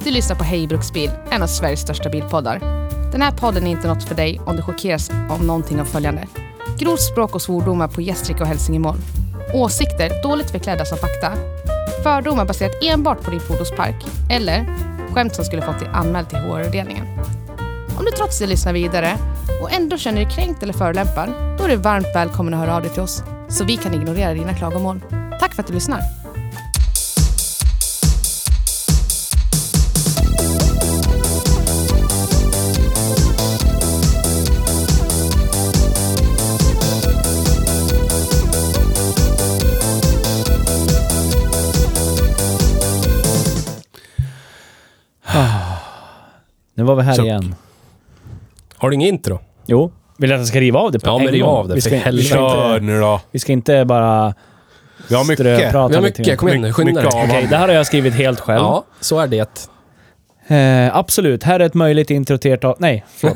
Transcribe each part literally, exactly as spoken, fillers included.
Du lyssnar på Hej Bruksbil, en av Sveriges största bilpoddar. Den här podden är inte något för dig om du chockeras av någonting av följande. Grovt språk och svordomar på gästrika och hälsingemål. Åsikter dåligt förklädda som fakta. Fördomar baserat enbart på din fordonspark. Eller skämt som skulle fått dig anmäld till H R-avdelningen. Om du trots det lyssnar vidare och ändå känner dig kränkt eller förolämpad, då är du varmt välkommen att höra av dig till oss så vi kan ignorera dina klagomål. Tack för att du lyssnar. Nu var vi här Suck. igen. Har du ingen intro? Jo, vill jag att jag ska riva av det på Ja, en men riv gång? av det, Vi ska, för vi, ska helvete. inte, nu då. vi ska inte bara Vi har mycket. ströprata Vi har lite mycket, kom igen nu, skynda mycket dig. av- Okej, det här har jag skrivit helt själv. Ja, så är det. Eh, absolut, här är ett möjligt intro till ert av... Nej, förlåt.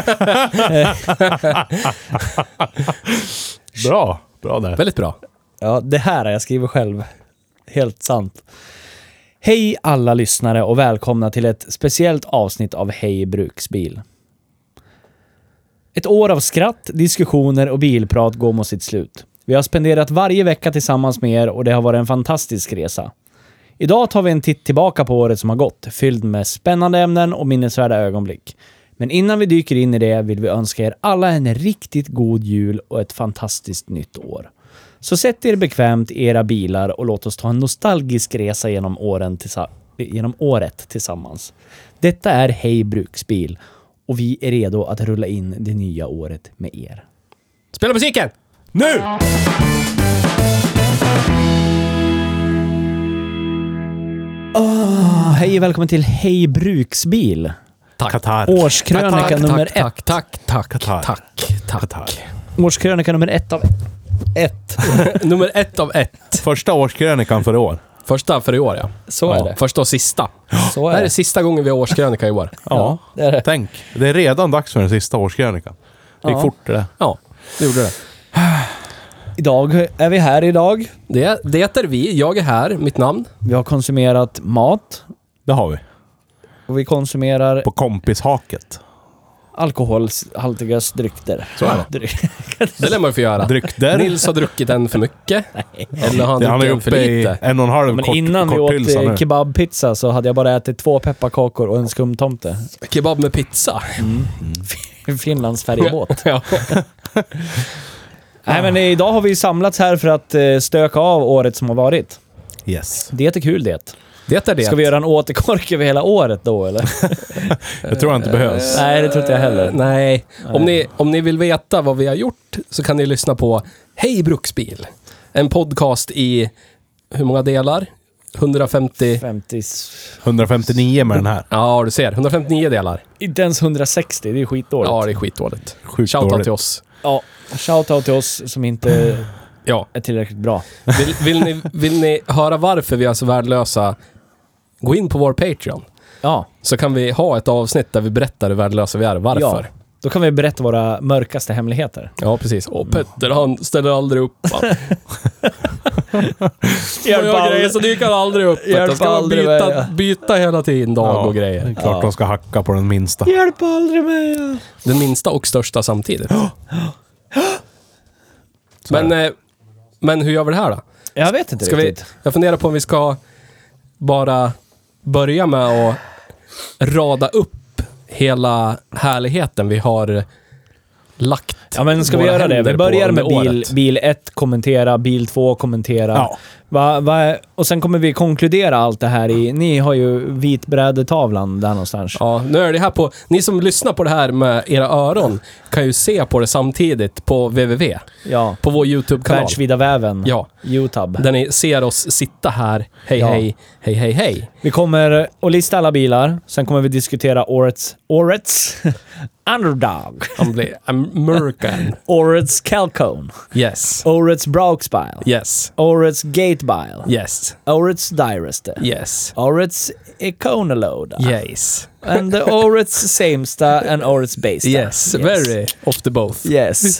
Bra, bra där. Väldigt bra. Ja, det här har jag skrivit själv. Helt sant. Hej alla lyssnare och välkomna till ett speciellt avsnitt av Hej Bruksbil. Ett år av skratt, diskussioner och bilprat går mot sitt slut. Vi har spenderat varje vecka tillsammans med er och det har varit en fantastisk resa. Idag tar vi en titt tillbaka på året som har gått, fylld med spännande ämnen och minnesvärda ögonblick. Men innan vi dyker in i det vill vi önska er alla en riktigt god jul och ett fantastiskt nytt år. Så sätt er bekvämt i era bilar och låt oss ta en nostalgisk resa genom, åren tillsa- genom året tillsammans. Detta är Hej Bruksbil och vi är redo att rulla in det nya året med er. Spela musiken! Nu! Oh, hej och välkommen till Hej Bruksbil. Tack. Qatar. Årskrönika tack, nummer tack, ett. tack, tack, tack, Qatar. tack, tack. Qatar. Årskrönika nummer ett av ett. Nummer ett av ett. Första årskrönikan för i år. Första för i år, ja. Så är det. Första och sista. Så Det är här är det. sista gången vi har årskrönika i år. Ja, Det är det. tänk. Det är redan dags för den sista årskrönikan. Det gick Ja. fort det där. Ja, det gjorde det. Idag är vi här idag. Det, det är vi. Jag är här. Mitt namn. Vi har konsumerat mat Det har vi. och vi konsumerar På kompishaket. alkoholhaltiga drycker. Så är det. Dryck. Det lär man ju få göra. Dryckter. Nils har druckit en för mycket. Eller har han Det han är druckit en för uppe i lite. en och en halv Men kort, innan vi kort åt pylsa eh, nu. kebabpizza så hade jag bara ätit två pepparkakor och en skumtomte. Kebab med pizza. Finlands färjebåt. Ja. Nej, men idag har vi samlats här för att eh, stöka av året som har varit. Yes. Det är kul det. Det är det. Ska vi göra en återkork över hela året då, eller? Jag tror inte behövs. Nej, det tror inte jag heller. Nej. Om ni, om ni vill veta vad vi har gjort så kan ni lyssna på Hej Bruksbil. En podcast i hur många delar? hundrafemtio. femtio... hundrafemtionio med den här. Ja, du ser. hundrafemtionio delar. Inte ens hundrasextio, det är skitdåligt. Ja, det är skitdåligt. Sjukt Shoutout dåligt. till oss. Ja, shoutout till oss som inte Ja. är tillräckligt bra. Vill, vill, ni, vill ni höra varför vi är så värdelösa? Gå in på vår Patreon. Ja, Så kan vi ha ett avsnitt där vi berättar hur värdelösa vi är. Varför? ja. Då kan vi berätta våra mörkaste hemligheter. Ja, precis. Åh, Petter, han ställer aldrig upp. Han. Hjälp Jag aldrig. grejer så dyker han aldrig upp. Hjälp Jag ska aldrig byta, mig. byta hela tiden, dag Ja. och grejer. Klart Ja. de ska hacka på den minsta. Hjälp aldrig mig. Den minsta och största samtidigt. Så är Men, eh, men hur gör vi det här då? Jag vet inte Ska vi, riktigt. jag funderar på om vi ska bara börja med att rada upp hela härligheten vi har lagt. Ja, men ska vi våra göra det? händer Vi på börjar med under bil, året. bil ett, kommentera, bil två, kommentera. Ja. Va, va, och sen kommer vi konkludera allt det här i... Ni har ju vitbrädetavlan där någonstans. Ja, nu är det här på... Ni som lyssnar på det här med era öron kan ju se på det samtidigt på www. Ja. På vår YouTube-kanal. Världsvida väven. Ja. YouTube. Där ni ser oss sitta här. Hej, Ja. hej, hej, hej, hej. Vi kommer att lista alla bilar. Sen kommer vi diskutera årets... Årets... Underdog. Han blir American. Årets Calcone. Yes. Årets Brauxbil. Yes. Årets Gatebil. Yes. Årets Direster. Yes. Årets Econaload. Yes. And the årets Samesta and årets Basta. Yes. Very off the both. Yes.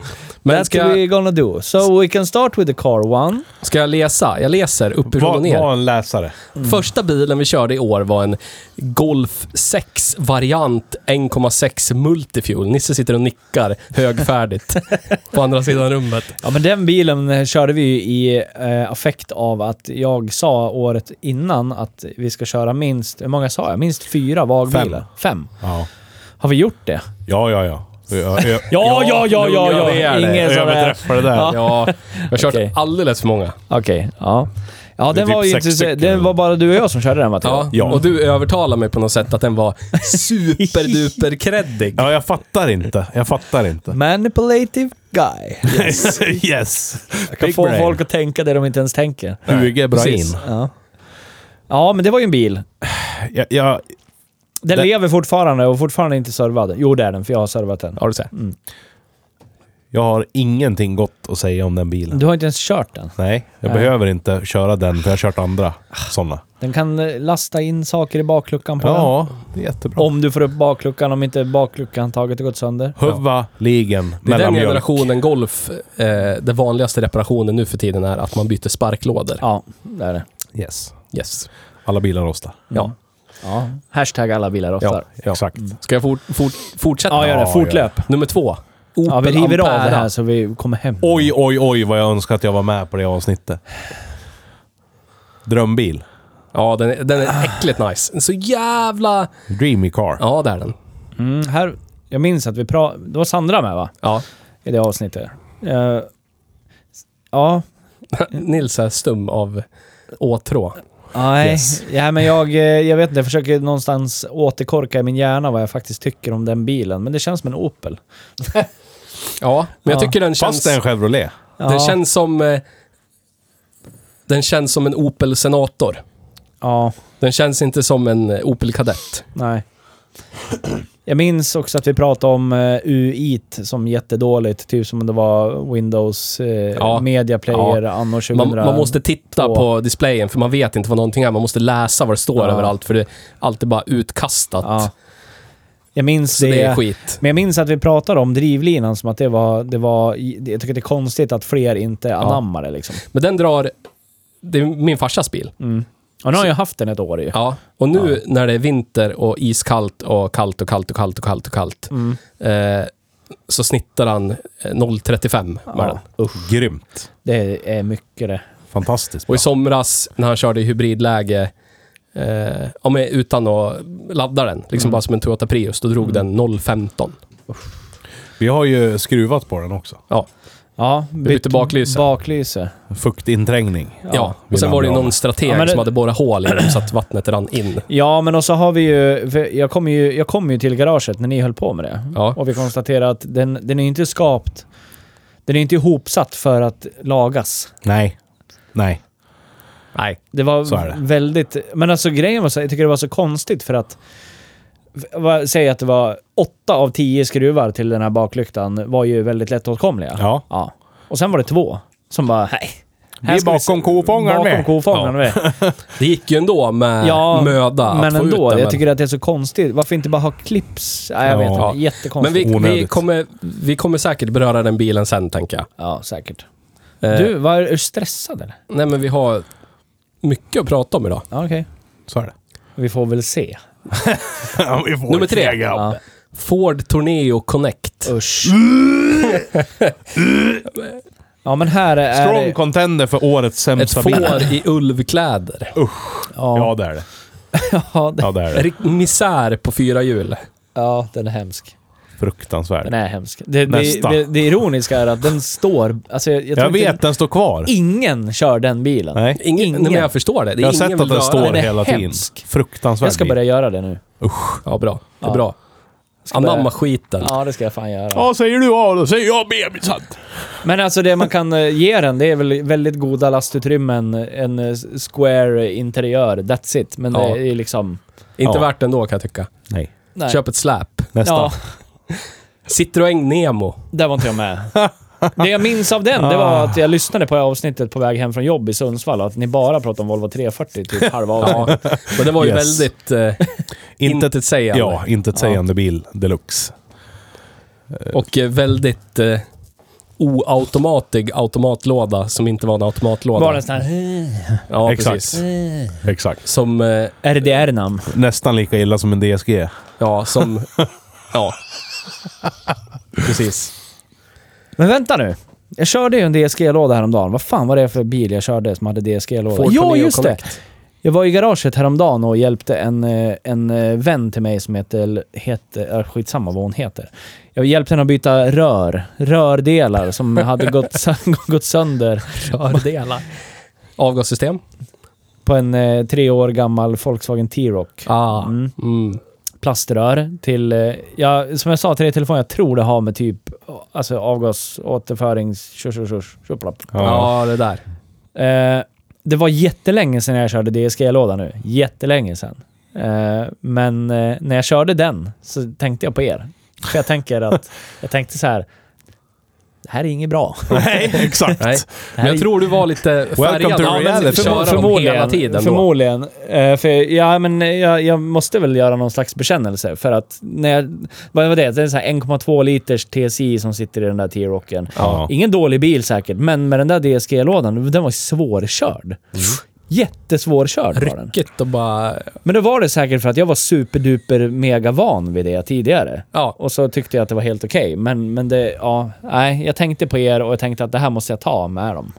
Men That's ska, what we're gonna do. So we can start with the car one. ska jag läsa? Jag läser uppifrån Var, och ner. var en läsare. Mm. Första bilen vi körde i år var en Golf sex variant en komma sex Multifuel. Nisse sitter och nickar högfärdigt på andra sidan rummet. Ja, men den bilen körde vi ju i eh, affekt av att jag sa året innan att vi ska köra minst, hur många sa jag? Minst fyra vagbilar. Fem. Fem. Ja, Har vi gjort det? ja, ja. ja. Ja, ja, Ja, ja, ja, ja, ja, ja. det är det. Ingen sån där. överträffar det där. Ja. Ja, jag har kört Okej. alldeles för många. Okej, ja. Ja, Det är den typ var ju sex inte, stycken. det var bara du och jag som körde den, Matteo. Ja, Ja. och du övertalar mig på något sätt att den var superduper kreddig. Ja, jag fattar inte. Jag fattar inte. Manipulative guy. Yes. yes. Jag kan Big få brain. folk att tänka det de inte ens tänker. Hugo Brain. Precis. Ja. Ja, men det var ju en bil. Jag, jag, Den Det- lever fortfarande och fortfarande inte servad. Jo, det är den, för jag har servat den. Har du sett? jag har ingenting gott att säga om den bilen. Du har inte ens kört den. Nej, jag Nej. behöver inte köra den för jag har kört andra sådana. Den kan eh, lasta in saker i bakluckan på Ja, det är jättebra. den. Om du får upp bakluckan, om inte bakluckan taget och gått sönder. Huva, ligen, Det är den mellanmjölk. generationen Golf, eh, den vanligaste reparationen nu för tiden är att man byter sparklådor. Ja, det är det. Yes. Yes. Alla bilar rostar. Ja. Ja. Hashtag alla bilar Ja, rostar. ja. Exakt. Ska jag fort, fort, fortsätta? Ja, gör det. Ja, Fortlöp. Nummer två. Opel Ja, vi river av Ampera. det här så vi kommer hem. Oj, oj, oj vad jag önskar att jag var med på det avsnittet. Drömbil. Ja, den är, den är äckligt nice. En så jävla... Dreamy car. Ja, det är den. Mm, här, jag minns att vi pratade... Det var Sandra med, va? Ja. I det avsnittet. Uh, ja. Nils är stum av åtrå. Nej, Yes. ja, men jag, eh, jag vet inte, jag försöker någonstans återkorka i min hjärna vad jag faktiskt tycker om den bilen. Men det känns som en Opel. Ja, men jag Ja. tycker den känns... Fast det är en Chevrolet. Ja. Den känns som... Eh, den känns som en Opel Senator. Ja, Den känns inte som en eh, Opel Kadett. nej. Jag minns också att vi pratade om uh, U I T som jättedåligt. Typ som om det var Windows uh, Ja. Media Player anno tjugo. Man, man måste titta två. på displayen för man vet inte vad någonting är. Man måste läsa vad det står Ja. överallt för det är alltid bara utkastat. Ja. Jag minns Så det. det är skit. Men jag minns att vi pratade om drivlinan som att det var... Det var jag tycker det är konstigt att fler inte anammar det liksom. Men den drar... Det är min farsas bil. Mm. Och nu har jag haft den ett år ju. Ja. Och nu när det är vinter och iskallt och kallt och kallt och kallt och kallt och kallt Mm. eh, så snittar han eh, noll komma trettiofem med den. Ja. Grymt. Det är mycket det. Fantastiskt Och bra. i somras när han körde i hybridläge eh, ja, men utan att ladda den, liksom Mm. bara som en Toyota Prius, då drog den noll komma femton. Vi har ju skruvat på den också. Ja. Ja, bytte baklyse. Baklyse. Fuktinträngning. Ja, vill och sen han var det bli någon av med. strateg Ja, men det- som hade borrat hål i den så att vattnet rann in. Ja, men och så har vi ju... för Jag kom ju, jag kom ju till garaget när ni höll på med det. Ja. Och vi konstaterade att den, den är inte skapt... Den är inte ihopsatt för att lagas. Nej. Nej. Nej. Det var Så är det. väldigt... Men alltså grejen var så... Jag tycker det var så konstigt för att... vad- Säg att det var åtta av tio skruvar till den här baklyktan var ju väldigt lättåtkomliga. Ja. Ja. Och sen var det två som bara... Nej. Vi är bakom kofångaren Bakom med. kofångaren med. Det gick ju ändå med Ja, möda men att få ändå. ut den. Jag men- tycker att det är så konstigt. Varför inte bara ha clips? Nej, jag vet Ja. inte. Jättekonstigt. Men vi, vi, Onödigt. kommer, vi kommer säkert beröra den bilen sen, tänker jag. Ja, säkert. Eh, Du, var, är du stressad eller? Nej, men vi har mycket att prata om idag. Ja, okej. Så är det. Vi får väl se. Ja, vi får Nummer tre. kega. Ja. Ford Tourneo Connect. Usch. Ja, men här är... Strong contender för årets Ett sämsta bil. får i ulvkläder. Ja, Ja, det är det. ja, det, Ja, det är det. Rik- Misär på fyra hjul. ja, den är hemsk. Fruktansvärt. Den är hemsk. Det, det, Nästa. det, det ironiska är att den står... Alltså, jag, jag, tror Jag inte- vet, den står kvar. Ingen kör den bilen. Nej. Ingen, Ingen. Nej, men jag förstår det. det är Jag har ingen sett vill att den röra står Den är hela tiden. hemsk. Fruktansvärt Jag ska börja göra det nu. Ja, bra. Det är Ja. bra. Ska börja- Anamma skiten. Ja, det ska jag fan göra. Ja, säger du A, då säger jag B, min sant. Men alltså det man kan eh, ge den, det är väl väldigt goda lastutrymmen, en eh, square interiör, that's it. Men Ja. det är liksom... Inte Ja. värt det ändå, kan jag tycka. Nej. Nej. Köp ett släp. Nästa. Ja, Citroën Nemo. där var inte jag med. Det jag minns av den, det var att jag lyssnade på avsnittet på väg hem från jobb i Sundsvall och att ni bara pratade om Volvo tre fyrtio typ halva avsnittet. Ja, men det var ju Yes. väldigt eh, intetsägande. Ja, inte ett sägande bil deluxe. Och eh, väldigt... Eh, oautomatig automatlåda som inte var en automatlåda. Var det sån här... Ja, Exakt. precis. Exakt. Som... Eh, R D R-namn. Nästan lika illa som en D S G. ja, som... ja. Precis. Men vänta nu. Jag körde ju en D S G-låda häromdagen. Vad fan var det för bil jag körde som hade D S G-låda? Ford Ja, Tourneo just det. Connect. Jag var i garaget häromdagen och hjälpte en, eh, en eh, vän till mig som heter... heter äh, skitsamma vad hon heter. Jag hjälpte henne att byta rör. Rördelar som hade gått, sö- gått sönder. Rördelar. Avgassystem. På en eh, tre år gammal Volkswagen T-Roc. Ah. Mm. Mm. Plaströr till... Eh, ja, som jag sa till dig i telefon, jag tror det har med typ alltså avgas, återförings... Tjus, tjus, tjus, tjuplapp. Ja, det där. Eh, det var jättelänge sedan jag körde D S G-låda nu. Jättelänge sedan. Eh, men eh, när jag körde den så tänkte jag på er. För jag tänker att... Jag tänkte så här... Det här är inget bra. Nej, exakt. Nej. Men jag tror du var lite färgad to av att reality. köra dem förmodligen, hela tiden. förmodligen. Eh, för ja, men jag, jag måste väl göra någon slags bekännelse för att när jag, vad var det? Det är så här en komma två liters T S I som sitter i den där T-Rocen. Ja. Ingen dålig bil säkert, men med den där D S G-lådan, den var svårkörd. Mm. Jättesvårkörd var den. Ryckigt och bara... Men då var det säkert för att jag var superduper mega van vid det tidigare. Ja. Och så tyckte jag att det var helt okej. Okay. Men, men det, ja, nej, jag tänkte på er och jag tänkte att det här måste jag ta med dem.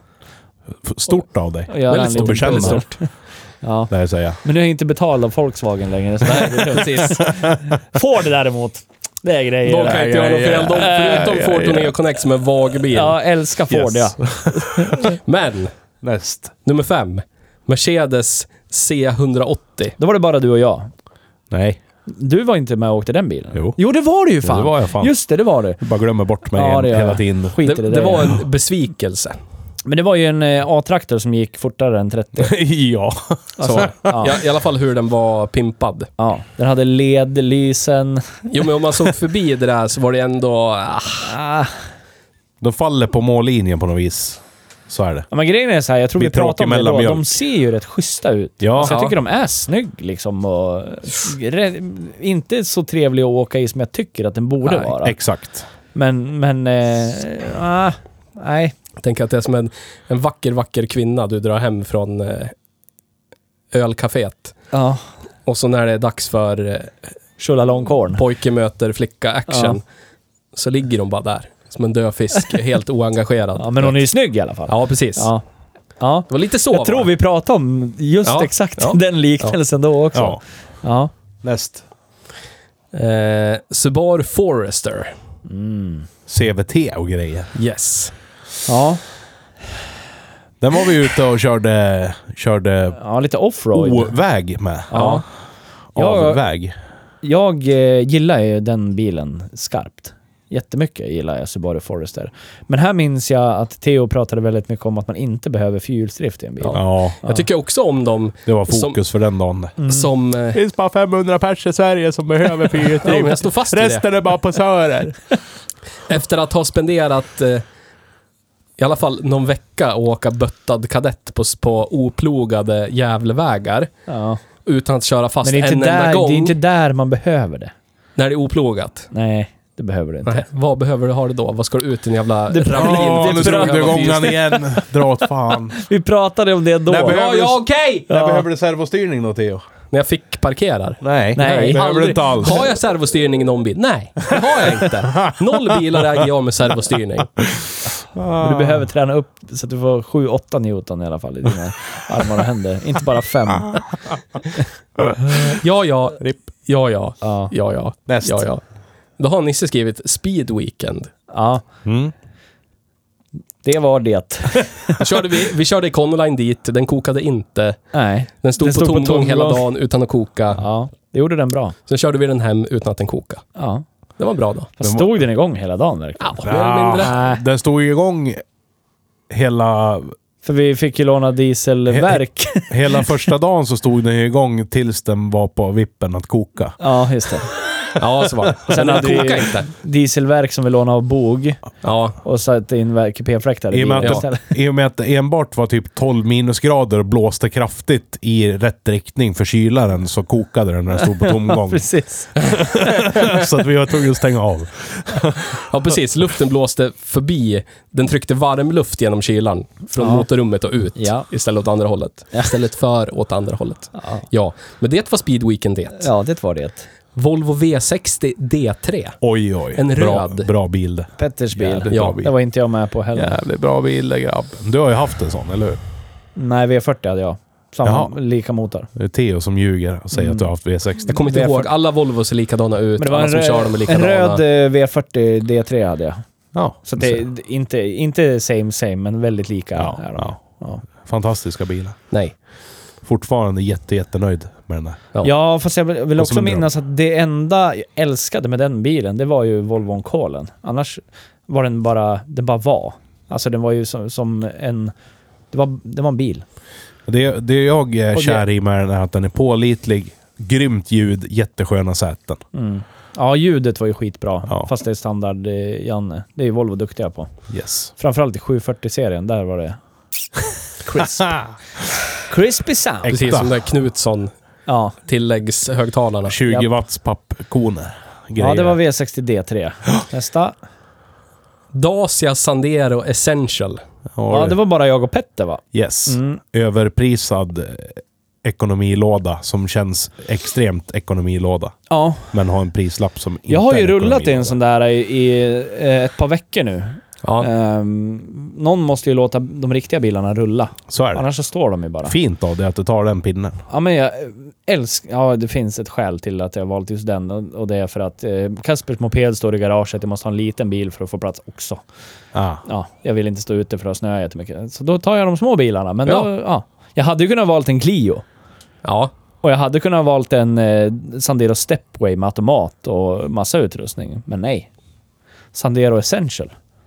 Stort av dig. Och göra Väldigt en stort, liten väldigt pull. stort. Ja. Det här säger jag. Men nu är jag inte betald av Volkswagen längre. Så det är precis. Ford däremot. Det är grejer. De kan inte göra något fel. De, förutom Ford Tourneo Connect som en vag bil. Ja, älskar Ford, Yes. ja. Men, Näst. nummer fem. Mercedes C hundraåttio. Då var det bara du och jag. Nej. Du var inte med och åkte den bilen. Jo. Jo, det var du ju fan. Jo, det var jag fan. Just det, det var du. Jag bara glömmer bort mig Ja, det gör hela jag. tiden. Skit i Det, det, det där. var en besvikelse. Men det var ju en eh, A-traktor som gick fortare än trettio. Ja. Så, Ja. ja, i alla fall hur den var pimpad. Ja, den hade ledlysen. Jo, men om man såg förbi det där så var det ändå... Ah, Ah. De faller på mållinjen på något vis. Så är det. Ja, men grejen är så här, jag tror vi Blir pratade om det då. mellanmjölk. De ser ju rätt schyssta ut. Ja. Alltså, jag Ja. tycker de är snygg liksom. Och re- inte så trevlig att åka i som jag tycker att den borde Nej, vara. Exakt. Men, men... Eh, ah, nej. jag tänker att det är som en, en vacker, vacker kvinna du drar hem från eh, ölcaféet. Ja. Och så när det är dags för eh, Tjollalongkorn. pojke möter flicka action så ligger de bara där. Som en död fisk, helt oengagerad. Ja, men hon är ju snygg i alla fall. Ja, precis. Ja. Ja. Det var lite så. Jag tror va? vi pratade om just Ja. exakt Ja. den liknelsen då också. Ja. Ja. Näst. Eh, Subaru Forester. Mm. C V T och grejer. Yes. Ja. Den var vi ute och körde, körde Ja, lite offroad. O-väg med. Ja. Ja. Av-väg. Jag eh, gillar ju den bilen skarpt. Jättemycket gillar jag Subaru Forester. Men här minns jag att Theo pratade väldigt mycket om att man inte behöver fyrhjulsdrift i en bil. Ja. Ja, Jag tycker också om dem det var fokus för den dagen. Mm. som... Eh, Det finns bara femhundra pers i Sverige som behöver ja, men jag står fast i det. är bara posörer. Efter att ha spenderat eh, i alla fall någon vecka och åka böttad kadett på, på oplogade jävlevägar Ja. utan att köra fast Men det är, en inte enda där, gång det är inte där man behöver det. när det är oplogat. Nej, det behöver du inte. Nej, vad behöver du ha det då? Vad ska du ut i en jävla Det- ravin? Ja, det nu är drog bra. du igång den igen. Dra åt fan. Vi pratade om det då. Nej, behöver Ja, du- ja, okej! När Ja. behöver du servostyrning då, Theo? När jag fick parkerar. Nej, Nej, det behöver du inte alls. Har jag servostyrning i någon bil? Nej, det har jag inte. Noll bilar äger jag med servostyrning. Men du behöver träna upp så att du får sju åtta newton i alla fall i dina armar och händer. Inte bara fem. Ja, ja. Ripp. Ja, ja. Ja. Ja, ja. Näst. Ja, ja. Då har Nisse skrivit Speed Weekend. Ja, Mm. det var det. Vi körde, vi, vi körde Econoline dit, den kokade inte. Nej. Den stod Den på stod på tomgång tomgång. hela dagen utan att koka. Ja, det gjorde den bra. Sen körde vi den hem utan att den kokade. Ja. Det var bra då. Fast stod den igång hela dagen verkligen? Ja, mer eller mindre. Nej. Den stod ju igång hela, För vi fick ju låna dieselverk. hela första dagen så stod den ju igång tills den var på vippen att koka. Ja, just det. Ja, så var det. Sen Sen hade vi kokade inte. dieselverk som vi lånade av Bog Ja, och satte in kupéfläktar i I och, med bilen att, istället. I och med att det enbart var typ tolv minusgrader och blåste kraftigt i rätt riktning för kylaren så kokade den när den stod på tomgång. Precis. Så att vi var tvungna att stänga av. ja, precis. Luften blåste förbi. Den tryckte varm luft genom kylan från Ja. motorrummet och ut. Ja. Istället åt andra hållet. Istället för åt andra hållet. Ja. Ja, men det var Speedweekend det. Ja, det var det. Volvo V sextio D tre. Oj, oj. En bra, röd. Bra bil det. Petters bil. Jävligt Ja, bra bil. Det var inte jag med på heller. Jävligt bra bil det, grabb. Du har ju haft en sån, eller hur? Nej, V fyrtio hade jag. Samma, Jaha. lika motor. Det är Theo som ljuger och säger Mm. att du har haft V sextio. Jag kommer inte V fyrtio. ihåg. Alla Volvo ser likadana ut. Men det var Alla en, som rö- kör dem är en likadana. röd eh, V fyrtio D tre hade jag. Ja, Så det är inte, inte same same, men väldigt lika. Ja, är de. ja. Ja. fantastiska bilar. Nej. Fortfarande jätte, jättenöjd med den där. Ja. Ja, fast jag vill vill Och också som en dröm. minnas att det enda jag älskade med den bilen, det var ju Volvon Kolen. Annars var den bara, den bara var. Alltså den var ju som, som en, det var, det var en bil. Det, det jag är Och det- kär i med den är att den är pålitlig, grymt ljud, jättesköna säten. Mm. Ja, ljudet var ju skitbra. Ja. Fast det är standard eh, Janne. Det är ju Volvo duktiga på. Yes. Framförallt i sju fyrtio-serien, där var det crisp. Crispy sound. Äkta. Precis som där Knutsson Ja. tilläggshögtalarna. tjugo Japp. watts pappkoner. ja, det var V sextio D tre. Nästa. Dacia Sandero Essential. Ja, det var bara jag och Petter, va? Yes. Mm. Överprisad eh, ekonomilåda som känns extremt ekonomilåda. Ja. Men har en prislapp som inte Jag har ju är rullat i ekonomilåda. en sån där i, i eh, ett par veckor nu. Ja. Ehm, någon måste ju låta de riktiga bilarna rulla. Så är det. Annars så står de ju bara. Fint av det att du tar den pinnen. Ja, men jag älskar... Ja, det finns ett skäl till att jag har valt just den. Och, och det är för att eh, Kaspers moped står i garaget. Jag måste ha en liten bil för att få plats också. Ah. Ja, jag vill inte stå ute för att snöa jättemycket. Så då tar jag de små bilarna. Men Ja. då, ja. Jag hade ju kunnat valt en Clio. Ja. Och jag hade kunnat valt en eh, Sandero Stepway med automat och massa utrustning. Men nej. Sandero Essential.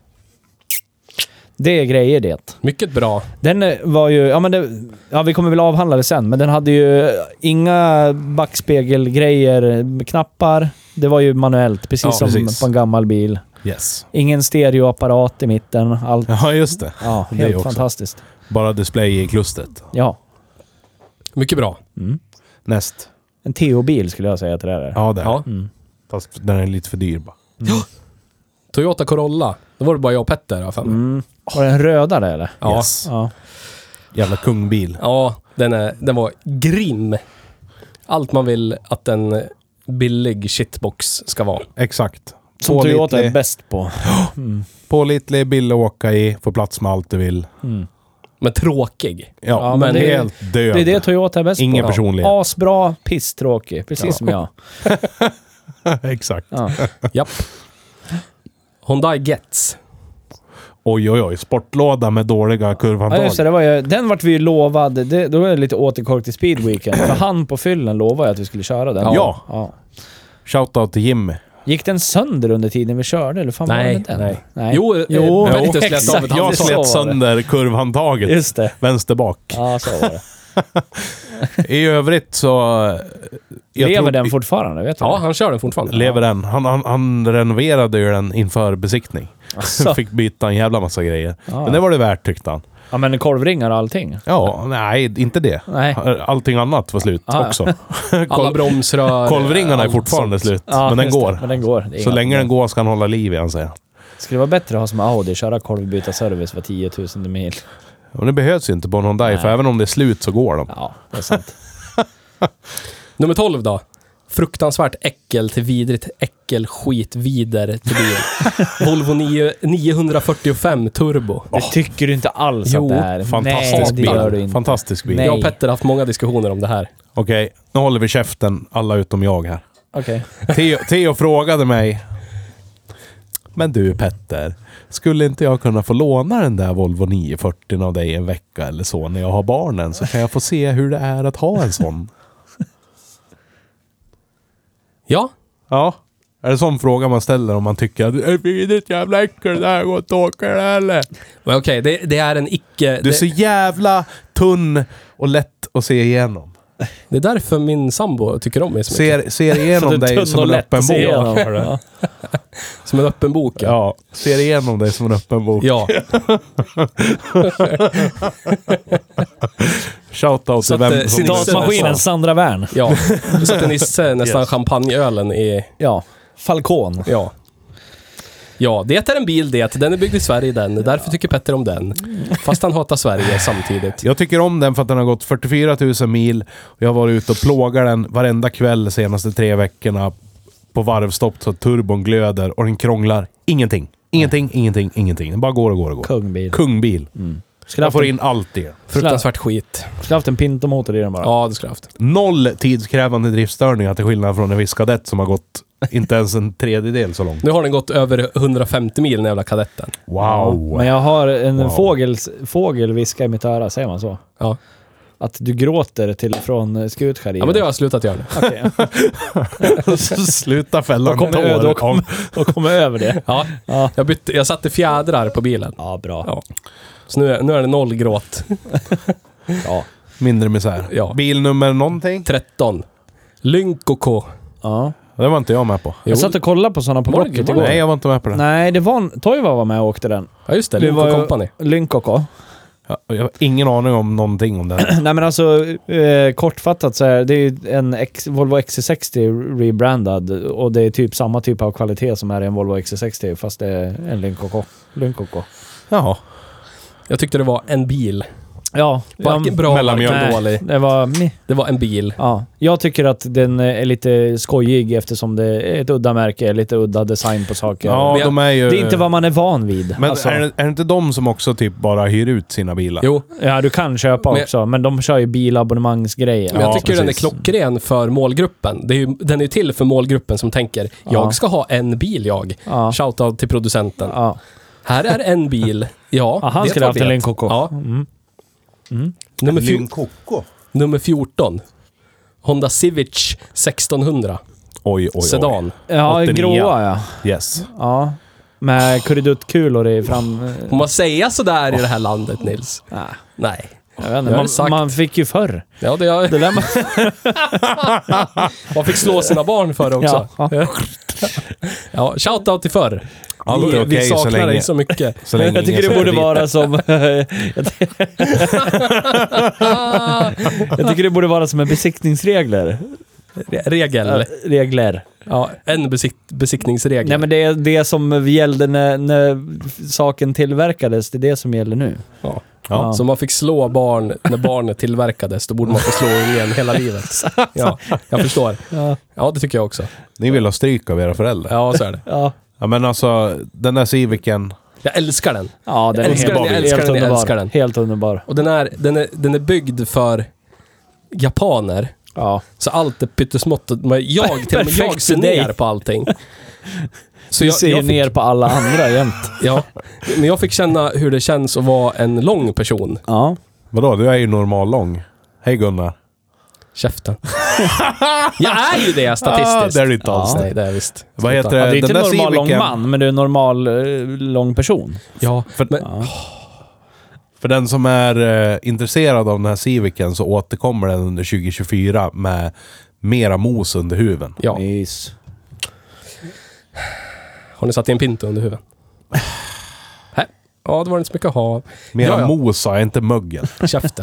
Det är grejer det. Mycket bra. Den eh, var ju... Ja, men det, ja, vi kommer väl avhandla det sen. Men den hade ju inga backspegelgrejer med knappar. Det var ju manuellt, precis Ja, som precis. på en gammal bil. Yes. Ingen stereoapparat i mitten. Allt. Ja, just det. Ja, det helt också. fantastiskt. Bara display i klustret. Ja. Mycket bra. Mm. Näst. En T O-bil skulle jag säga att det där är. Ja, det är Ja. Mm. Fast den är lite för dyr bara. Toyota Corolla. Då var det bara jag och Petter. Jag för mig. Mm. Var den rödare eller? Ja. Yes. Ja. Jävla kungbil. Ja, den, är, den var grym. Allt man vill att en billig shitbox ska vara. Exakt. Som Toyota är Pålitlig, bäst på. Mm. pålitlig, billig att åka i, få plats med allt du vill. Mm. Men tråkig. Ja, Ja, men men det är- helt död. Det är det Toyota är bäst Ingen på. personlighet. Asbra, pisstråkig. Precis Ja. som jag. Exakt. Ja. Japp. Hyundai Getz. Oj, oj, oj. Sportlåda med dåliga Ja, kurvhandtag. just det, det var ju, den vart vi ju lovad. Det, då är det lite återkork till Speedweekend. För han på fyllen lovade att vi skulle köra den. Ja. ja. Shoutout till Jimmy. Gick den sönder under tiden vi körde? Eller fan var Nej, det den? nej. nej. Jo, Jo, eh, Petter slet exakt. av ett Ja, Jag handtag. så var slet det. sönder kurvhandtaget. Just det. Vänster bak. Ja, så var det. I övrigt så... jag Lever tror- den fortfarande? Vet du? Ja, han kör den fortfarande. Lever den. Han, han, han renoverade ju den inför besiktning. Asså. Fick byta en jävla massa grejer. Ja. Men det var det värt tyckte han. Ja, men kolvringar och allting. Ja, nej, inte det. Nej. Allting annat var slut Ah, ja. också. Alla Kol- bromsrör. Kolvringarna är allt fortfarande sånt. slut. Ja, men den just det. går. Men den går. Det är Så inga länge problem. den går ska han hålla liv i, han säger. Skulle det vara bättre att ha som Audi, köra kolvbyta service var tio tusen mil? Och det behövs ju inte på en Hyundai, Nej. för även om det är slut så går de. Ja, det är sant. Nummer tolv då. Fruktansvärt äckel till vidrigt äckel skit vider till bil. Volvo nio, niohundrafyrtiofem Turbo. Det tycker du inte alls Jo, att det är. Fantastisk Nej, det bil. gör du inte. Fantastisk bil. Nej. Jag och Petter har haft många diskussioner om det här. Okej, nu håller vi käften, alla utom jag här. Okej. Theo, Theo frågade mig. Men du Petter, skulle inte jag kunna få låna den där Volvo niohundrafyrtio av dig en vecka eller så när jag har barnen, så kan jag få se hur det är att ha en sån? Ja, Ja. Är det sån fråga man ställer om man tycker att det är vidrigt jävla äckel, det här går att åka det eller? men okej, det, det är en icke... Du är det, så jävla tunn och lätt att se igenom. Det är därför min sambo tycker om mig så mycket. Ser, ser igenom dig som en öppen bok. Ja. Som en öppen bok. Ja. Ja, ser igenom dig som en öppen bok. Ja. Shoutout Så till att, vem eh, som... Citatmaskinen Sandra Wern. Ja. Så att Nisse nästan yes. champagneölen i... Ja. Falcon. Ja. Ja, det är en bil det. Den är byggd i Sverige den. Därför tycker Petter om den. Fast han hatar Sverige samtidigt. Jag tycker om den för att den har gått fyrtiofyra tusen mil. Och jag har varit ute och plågat den varenda kväll de senaste tre veckorna. På varvstopp så turbon glöder och den krånglar. Ingenting. Ingenting, ingenting, ingenting. Den bara går och går och går. Kungbil. Kungbil. Mm. Jag får in allt det. Fruktansvärt skit. Skulle haft en Pinto-motor i den bara. Ja, det skulle haft. Noll tidskrävande driftstörningar till skillnad från en viss kadett som har gått inte ens en tredjedel så långt. Nu har den gått över hundrafemtio mil, den jävla kadetten. Wow. Men jag har en Wow. fågel, fågel viska i mitt öra, säger man så? Ja. Att du gråter till från Skutskär. Ja, men det har jag slutat göra nu. Okej. Sluta fälla Då kommer jag, då kommer, då kommer jag över det. Ja. Ja. Jag, bytte, jag satte fjädrar på bilen. Ja, bra. Ja. Så nu är, nu är det noll gråt. Ja. Mindre misär. Ja. Bilnummer någonting? tretton. Lynkoko. Ja. Det var inte jag med på. Jag satt och kollade på sådana på Morgon, Blocket morgon. igår. Nej, jag var inte med på det. Nej, det var en... Toiva var med och åkte den. Ja, just det. Vi Lynko var ju- Company. Lynkoko. Ja, jag har ingen aning om någonting om det här. Nej men alltså, eh, kortfattat så är det ju en X, Volvo X C sextio rebrandad och det är typ samma typ av kvalitet som är i en Volvo X C sextio fast det är en Lynkoko. Lynkoko. Jaha. Jag tyckte det var en bil. Ja, Varken bra mellanmjölk. eller dålig. det var... meh. Det var en bil. Ja, jag tycker att den är lite skojig eftersom det är ett udda märke, lite udda design på saker. Ja, Men jag- de är ju... Det är inte vad man är van vid. Men alltså. är, det, är det inte de som också typ bara hyr ut sina bilar? Jo, Ja, du kan köpa Men- också, men de kör ju bilabonnemangsgrejer. men jag Ja, tycker den är precis. klockren för målgruppen. Det är ju, den är ju till för målgruppen som tänker, Ja. jag ska ha en bil jag. Ja. Shoutout till producenten. Ja. Här är en bil. Ja, Ja, han det skulle var haft en det. Lynkoko. Ja. Mm. Nummer, fj- Lynkoko? nummer fjorton. Honda Civic sextonhundra. Oj, oj, oj. Sedan. Ja, åttionio. gråa ja. Yes. Ja. Med kuriduttkulor i fram... Får man säga sådär i det här landet, Nils? Nej, Nej. jag vet inte. Jag har Man, sagt. man fick ju förr. Ja, det jag, Det där man... man fick slå sina barn för det också. Ja, Ja, ja shoutout till förr. Allt är vi, okej vi så saknar länge- dig så mycket. Så länge Jag tycker ingen det borde sätter vara dit som... jag tycker det borde vara som en besiktningsregler. Re- Regel. Äh, regler. Ja, en besikt, besiktningsregel. Nej men det är det som gällde när, när saken tillverkades, det är det som gäller nu. Ja. Ja. Så man fick slå barn när barnet tillverkades, då borde man få slå ungen hela livet. Ja, jag förstår. Ja. Ja, det tycker jag också. Ni vill ha stryk av era föräldrar. Ja, så är det. Ja, Ja, men alltså, den där Civicen... Jag älskar den. ja den Jag är älskar helt, den, jag helt älskar den, jag underbar. älskar den. Helt underbar. Och den är, den är, den är byggd för japaner. Ja. Så allt är pyttesmått. Men Jag, till och med jag Perfekt ser för dig. ner på allting. Så Du jag, ser jag fick, ner på alla andra jämt. ja, men jag fick känna hur det känns att vara en lång person. Ja. Vadå? Du är ju normal lång. Hej Gunnar. Käften. Jag är ju det statistiskt. Ah, det är du inte alls. Nej, det är visst. Vad Sluta. heter Ja, det? det är inte Den en där normal lång Civicen- man, men du är en normal eh, lång person. Ja, För, men, Ja. för den som är eh, intresserad av den här Civicen så återkommer den under tjugo tjugofyra med mera mos under huven. ja. Mys. Har ni satt i en pinto under huven? Nej. Ja, det var inte så mycket att ha. Mera Ja, ja. mos sa jag, inte mögel. Käften.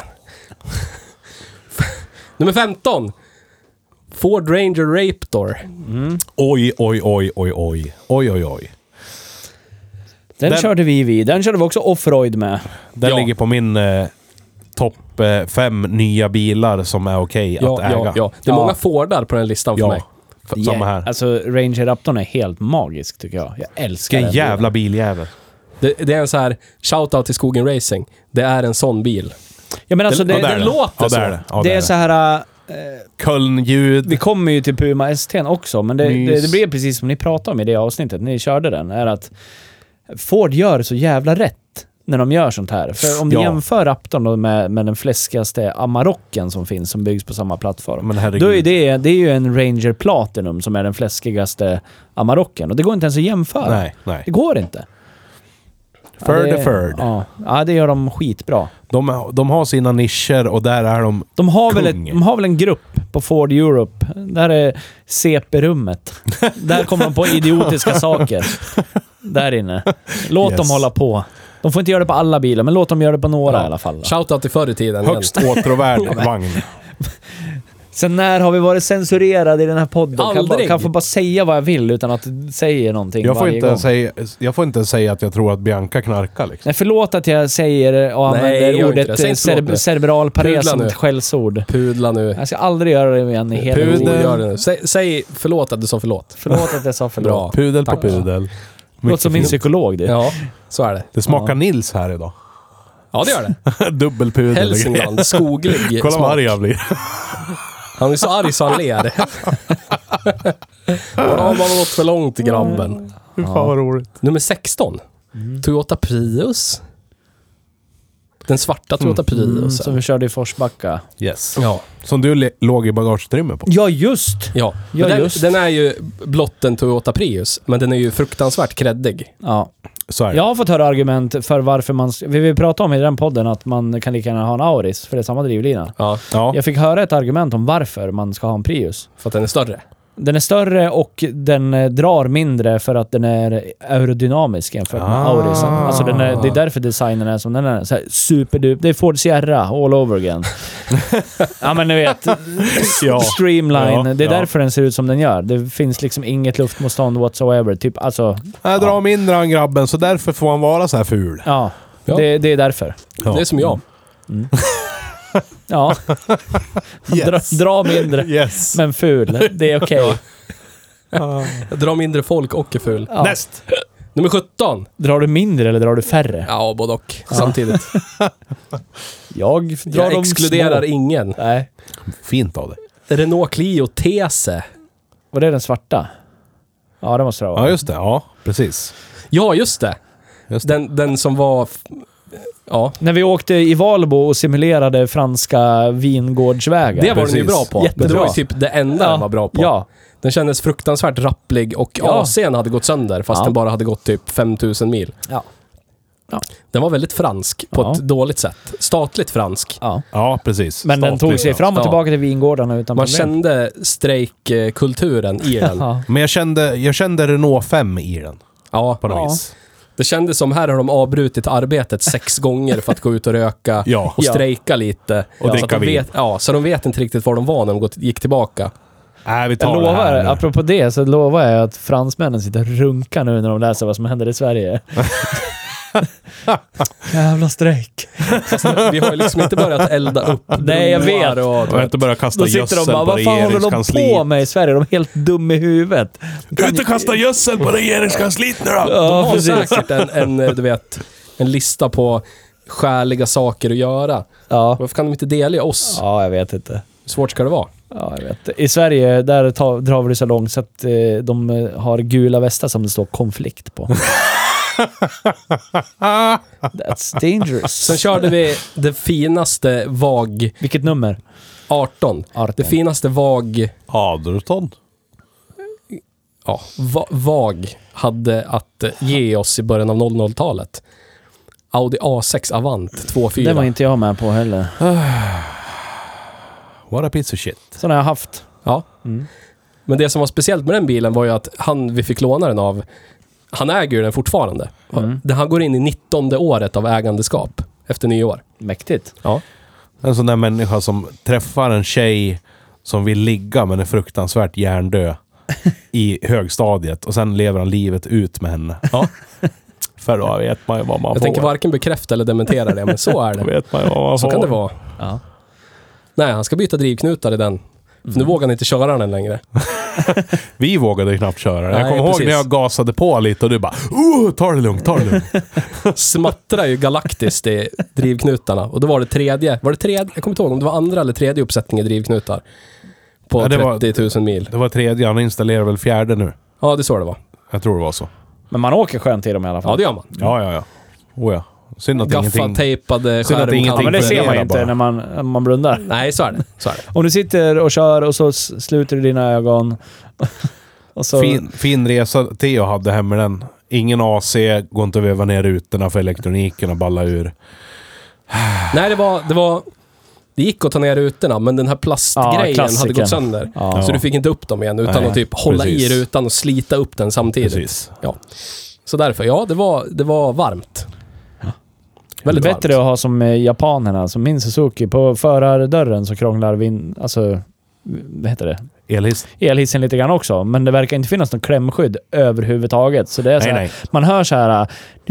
Nummer femton. Ford Ranger Raptor. Oj, oj, oj, oj, oj. Oj, oj, oj. Den, Den- körde vi vid. Den körde vi också off-road med. Den Ja. ligger på min eh, topp eh, fem nya bilar som är okej Ja, att äga. ja, ja. Det är Ja. många Fordar på den listan för Ja. mig. F- Samma här. Alltså, Ranger Raptorn är helt magisk tycker jag. Jag älskar Vilken den jävla bilen. biljävel. Det, det är en så här shoutout till Skogen Racing. Det är en sån bil. Ja, men alltså, Det- det, ja, det, det det, låter ja, så. det är det. Ja, det det är så här... eh, Kölnljud. Vi kommer ju till Puma S T också, men det, Mys. det, det blir precis som ni pratade om i det avsnittet, ni körde den, är att Ford gör så jävla rätt när de gör sånt här. För om du Ja. jämför Raptorn då med, med den fläskigaste Amarocken som finns, som byggs på samma plattform, Men herregud. då är det, det är ju en Ranger Platinum som är den fläskigaste Amarocken. Och det går inte ens att jämföra. Nej, nej. Det går inte. Ford det, är Ford. Ja. ja, det gör de skitbra. De, de har sina nischer och där är de De har, väl ett, kung. de har väl en grupp på Ford Europe. Där är C P-rummet. Där kommer de på idiotiska saker. Där inne. Låt Yes. dem hålla på. De får inte göra det på alla bilar, men låt dem göra det på några i alla fall. Då. Shoutout till förr i tiden. högst åtråvärd vagn. Sen när har vi varit censurerade i den här podden? Kan jag, bara, Aldrig. kan jag få bara säga vad jag vill utan att säga någonting Jag får, varje inte gång? säga, jag får inte säga att jag tror att Bianca knarkar liksom. Nej, förlåt att jag säger och Nej, använder gör inte det. ordet Säg inte förlåt cer- nu. cerebral pares Pudla som nu. ett skällsord. Pudla nu. Jag ska aldrig göra det igen i hela mitt Pudel. liv. Gör det nu. Säg, säg förlåt att du sa förlåt. Förlåt att jag sa förlåt. Bra. Pudel på Tack. pudel. Låt som min fint. psykolog det. Ja, så är det. Det smakar Ja. Nils här idag. Ja, det gör det. Dubbelpudel. Hälsingland, skoglig Kolla vad smak. arg jag blir. Han är så arg så han ler. Då har man gått för långt i grabben. Fy fan vad roligt. Nummer sexton. Toyota Prius. Den svarta Toyota Mm, Prius. som vi körde i Forsbacka. Yes. Ja, Som du le- låg i bagageutrymme på. Ja, just! ja. Ja, Men den, just. den är ju blott en Toyota Prius, men den är ju fruktansvärt kreddig. Ja. Så är det. Jag har fått höra argument för varför man... Vi vill prata om i den podden att man kan lika gärna ha en Auris, för det är samma drivlina. Ja, Ja. Jag fick höra ett argument om varför man ska ha en Prius. för att den är större. Den är större och den eh, drar mindre för att den är aerodynamisk jämfört med Ah. Aurisen. Alltså den är, det är därför designen är som den är. Så här superdup. Det är Ford Sierra all over again. Ja, men ni vet. Ja. Streamline. Ja, det är ja. därför den ser ut som den gör. Det finns liksom inget luftmotstånd whatsoever. Typ, alltså, Jag drar mindre än grabben, så därför får han vara så här ful. ja. Ja. Det, det är därför. Ja. Det är som jag. Ja. Yes. dra, dra mindre. Yes. Men ful. Det är okej. Jag drar mindre folk och är ful. Ja. Näst. Nummer sjutton. Drar du mindre eller drar du färre? Ja, både och. Samtidigt. Jag drar Jag dem exkluderar små. ingen. Nej. Fint av dig. Renault Clio T C. Var det den svarta? Ja, det måste det vara. Ja, just det. Ja, precis. Ja, just det. Just det. Den, den som var... f- Ja, När vi åkte i Valbo och simulerade franska vingårdsvägar. det var den ju Precis. bra på. Men det var ju Jättebra. typ det enda Ja. den var bra på. Ja, Den kändes fruktansvärt rapplig och Ja. A C:n hade gått sönder fast Ja. den bara hade gått typ fem tusen mil. ja, Den var väldigt fransk på Ja. ett dåligt sätt. Statligt fransk. ja. Ja, precis. Men den tog Statligt, sig ja. fram och Ja. tillbaka till vingårdarna utan Man problem. kände strejkkulturen i den. Ja. Men jag kände, jag kände Renault fem i den. Ja, På något Ja. vis. det kändes som här har de avbrutit arbetet sex gånger för att gå ut och röka Ja. och Ja. strejka lite. Och så dricka att de vin. vet, ja, så de vet inte riktigt var de var när de gått, gick tillbaka. Nej, vi tar Jag det lovar, här nu. apropå det, så lovar jag att fransmännen sitter och runkar nu när de läser vad som händer i Sverige. Jävla strejk. Fast vi har ju liksom inte börjat elda upp. Nej, jag vet. broar Och, Jag har inte börjat kasta Då sitter gödsel de bara, på vad fan håller de på regeringskansliet. med i Sverige? De är helt dum i huvudet. Ut och kasta gödsel på regeringskansliet nu då! de Ja, har precis. säkert en, en, du vet, en lista på skäliga saker att göra. Ja. Varför kan de inte delge oss? Ja, jag vet inte. Hur svårt ska det vara? Ja, jag vet. I Sverige, där tar, drar vi det så långt så att eh, de eh, har gula västar som det står konflikt på. That's dangerous. Sen körde vi det finaste VAG Vilket nummer? arton. arton. Det finaste VAG... Aderton. Ja, Va- VAG hade att ge oss i början av noll noll-talet. Audi A sex Avant två fyra. Det var inte jag med på heller. What a piece of shit. Sån har jag haft. Ja. Mm. Men det som var speciellt med den bilen var ju att han vi fick låna den av, han äger ju den fortfarande. Mm. Den Han går in i nittonde året av ägandeskap efter nyår. Mäktigt. Ja. En sån där människa som träffar en tjej som vill ligga men är fruktansvärt hjärndö i högstadiet och sen lever han livet ut med henne. Ja. För då vet man ju vad man Jag får. tänker varken bekräfta eller dementera det, men så är Då det. vet man ju vad man Så får. kan det vara. Ja. Nej, han ska byta drivknutar i den. För nu vågar han inte köra den längre. Vi vågade knappt köra. Nej, jag kommer ihåg precis. när jag gasade på lite och du bara oh, ta det lugnt, ta det lugnt. Smattrar ju galaktiskt i drivknutarna. Och då var det tredje, var det tredje, jag kommer inte ihåg om det var andra eller tredje uppsättning i drivknutar. På Ja, det var- trettio tusen mil. Det var tredje, han installerar väl fjärde nu. Ja, det så det var. Jag tror det var så. Men man åker skönt i dem i alla fall. Ja, det gör man. Ja, ja, ja. Oh, ja. Synd att ingenting... Gaffatejpade Synd att ingenting Ja, men det ser man ju fungerar inte bara. när man, när man blundar. Nej, så är det. Så är det. Om du sitter och kör och så s- sluter du dina ögon Och så, fin, fin resa Theo hade hem med den. Ingen A C, går inte att veva ner rutorna för elektroniken och balla ur. Nej, det var, det var... Det gick att ta ner rutorna, men den här plastgrejen Ja, hade gått sönder. Ja. Så du fick inte upp dem igen, utan Nej, att typ hålla precis. i rutan och slita upp den samtidigt. Precis. Ja. Så därför, ja, det var, det var varmt. Väldigt bättre varmt. att ha som eh, japanerna, som min Suzuki. På förardörren så krånglar vin, alltså, vad heter det? Elhiss. Elhissen lite grann också, men det verkar inte finnas någon klämskydd överhuvudtaget. Så det är så Nej, här, nej. man hör så här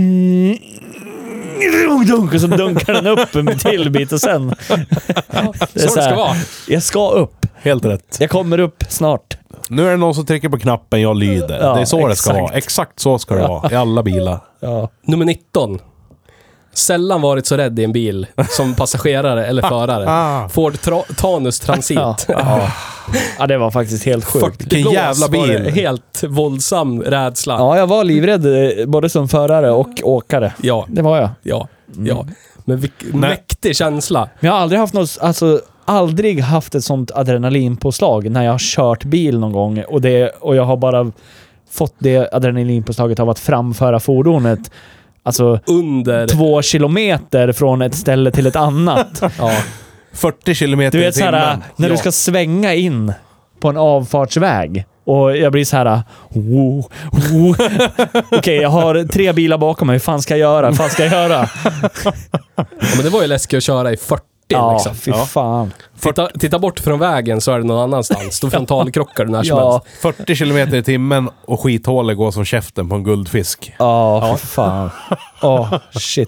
dunk, dunk, och så dunkar den upp en till bit och sen... Ja, Det så är så det här, ska vara. jag ska upp. Helt rätt. Jag kommer upp snart. Nu är det någon som trycker på knappen, jag lyder. Ja, det är så det ska exakt. vara. Exakt så ska det vara. I alla bilar. Ja. Nummer nitton. Sällan varit så rädd i en bil som passagerare eller förare. Ah. Ford Tra- Tanus Transit. Ja. Ja. Ja, det var faktiskt helt sjukt. Vilken blås jävla var det bil. Helt våldsam rädsla. Ja, jag var livrädd eh, både som förare och åkare. Ja, Det var jag. ja, ja. Men vilken Nej. mäktig känsla. Men jag har aldrig haft något, alltså aldrig haft ett sånt adrenalinpåslag när jag har kört bil någon gång och, det, och jag har bara fått det adrenalinpåslaget av att framföra fordonet. Alltså Under... två kilometer från ett ställe till ett annat. Ja. fyrtio kilometer Du i vet såhär, timmen. när Ja. du ska svänga in på en avfartsväg och jag blir så här. Oh, oh. Okej, jag har tre bilar bakom mig. Hur fan ska jag göra? Hur fan ska jag göra? Ja, men det var ju läskigt att köra i fyrtio Ja, liksom. fy Ja. fan. Titta, titta bort från vägen så är det någon annanstans. Då frontalkrockar du när som Ja, helst. fyrtio kilometer i timmen och skithålet går som käften på en guldfisk. ja, fy fan. Åh, shit.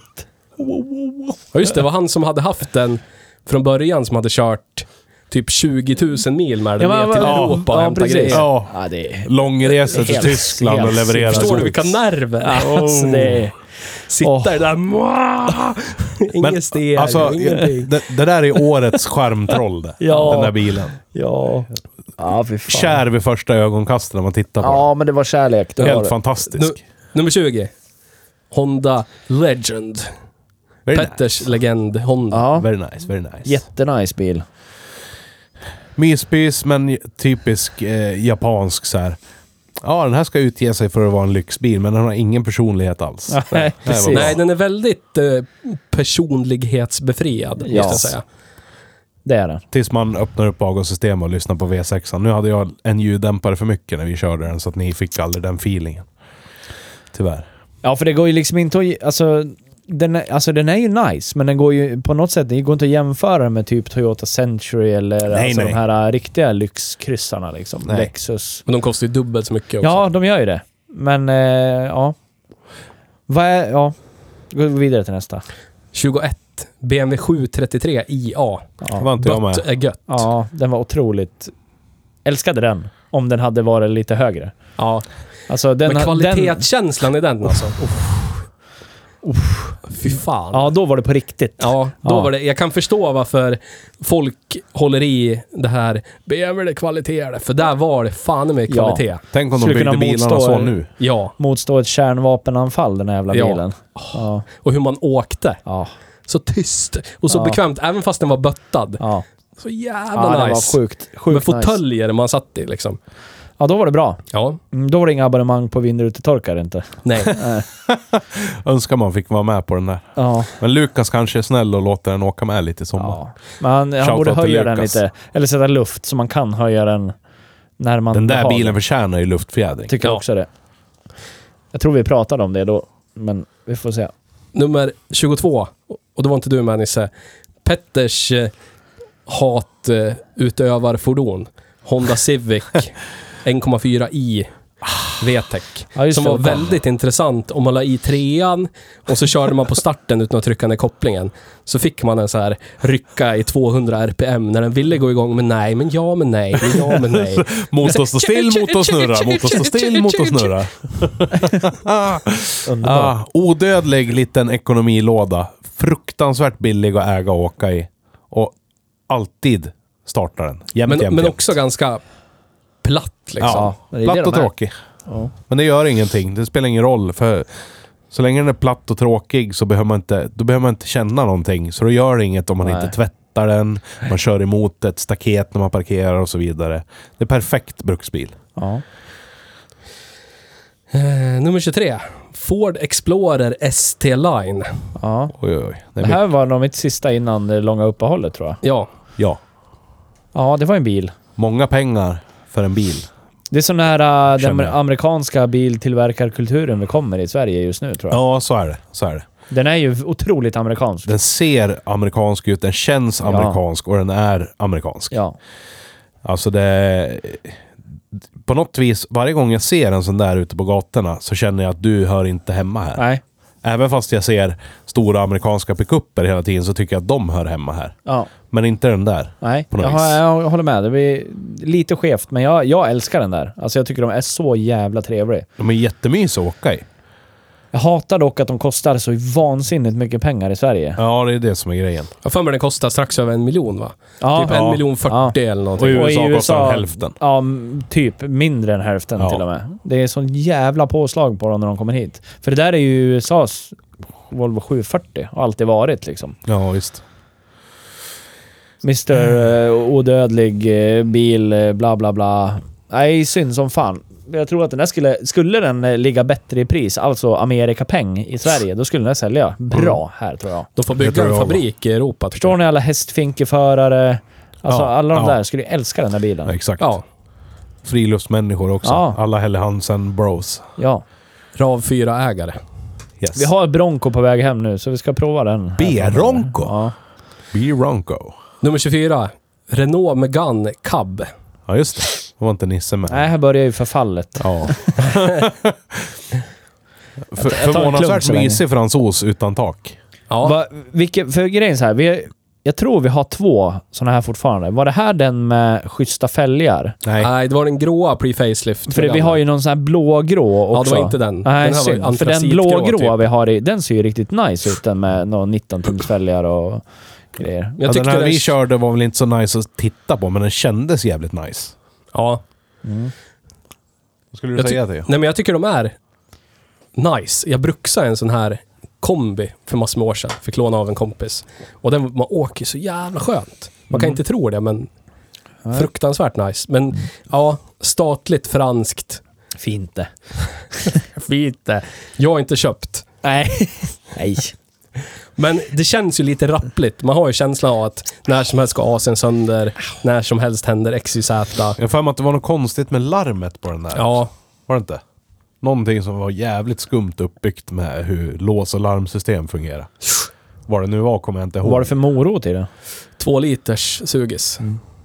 Ja just det, det var han som hade haft den från början som hade kört typ tjugo tusen mil med den Ja, men ner till vad- Europa och ja, hämta precis. grejer. Ja, Ja, det är... långresor till Helt- Tyskland och helt leverera. Förstår du så. vilka nerver? Alltså, det är... Sitta Åh. där. Mwah! Ingen Men, steg, alltså, ingenting. det, det där är årets skärmtroll det. Ja. Den där bilen. Ja. Ja, fy fan. Kär vid första ögonkastet när man tittar på Ja, men det var kärlek. Det den. var Helt det. fantastisk. Nu, nummer tjugo. Honda Legend. Very Petters nice. legend Honda. Ja, Very nice, very nice. jättenice bil. Myspys, men typisk eh, japansk så här. Ja, den här ska utge sig för att vara en lyxbil, men den har ingen personlighet alls. Nej, Det här var precis. bra. Nej, den är väldigt eh, personlighetsbefriad, Ja. måste jag säga. Det är den. Tills man öppnar upp avgassystemet och lyssnar på V sex. Nu hade jag en ljuddämpare för mycket när vi körde den, så att ni fick aldrig den feelingen. Tyvärr. Ja, för det går ju liksom inte att... Alltså den, är, alltså, den är ju nice, men den går ju på något sätt... Det går inte att jämföra med typ Toyota Century eller Nej, alltså, nej. de här riktiga lyxkryssarna liksom. Nej. Lexus. Men de kostar ju dubbelt så mycket också. Ja, de gör ju det. Men, eh, ja. Vad är... Ja. Gå vidare till nästa. tjugoett. B M W sju trettiotre I A. Det Ja. var inte jag Bött med. är gött. Ja. Ja, den var otroligt... Älskade den. Om den hade varit lite högre. Alltså, den, Men ha- den, kvalitetskänslan i den alltså. Uff. Fy fan. ja, då var det på riktigt. Ja, då Ja. var det... Jag kan förstå varför folk håller i det här B M W det kvaliteter. För där var det fan med Ja. kvalitet. Tänk om de Skulle byggde kunna bilarna motstå- så nu. Ja. Motstå ett kärnvapenanfall, den här jävla Ja. bilen. Ja. Och hur man åkte. Ja. Så tyst och så Ja. bekvämt, även fast den var böttad. Ja. Så Ja, jävla det nice. var sjukt, Med sjukt nice. fåtöljer man satt i liksom. Ja, då var det bra. Ja, Mm, Då var det inga abonnemang på vindrutetorkare inte. nej. Nej. Önskar man fick vara med på den där. Ja. Men Lukas kanske är snäll och låter den åka med lite i sommar. Ja. Men han, han Shoutout borde till höja den Lukas. lite. Eller sätta luft så man kan höja den när man Den där behagar. bilen förtjänar ju luftfjädring. Tycker jag Ja. också det. Jag tror vi pratade om det då, men vi får se. Nummer tjugotvå, och det var inte du med Nisse. Petters eh, hatutövarfordon. Honda Civic en komma fyra i V-Tech. Ja, just Som det. var väldigt intressant om man la i trean och så körde man på starten utan att trycka ner kopplingen. Så fick man en så här rycka i tvåhundra R P M när den ville gå igång, men nej, men ja, men nej, men ja, men nej. Motor står still, motor snurrar, motor står still, motor snurrar. Underbart. Ah, odödlig liten ekonomilåda. Fruktansvärt billig att äga och åka i. Och alltid startar den. Jämt, Men, jämt, men jämt. också ganska platt liksom. Ja, det är det platt de och är. tråkig. Ja. Men det gör ingenting. Det spelar ingen roll. För så länge den är platt och tråkig så behöver man inte, då behöver man inte känna någonting. Så då gör det inget om man Nej. inte tvättar den. Man kör emot ett staket när man parkerar och så vidare. Det är perfekt bruksbil. Ja. Eh, nummer tjugotre. Ford Explorer S T Line. Ja. Oj, oj, oj. Det, Det här var nog mitt sista innan det långa uppehållet, tror jag. Ja. Ja. Ja, det var en bil. Många pengar för en bil. Det är sån här uh, den Känner jag. amerikanska biltillverkarkulturen vi kommer i Sverige just nu, tror jag. Ja, så är det. Så är det. Den är ju otroligt amerikansk. Den ser amerikansk ut, den känns Ja. amerikansk och den är amerikansk. Ja. Alltså det... På något vis, varje gång jag ser en sån där ute på gatorna så känner jag att du hör inte hemma här. Nej. Även fast jag ser stora amerikanska pickupper hela tiden så tycker jag att de hör hemma här. Ja. Men inte den där. Nej, På något jag, vis. har, jag håller med. Det blir lite skevt, men jag, jag älskar den där. Alltså jag tycker de är så jävla trevliga. De är jättemysiga att åka i. Jag hatar dock att de kostar så vansinnigt mycket pengar i Sverige. Ja, det är det som är grejen. Jag för mig den kostar strax över en miljon, va? Ja, typ en miljon fyrtio eller Och någonting. i Och i U S A U S A kostar den hälften. Ja, m- typ mindre än hälften Ja. till och med. Det är sån jävla påslag på dem när de kommer hit. För det där är ju U S A's Volvo sjuhundrafyrtio och alltid varit liksom. Ja, visst. mister Uh, odödlig uh, bil, uh, bla bla bla. Nej, synd som fan. Jag tror att den där skulle, skulle den uh, ligga bättre i pris, alltså Amerikapeng i Sverige, då skulle den sälja bra här, tror jag. De får Det bygga tror en jag fabrik i Europa. tycker Förstår jag. ni alla hästfinkeförare? Alltså Ja, alla de ja. där skulle ju älska den där bilen. Ja, exakt. Ja. Friluftsmänniskor också. Ja. Alla Helle Hansen bros. Ja. RAV fyra-ägare. Yes. Vi har Bronco på väg hem nu, så vi ska prova den. här B-Ronco? Ja. B-Ronco. Nummer tjugofyra. Renault Megane Cab. Ja, just det. Det var inte Nisse med. Nej, här börjar ju förfallet. Ja. För, tar en klunk förvånansvärt så länge. mysig fransos utan tak. Ja. Va, vilket, för grejen så här, vi, jag tror vi har två såna här fortfarande. Var det här den med schyssta fälgar? Nej. Nej, det var den gråa pre-facelift. För det, vi har ju någon sån här blågrå Ja, också. det var inte den. Nej, Den här var synd. För den antracitgrå, blågrå typ. vi har i, den ser ju riktigt nice ut, den med någon nitton tums fälgar och grejer. Jag Ja, den tyckte här den... vi körde var väl inte så nice att titta på, men den kändes jävligt nice. Ja. Vad skulle du Jag ty- säga till? Nej, men jag tycker de är nice. Jag bruxade en sån här kombi för massor med år sedan. Fick låna av en kompis. Och den, man åker så jävla skönt. Man kan Mm. inte tro det, men Nej. fruktansvärt nice. Men ja, statligt franskt. Fint det. Fint det. Jag har inte köpt. Nej. Nej. Men det känns ju lite rappligt. Man har ju känslan av att när som helst ska asen sönder. När som helst händer X Y Z. Jag har för mig att det var något konstigt med larmet på den där. Ja, Var det inte? Någonting som var jävligt skumt uppbyggt med hur lås- och larmsystem fungerar. Vad det nu var kommer jag inte ihåg. Vad var det för morot i det? två liters sugis.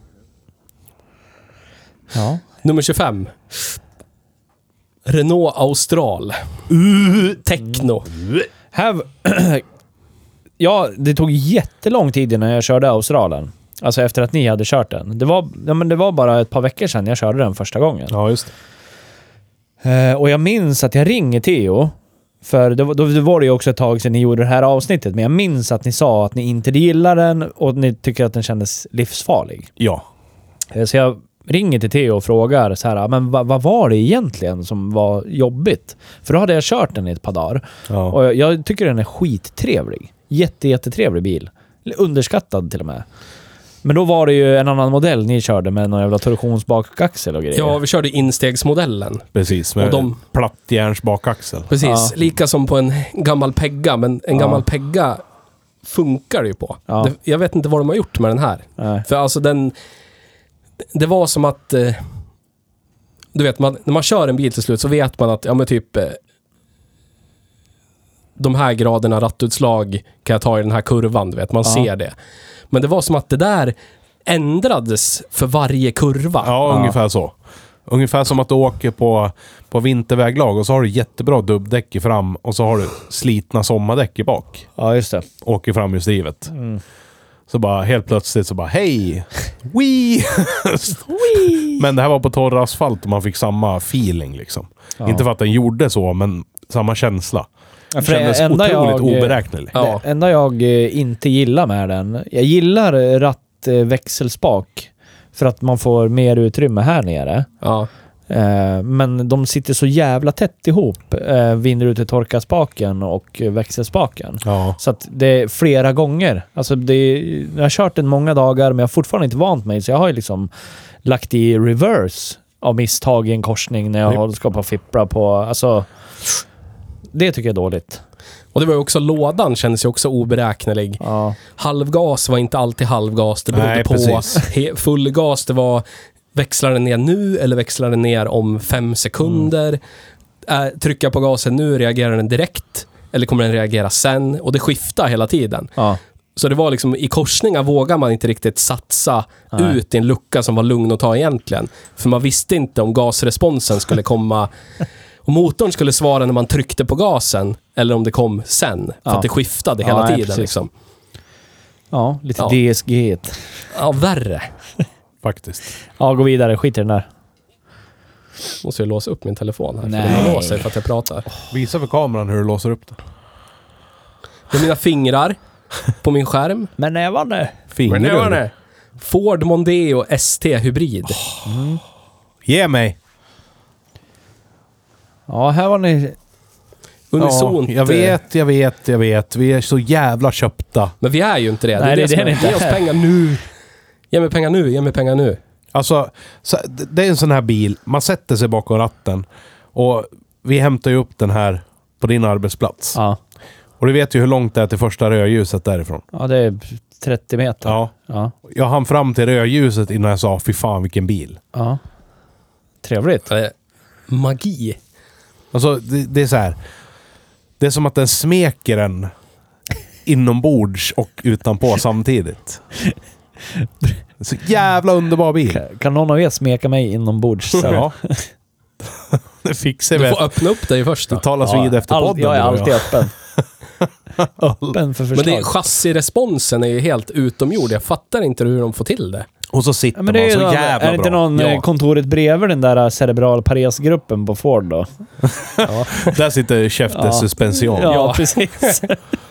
Ja. Nummer tjugofem. Renault Austral. Uh, Techno. Här... ja, det tog jättelång tid innan jag körde Australen. Alltså efter att ni hade kört den. Det var, ja, men det var bara ett par veckor sedan jag körde den första gången. Ja, just det. Eh, och jag minns att jag ringde Theo. För det, var- då, då var det ju också ett tag sedan ni gjorde det här avsnittet. Men jag minns att ni sa att ni inte gillar den och ni tycker att den kändes livsfarlig. Ja. Eh, Så jag ringer till Theo och frågar så här, men vad, vad var det egentligen som var jobbigt? För då hade jag kört den i ett par dagar. Ja. Och jag, jag tycker den är skittrevlig. Jätte, jättetrevlig bil. Eller underskattad till och med. Men då var det ju en annan modell ni körde med någon jävla torsionsbakaxel och grejer. Ja, vi körde instegsmodellen. Precis. Med Och de- plattjärns bakaxel. Precis, Ja. lika som på en gammal Pegga. Men en Ja. gammal Pegga funkar det ju på. Ja. Det, jag vet inte vad de har gjort med den här. Nej. För alltså den... Det var som att... Eh, du vet, man, när man kör en bil till slut så vet man att, ja men typ... Eh, de här graderna rattutslag kan jag ta i den här kurvan, du vet. Man Ja. ser det. Men det var som att det där ändrades för varje kurva. Ja, Ja. ungefär så. Ungefär som att du åker på, på vinterväglag och så har du jättebra dubbdäck i fram och så har du slitna sommardäck i bak. Ja, just det. Åker framhjulsdrivet. Mm. Så bara helt plötsligt så bara hej! Wee! Men det här var på torr asfalt och man fick samma feeling liksom. Ja. Inte för att den gjorde så, men samma känsla. Ja, Det för det kändes enda otroligt jag- oberäknelig. Ja. Det enda jag eh, inte gillar med den, jag gillar rattväxelspak för att man får mer utrymme här nere. Ja. Eh, men de sitter så jävla tätt ihop, eh, vindrutetorkarspaken och eh, växelspaken. Ja. Så att det är flera gånger. Alltså det är, jag har kört den många dagar men jag har fortfarande inte vant mig, så jag har ju liksom lagt i reverse av misstag i en korsning när jag Yep. håller ska på fippla på. Alltså, det tycker jag är dåligt. Och det var ju också, lådan kändes ju också oberäknelig. Ja. Halvgas var inte alltid halvgas. Det berodde Nej, på precis. he- fullgas. Det var, växlar den ner nu eller växlar den ner om fem sekunder? Mm. Äh, trycka på gasen nu, reagerar den direkt? Eller kommer den reagera sen? Och det skiftar hela tiden. Ja. Så det var liksom, i korsningar vågar man inte riktigt satsa Nej. ut i en lucka som var lugn att ta egentligen. För man visste inte om gasresponsen skulle komma, om motorn skulle svara när man tryckte på gasen eller om det kom sen. För Ja. att det skiftade hela Ja, nej, tiden. precis. Liksom. Ja, lite Ja. D S G. Ja, värre. Faktiskt. Ja, gå vidare. Skit i den där. Måste jag låsa upp min telefon här. För Nej. den låser för att jag pratar. Visa för kameran hur du låser upp det. Med mina fingrar på min skärm. Men nävarna. Men det var Fingrar. det. Ford Mondeo S T Hybrid. Ge mig! Ja, här var ni... Unisont. Ja, jag vet, jag vet, jag vet. Vi är så jävla köpta. Men vi är ju inte det. Nej, det är som det inte. Ge oss pengar nu. Ge mig pengar nu. Ge mig pengar nu. Alltså, så, det är en sån här bil. Man sätter sig bakom ratten. Och vi hämtar ju upp den här på din arbetsplats. Ja. Och du vet ju hur långt det är till första rödljuset därifrån. Ja, det är trettio meter. Ja. Ja. Jag hann fram till rödljuset innan jag sa, fy fan vilken bil. Ja. Trevligt. Eh, Magi. Alltså, det, det är så här. Det är som att den smeker en inombords och utanpå samtidigt. Så jävla underbar bil. Kan, kan någon av er smeka mig inombords? sen? Ja. Det fixar vi. Du får öppna upp dig först Det då. talas Ja, vid efter all, podden. Jag är då, alltid ja. öppen. Öppen för Men förslag. det, chassiresponsen är ju helt utomjord. Jag fattar inte hur de får till det. Och så sitter Ja, men det är, man ju så någon, jävla är det inte bra. någon eh, Ja. kontoret bredvid den där cerebral paresgruppen på Ford då? Ja. Där sitter chef de Ja. suspension. Ja, Ja. precis.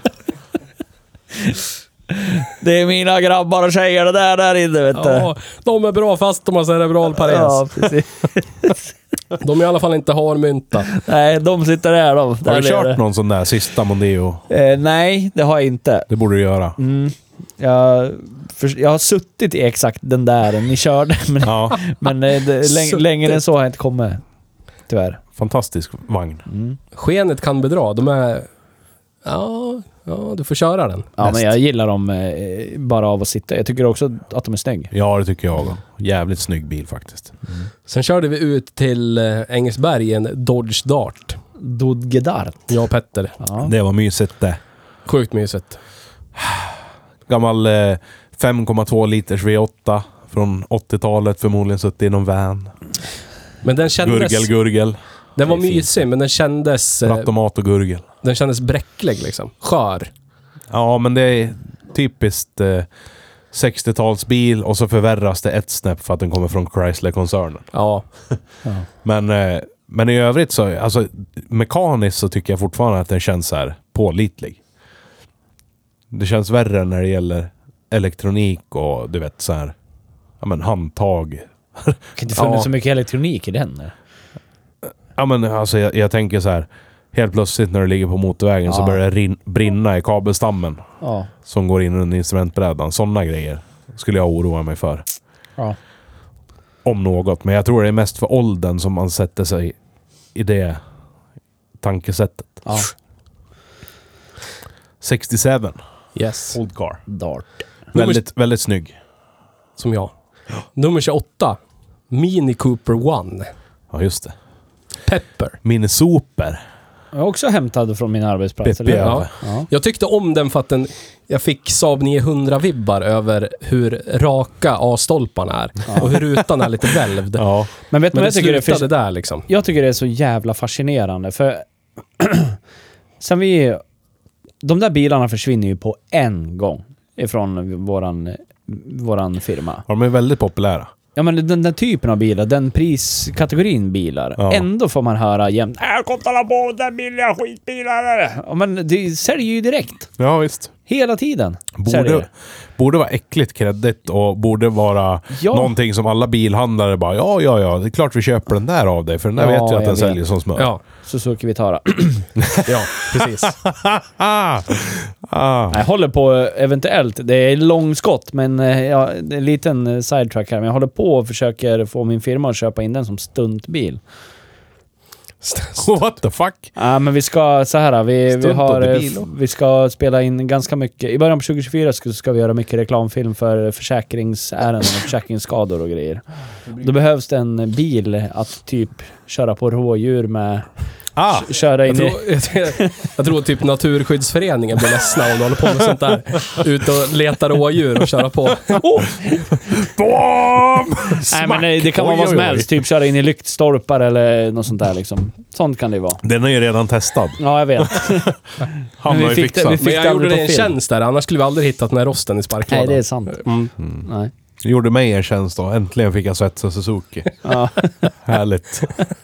Det är mina grabbar och tjejer det där där inne, vet du. Ja, de är bra fast de har cerebral pares. Ja, precis. De är i alla fall inte harmynta. Nej, de sitter där de. Har Där du kört nere. någon sån där sista Mondeo? Eh, nej, det har jag inte. Det borde du göra. Mm. Jag, för, jag har suttit i exakt den där ni körde, men, Ja, men eh, det, läng, Suttit. längre än så har jag inte kommit. Tyvärr. fantastisk vagn. Mm. Skenet kan bedra. De är... Ja, ja, du får köra den. Ja, Mest. men jag gillar dem eh, bara av att sitta. Jag tycker också att de är snygg. Ja, det tycker jag. Jävligt snygg bil faktiskt. Sen körde vi ut till eh, Engelsberg i en Dodge Dart. Dodgedart. Jag och Petter. Ja. Det var mysigt det. Sjukt mysigt. Gammal eh, fem komma två liters V åtta från åttiotalet. Förmodligen suttit i någon van. Men den kändes... Gurgel, gurgel. Den var Det är fint. mysig, men den kändes... eh, Rattomat och gurgel. Den kändes bräcklig liksom. Skör. Ja, men det är typiskt eh, sextiotalsbil och så förvärras det ett snäpp för att den kommer från Chrysler-koncernen. Ja. Ja. Men, eh, men i övrigt så, alltså mekaniskt så tycker jag fortfarande att den känns så här pålitlig. Det känns värre när det gäller elektronik och du vet så här, ja men handtag. Det kan inte funnits Ja. så mycket elektronik i den. Ja men alltså jag, jag tänker så här, helt plötsligt när du ligger på motorvägen så Ja. börjar det rin, brinna i kabelstammen Ja. som går in under instrumentbrädan. Sådana grejer skulle jag oroa mig för. Ja. Om något. Men jag tror det är mest för åldern som man sätter sig i det tankesättet. Ja. sextiosju. Yes. Old car. Dart. Väldigt, väldigt snygg. Som jag. Nummer tjugoåtta. Mini Cooper One. Ja, just det. Pepper. Minnesoper. Jag är också hämtad från min arbetsplats. Peppi, eller? ja. Ja. Jag tyckte om den för att den... Jag fick Saab niohundra-vibbar över hur raka A-stolparna är. Och hur rutan är lite välvd. Ja. Men vet du Men vad det jag tycker det är slutade för... där liksom. Jag tycker det är så jävla fascinerande för sen vi de där bilarna försvinner ju på en gång ifrån våran våran firma. De är väldigt populära. Ja men den den typen av bilar, den priskategorin bilar. Ja. Ändå får man höra jämt. Äh, kom alla på den billiga skitbilar. Ja men det säljer ju direkt. Ja, visst. Hela tiden. Borde, borde vara äckligt kreddigt och borde vara Ja. någonting som alla bilhandlare bara, ja, ja, ja, det är klart vi köper den där av dig, för den där Ja, vet ju att jag den vet. säljer som smör. Ja, Suzuki Vitara. ja, precis. ah, ah. Jag håller på eventuellt, det är långskott, men eh, ja, det är en liten eh, sidetrack här. Men jag håller på och försöker få min firma att köpa in den som stuntbil. What the fuck? Ja, men vi ska så här, vi, vi Stunt har under eh, bil f- då? vi ska spela in ganska mycket. I början på tjugo tjugofyra ska, ska vi göra mycket reklamfilm för försäkringsärenden och försäkringsskador och grejer. Då behövs det en bil att typ köra på rådjur med, Ah, köra Jag in i... tror, jag, jag tror typ Naturskyddsföreningen blir ledsna om de håller på med sånt där. Ut och leta rådjur och köra på. Bom! Nej, men det, det kan vara Oj, vad som oj, oj. helst. Typ köra in i lyktstolpar eller något sånt där liksom. Sånt kan det vara. Den är ju redan testad. Ja, jag vet. Han Men har ju vi fick det- fixat. vi fick- Men jag det gjorde aldrig det på en film. tjänst där, annars skulle vi aldrig hittat den här rosten i sparklådan. Nej, det är sant. Mm. Nej. Gjorde mig en tjänst då. Äntligen fick jag svetsa Suzuki. Ja. Härligt.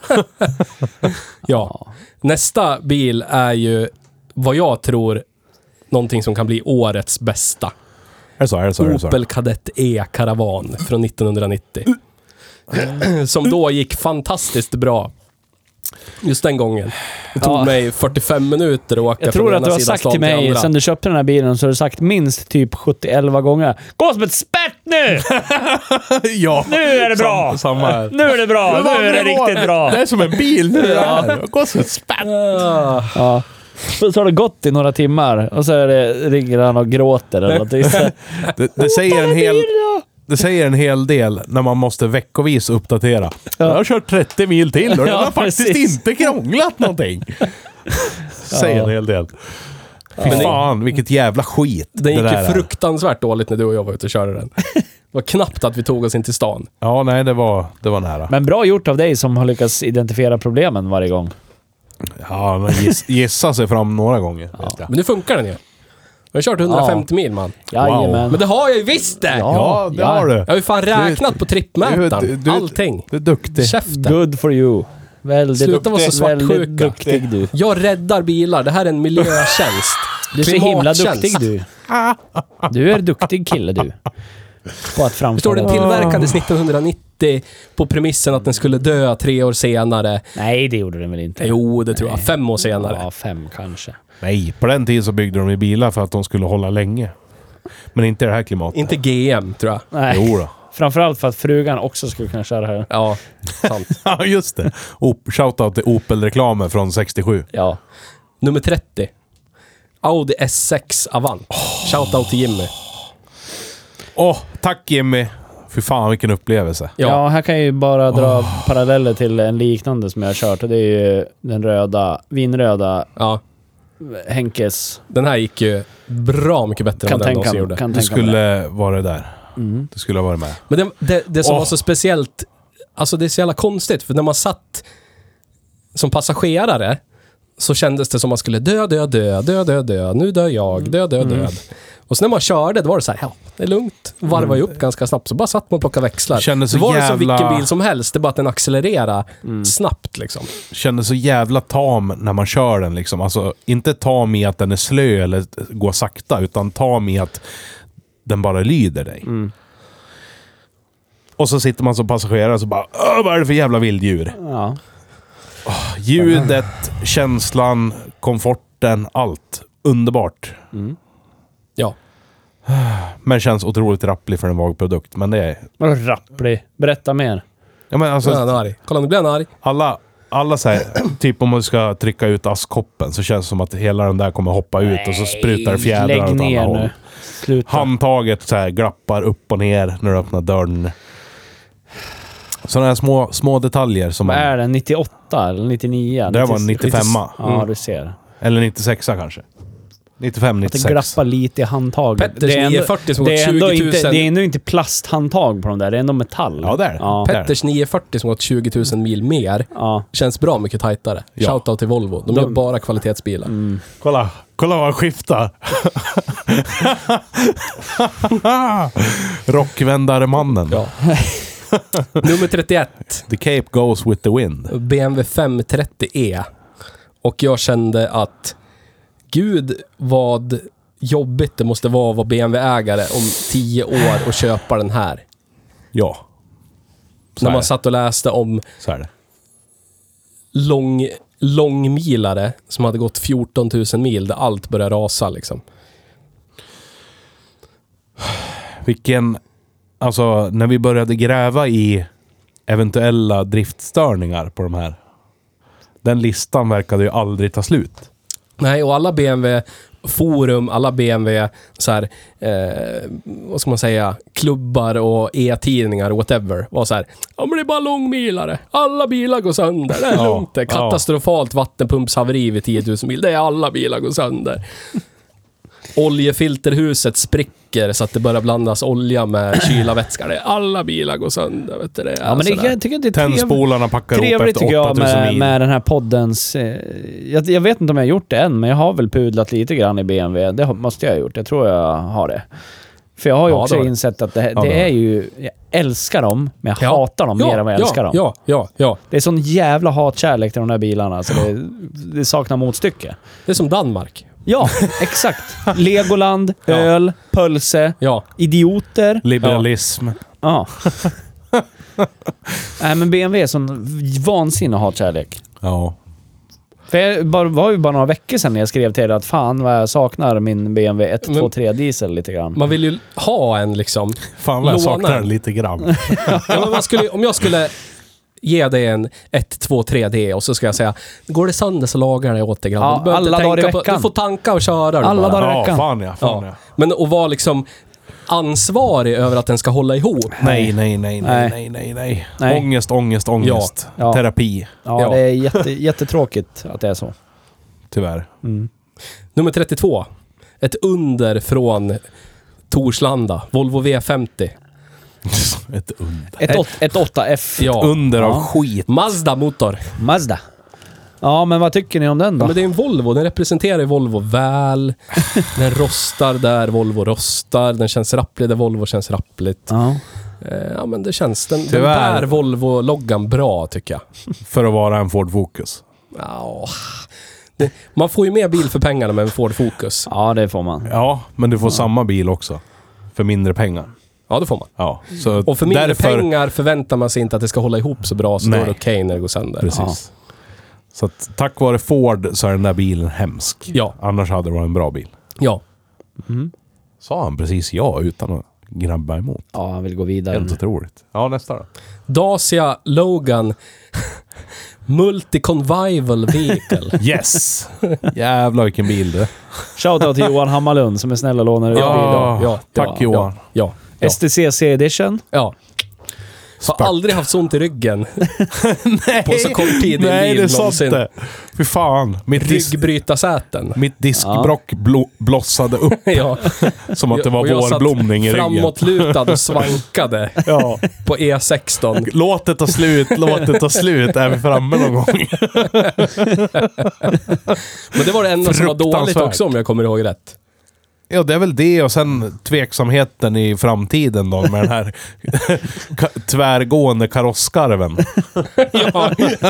Ja. Nästa bil är ju vad jag tror någonting som kan bli årets bästa. Är det så? Är det så? Är det så? Opel Kadett E Caravan från nittonhundranittio. Som då gick fantastiskt bra. Just den gången. Det tog Ja. mig fyrtiofem minuter att åka Jag från tror att ena du har sidan sagt stan till mig, andra. sen du köpte den här bilen, så har du sagt minst typ sjuttio gånger. Gå som ett spett nu! Ja. Nu är det bra! Sam, samma här. Nu är det bra! Nu är det riktigt bra! Det är som en bil nu. Det här. Gå som ett spänn. Ah. Ja. Så, så har det gått i några timmar och så är det, ringer han och gråter eller något. Det, det, säger en hel, det säger en hel del när man måste veckovis uppdatera. Jag har kört trettio mil till och den Ja, har faktiskt precis. inte krånglat någonting. Säger en hel del. Fy Men det- fan, vilket jävla skit. Den det gick där ju är. fruktansvärt dåligt när du och jag var ute och körde den. Det var knappt att vi tog oss in till stan. Ja, nej, det var, det var nära. Men bra gjort av dig som har lyckats identifiera problemen varje gång. Ja, man giss, gissa sig fram några gånger. Vet jag. Men nu funkar den ju. Jag har kört hundrafemtio mil, man. Jajamän. Men det har jag ju visst det! Ja, det ja. har du. Jag har ju fan räknat på Du, trippmätaren. du, du, Allting. du är duktig. Käften. Good for you. Väldigt, Sluta vara så svartsjuka. väldigt duktig du. Jag räddar bilar. Det här är en miljötjänst. Du är så himla Klimattjänst. duktig du. Du är en duktig kille du. På att Förstår framställa. du, den tillverkades nittonhundranittio på premissen att den skulle dö tre år senare. Nej, det gjorde den väl inte? Jo, det tror jag. Fem år senare. Ja, fem kanske. Nej, på den tiden så byggde de ju bilar för att de skulle hålla länge. Men inte i det här klimatet. Inte G M, tror jag. Nej. Jo då. Framförallt för att frugan också skulle kunna köra här. Ja, sant. Ja, just det. Op- Shoutout till Opel-reklamen från sextiosju. Ja. Nummer trettio. Audi S sex Avant. Shoutout till Jimmy. Åh, tack Jimmy. Fy fan vilken upplevelse. Ja. Ja. här kan jag ju bara dra paralleller till en liknande som jag har kört. Och det är ju den röda, vinröda Ja. Henkes. Den här gick ju bra mycket bättre Kan än vad den tänka, någonsin gjorde. kan Du tänka mig det. skulle vara där. Mm. Du skulle ha varit med. Men det, det, det som Åh. var så speciellt, alltså det är så jävla konstigt, för när man satt som passagerare så kändes det som man skulle dö, dö, dö, dö, dö, dö, nu dör jag, dö, dö, död. Och så när man körde, då var det så här, ja, det är lugnt. Varvar ju upp ganska snabbt, så bara satt man och plockade växlar. Kändes så det var det som jävla- vilken bil som helst, det är bara att den accelererade snabbt liksom. Kändes så jävla tam när man kör den liksom. Alltså, inte tam i att den är slö eller går sakta, utan tam i att den bara lyder dig. Mm. Och så sitter man som passagerare och så bara, Åh, vad är det för jävla vilddjur? Ja. Ljudet, känslan, komforten, allt. Underbart. Ja. Men känns otroligt rapplig för en vag produkt. Men det är... Vadå rapplig? Berätta mer. Ja, men alltså, Nu är han arg. Kolla, nu blir han arg. alla, alla säger, typ om man ska trycka ut askkoppen så känns det som att hela den där kommer hoppa ut och så sprutar det fjädrar Lägg åt alla ner håll. nu. Sluta. Handtaget så här glappar upp och ner när du öppnar dörren. Sådana här små, små detaljer som Vad man, är det? nittioåtta eller nittionio? det var en nittiofem. Ja, Mm. du ser. Eller nittiosex kanske. nittiofem, Att det nittiosex. glappar lite i handtaget. Petters Det är ändå- nio fyrtio som det gått är ändå tjugo inte, tusen. det är ändå inte plasthandtag på de där, det är ändå metall. Ja, det är det. Ja. Pet- Petters nio fyrtio som gått tjugo tusen mil mer Ja. känns bra mycket tajtare. Ja. Shoutout till Volvo. De, De- gör bara kvalitetsbilar. Kolla, kolla vad han skiftar. Rockvändare-mannen. Ja. Nummer trettioett. The cape goes with the wind. B M W femhundratrettio E. Och jag kände att gud vad jobbigt det måste vara att vara B M W-ägare om tio år och köpa den här. Ja. Så När är man det. satt och läste om Så är det. lång, långmilare som hade gått fjorton tusen mil där allt började rasa liksom. Vilken... Alltså, när vi började gräva i eventuella driftstörningar på de här. Den listan verkade ju aldrig ta slut. Nej, och alla B M W-forum, alla B M W så här, eh, vad ska man säga, klubbar och e-tidningar och whatever var så här, ja men det är bara långmilare. Alla bilar går sönder. Det är Ja, lugnt. Det är katastrofalt vattenpumpshaveri vid tio tusen mil. Det är alla bilar går sönder. Oljefilterhuset spricker så att det börjar blandas olja med kylarvätska. Det är alla bilar går sönder. Vet du, det är Ja, men det, sådär. jag tycker det är trevligt. Tändspolarna packar ihop Trevligt efter tycker jag åttatusen med, mil. med den här poddens... Eh, jag, jag vet inte om jag har gjort det än, men jag har väl pudlat lite grann i B M W. Det har- måste jag ha gjort. Jag tror jag har det. För jag har ju Ja, också det har du. insett att det, Ja, det det har är du. ju... Jag älskar dem, men jag Ja. hatar dem ja, mer än vad jag ja, älskar dem. Ja, ja, ja. Det är sån jävla hatkärlek till de där bilarna, så det, det saknar motstycke. Det är som Danmark. Ja, exakt. Legoland, Ja. öl, pölse, Ja. idioter. Liberalism. Ja. Nej, men B M W är sån vansinnig hatkärlek. Ja. För jag bara, var ju bara några veckor sedan när jag skrev till dig att fan vad jag saknar min B M W ett två tre diesel lite grann. Man vill ju ha en liksom. Fan vad jag Låna. saknar den lite grann. Ja, men man skulle, om jag skulle ge dig en ett två tre D och så ska jag säga, går det sönder så lagar det åt dig grabben. Ja, Du behöver inte alla dagar i tänka på- veckan. Du får tanka och köra. du Alla bara. dagar i Ja, veckan. fan ja. Fan Ja. ja. Men att vara liksom ansvarig över att den ska hålla ihop. Nej, nej, nej, nej, Nej. nej, nej, nej. Nej. Ångest, ångest, ångest. Ja. Terapi, Ja, Ja. det är jätte, jättetråkigt att det är så. tyvärr. Mm. Nummer trettiotvå. Ett under från Torslanda. Volvo V femtio. Ett under. Ett, åt, ett åtta F. Ja. Under av Ja. skit. Mazda-motor. Mazda. Ja, men vad tycker ni om den Ja, då? men det är en Volvo. Den representerar ju Volvo väl. Den rostar där Volvo rostar. Den känns rapplig där Volvo känns rappligt. Ja. Eh, Ja, men det känns... Den, den Tyvärr. bär Volvo-loggan bra, tycker jag. För att vara en Ford Focus. Ja. Det, man får ju mer bil för pengarna med en Ford Focus. Ja, det får man. Ja, men du får samma bil också. För mindre pengar. Ja, det får man. Ja, så Och för mindre därför, pengar förväntar man sig inte att det ska hålla ihop så bra, så Nej. då är det okej när det går sönder. Precis. Så att tack vare Ford så är den där bilen hemsk. Ja. Annars hade det varit en bra bil. Ja. Sa han precis ja utan att grabba emot. Ja, han vill gå vidare. Helt otroligt. Ja, nästa då. Dacia Logan Multi-Convival Vehicle. Yes! Jävlar vilken bil det. Shoutout till Johan Hammarlund som är snäll och lånar ut bilar. Ja, ja, tack ja, Johan. Ja. Ja. S T C C edition. ja. Har Spört. aldrig haft så ont i ryggen Nej, på så kort tid i en nej, bil det är sant någonsin. det. Fy fan. Mitt, dis- Ryggbrytarsäten. mitt diskbrock blo- blossade upp Ja. som att det var Och jag satt vårblomning i ryggen. framåtlutad och svankade Ja. på E sexton. Låt det ta slut, låt det ta slut. Är vi framme någon gång? Men det var det enda som var dåligt Fruktansvärt. också, om jag kommer ihåg rätt. Ja, det är väl det och sen tveksamheten i framtiden då med den här ka- tvärgående karossskarven. Ja.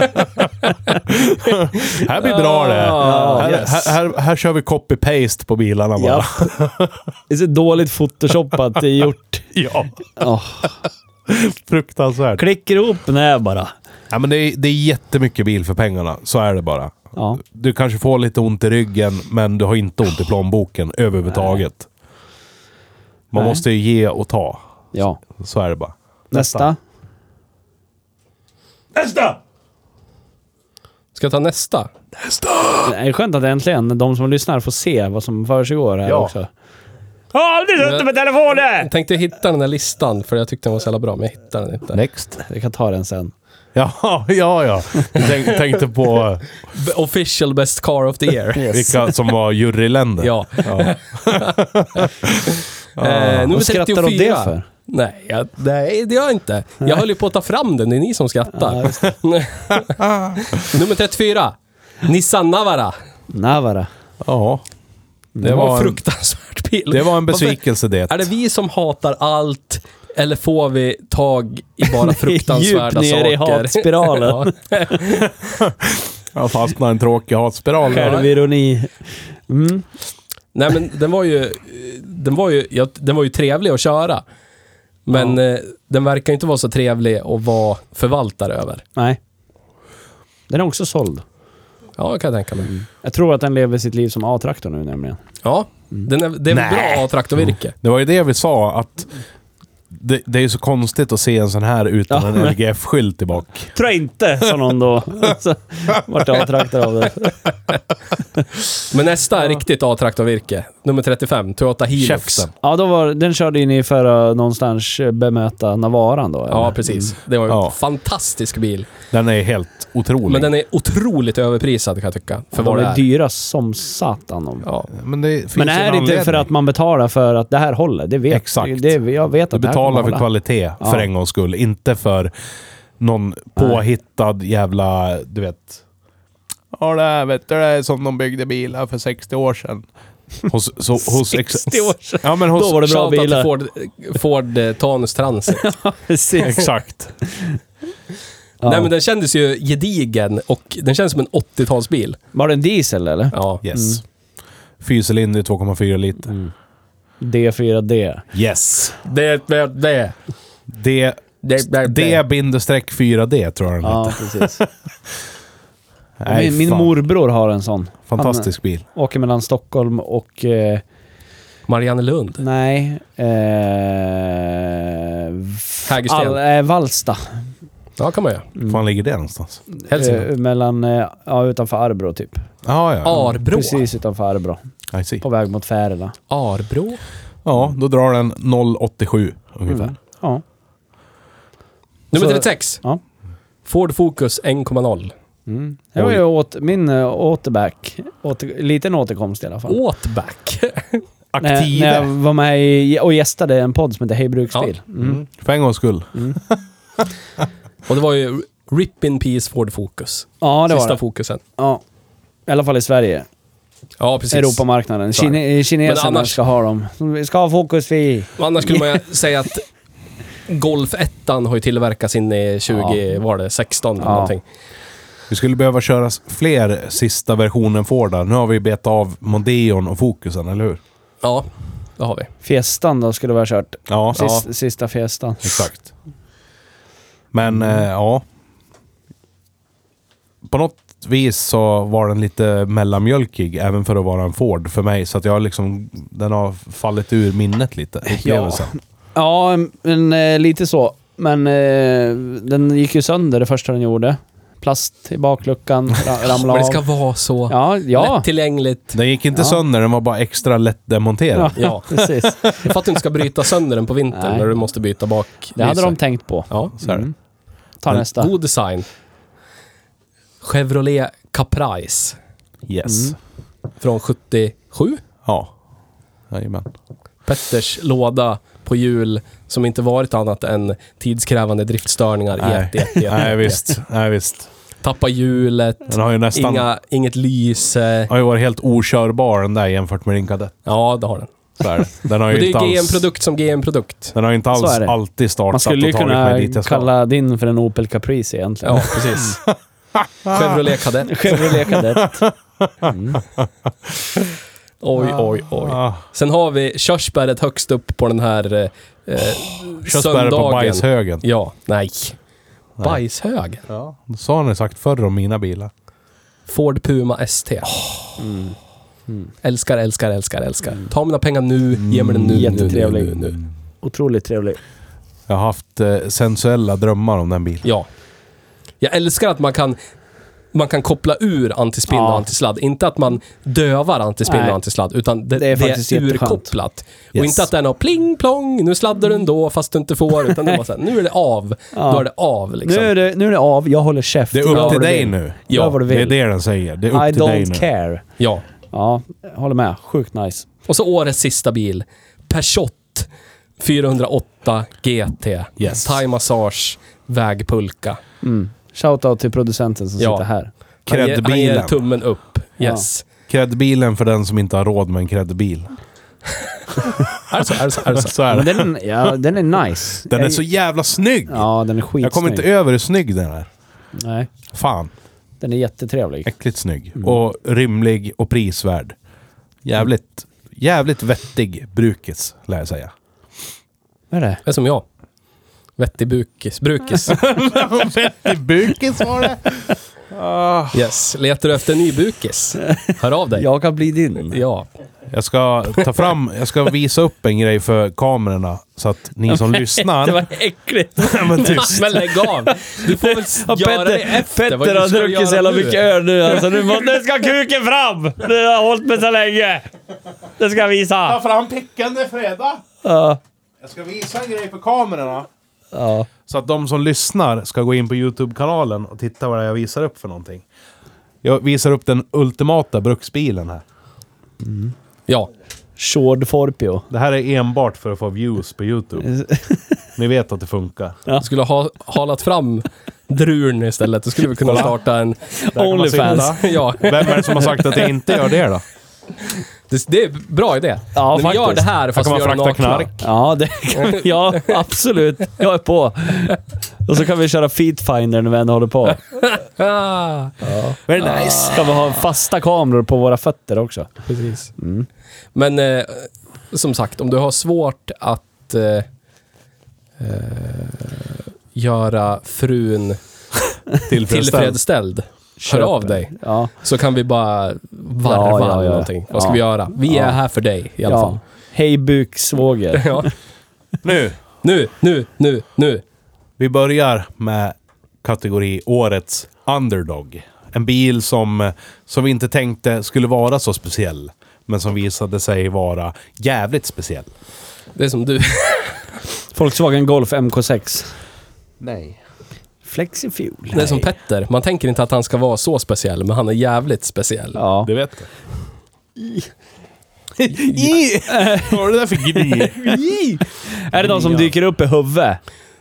Här blir bra det. Ja, här, yes. här, här, här kör vi copy-paste på bilarna bara. Ja. Det är så dåligt photoshopat det är gjort. Ja, Oh. fruktansvärt. Klickar ihop den här bara. Ja, men det är, det är jättemycket bil för pengarna. Så är det bara. Ja. Du kanske får lite ont i ryggen, men du har inte ont i plånboken överhuvudtaget. Man Nej. måste ju ge och ta. Ja. Så är det bara. Nästa. Nästa! Ska jag ta nästa? Det är skönt att äntligen de som lyssnar får se vad som försiggår här Ja. också. Jag har aldrig suttit med telefonen! Jag tänkte hitta den där listan, för jag tyckte den var så jävla bra, men jag hittade den inte. Next. Jag kan ta den sen. Ja, ja, ja. Jag tänk, tänkte på B- Official Best Car of the Year. Yes. vilka som var juryländer. Ja. Ja. Eh, nummer Vad skrattar du åt trettiofyra. det för? Nej, jag, nej, det gör jag inte. Jag höll ju på att ta fram den, det är ni som skrattar. Ja, just det. Nummer trettiofyra. Nissan Navara. Navara. Ja. Det var en en- fruktansvärt bil. Det var en Varför- besvikelse det. Är det vi som hatar allt, eller får vi tag i bara fruktansvärda Djupt ner saker? i hatspiralen. Ja. Jag fastnade i en tråkig hatspiral. Självironi. Mm. Nej, men den var ju den var ju ja, den var ju trevlig att köra. Men Ja. eh, den verkar inte vara så trevlig att vara förvaltare över. Nej. Den är också såld. Ja, jag kan tänka mig. Jag tror att den lever sitt liv som A-traktor nu nämligen. Ja, den är, det är Nej. bra A-traktorvirke. Det var ju det vi sa, att det, det är ju så konstigt att se en sån här utan Ja, en men- L G F-skylt i bak. Tror jag inte, sa någon då. Så vart det A-traktor av det. Men nästa är riktigt A-traktorvirke. Nummer trettiofem, Toyota Hilux. Käften. Ja, då var, den körde in i förra någonstans bemöta Navaran då. Ja, eller? precis. Det var en Ja. fantastisk bil. Den är helt otrolig. Men den är otroligt överprisad, kan jag tycka. För De vad det är är. dyra som satan. Om. Ja. Men det finns Men det ju en är inte anledning. för att man betalar för att det här håller. Det vet Exakt. Det, jag vet Du att det här betalar kommer för hålla. kvalitet för Ja. en gångs skull. Inte för någon påhittad jävla, du vet. Ja, det här, vet du, det är som de byggde bilar för sextio år sedan. Hos, så, hos ex- sextio år sedan. Ja, men hos... Då var det bra Shoutout till bilar. Ford, Ford eh, Tanus Transit. Precis. Exakt. Ja. Nej, men den kändes ju gedigen och den känns som en åttiotalsbil. Var det en diesel eller? Ja. Yes. Fyrcylinder, två komma fyra liter. D fyra D. Yes. Det, det, det. D... Det, det, D fyra D tror jag den Ja, heter. precis. Nej, min min fan. morbror har en sån. Fantastisk bil. Han åker mellan Stockholm och... Eh, Marianne Lund. nej. Eh, Hägersten. All, eh, Valsta. Ja, kan man göra. Var fan ligger det någonstans? Hälsingland. Eh, mellan... Eh, ja, utanför Arbro typ. Ja, ja. Arbro. Precis utanför Arbro. I see. På väg mot Färila. Arbro. Ja, då drar den noll komma åttiosju ungefär. Mm. Ja. Nummer Så- trettiosex. Ja. Ford Focus en komma noll. Mm. Det var ju åt, min uh, återback. Åter, liten återkomst i alla fall. Åtback. När, Aktive. när jag var med i, och gästade en podd som heter Hej Bruksbil. Mm. Mm. För en gångs skull. Och det var ju Rip in Peace Ford Focus. Ja, det Sista var det. fokusen. Ja. I alla fall i Sverige. Ja, precis. Europamarknaden. Så är det. Kine, kineserna Men annars- ska ha dem. Vi ska ha Focus vi. Annars skulle man ju säga att Golf ettan har ju tillverkats in i tjugo, Ja. var det sexton eller Ja. någonting. Vi skulle behöva köra fler sista versionen Fordar. Nu har vi betat av Mondeon och Focusen, eller hur? Ja, det har vi. Fiestan då skulle vi ha kört. Ja, Sist, Sista Fiestan. exakt. Men eh, ja. På något vis så var den lite mellanmjölkig även för att vara en Ford för mig. Så att jag liksom, den har fallit ur minnet lite. Upplevelsen. Ja, men eh, lite så. Men eh, den gick ju sönder det första den gjorde. Plast i bakluckan, ra- ramlade Men det ska av. vara så Ja, ja. lättillgängligt. Den gick inte Ja. sönder, den var bara extra lätt demonterad. Ja, Ja. precis. För att du inte ska bryta sönder den på vintern Nej. när du måste byta bak. Det hade lyser. de tänkt på. Ja, Så är det. Mm. Ta Men nästa. god design. Chevrolet Caprice Yes. Mm. från sjuttiosju. Ja. Jajamän. Petters låda på hjul som inte varit annat än tidskrävande driftstörningar. Nej. Jätte, jätte, jätte, Nej jätte. visst. Nej visst. Tappa hjulet. Den har ju nästan... Inga, inget lyse. har ju varit helt okörbar den där jämfört med din kadett. Ja, det har den. Så är det. Den har Och ju det inte är G alls... M-produkt som G M-produkt. Den har ju inte Så alls är det. alltid startat Man skulle ju och tagit mig kunna dit jag ska. kalla din för en Opel Caprice egentligen. Ja, precis. Chevrolet Kadett. Chevrolet Kadett. Oj, oj, oj. Ah, Sen har vi körsbäret högst upp på den här eh, eh, körsbäret på bajshögen. Ja, nej. Bajshög. Ja. Så har ni sagt förr om mina bilar. Ford Puma S T. Mm. Mm. Älskar, älskar, älskar, älskar. Ta mina pengar nu, ge mig den nu, nu, Jättetrevlig. nu, nu, nu. Otroligt trevlig. Jag har haft eh, sensuella drömmar om den bilen. Ja. Jag älskar att man kan man kan koppla ur antispinn Ja. och antisladd. Inte att man dövar antispinn Nej. och antisladd, utan det, Det är det är, faktiskt jätteskönt. urkopplat. Och Yes. inte att det är något pling plong, nu sladdar du ändå fast du inte får, utan det var så här, nu är det av. Ja. Då är det av liksom. Nu, är det, nu är det av, jag håller käft. Det är Gör upp vad till du dig vill. nu. Ja, Gör vad du Det är vill. det den säger. Det är I upp till dig don't nu. care. Ja. Ja, jag håller med. Sjukt nice. Och så årets sista bil. Peugeot fyrahundraåtta G T. Yes. Thai massage, vägpulka. Mm. Shoutout till producenten som Ja. sitter här. Han ger, han ger Kreddbilen. tummen upp. Yes. Kreddbilen för den som inte har råd med en kreddbil. Är det så? Är det så? Är det så? Så är Men det. den, ja, den är nice. Den är Jag- så jävla snygg! Ja, den är skitsnygg. Jag kommer inte över hur snygg den är. Nej, Fan, den är jättetrevlig. äckligt snygg. Mm. Och rymlig och prisvärd. Jävligt, Jävligt vettig brukis, lär jag säga. Vad är det? Det är som jag. Vettig bukis. Brukis. Vettig brukis var det. Ah. Yes. Letar du efter en ny bukis? Hör av dig. Jag kan bli din. Ja. Jag ska ta fram, jag ska visa upp en grej för kamerorna så att ni som lyssnar... Det var äckligt. men tyst. Men lägg av. Du får väl Ja, göra Petter, det efter. Petter har druckit så jävla mycket öl nu. Alltså, nu, må, nu ska kuken fram! Nu har hållit mig så länge. Det ska jag visa. Ta fram picken, det är fredag. Ja. Jag ska visa en grej för kamerorna. Ja. Så att de som lyssnar ska gå in på YouTube-kanalen och titta vad jag visar upp för någonting. Jag visar upp den ultimata bruksbilen här. Mm. Ja. Shord Forpio. Det här är enbart för att få views på YouTube. Ni vet att det funkar. Ja. Skulle ha halat fram drun istället. Då skulle vi kunna starta en... Onlyfans. Ja. Vem är det som har sagt att jag inte gör det då? Det, det är bra idé. Ja, När vi gör faktiskt. det här fast Här vi kan gör man det frakta nakna. knark. Ja, det kan, ja, absolut. Jag är på. Och så kan vi köra Feetfinder när vi ändå håller på. Ah, Very nice. Kan vi ha fasta kameror på våra fötter också. precis. Mm. Men eh, som sagt, om du har svårt att eh, eh, göra frun tillfredsställd, hör av dig. Ja. Så kan vi bara varva Ja, ja, ja. någonting. Vad ska Ja. vi göra? Vi Ja. är här för dig i alla Ja. fall. Hej buksvåger. Ja. Nu, Nu, nu, nu, nu. vi börjar med kategori Årets Underdog. En bil som, som vi inte tänkte skulle vara så speciell. Men som visade sig vara jävligt speciell. Det är som du. Volkswagen Golf M K sex. Nej. Flexifuel. Det är som Petter. Man tänker inte att han ska vara så speciell, men han är jävligt speciell. Ja. Du vet det. I. Vad var det där för gni? Är det de som dyker upp i huvudet?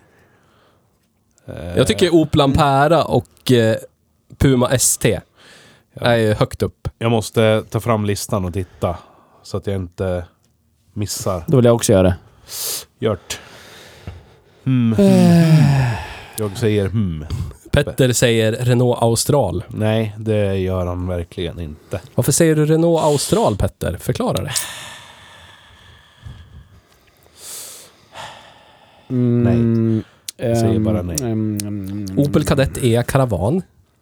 Jag tycker Opel Ampera och eh, Puma S T är ju högt upp. Jag måste ta fram listan och titta. Så att jag inte missar. Då vill jag också göra det. Gjort. Hmm. Jag säger hmm. Petter säger Renault Austral. Nej, det gör han verkligen inte. Varför säger du Renault Austral, Petter? Förklara det. Mm, Nej. Jag säger ehm, bara nej. ehm, ehm, Opel Kadett E Caravan.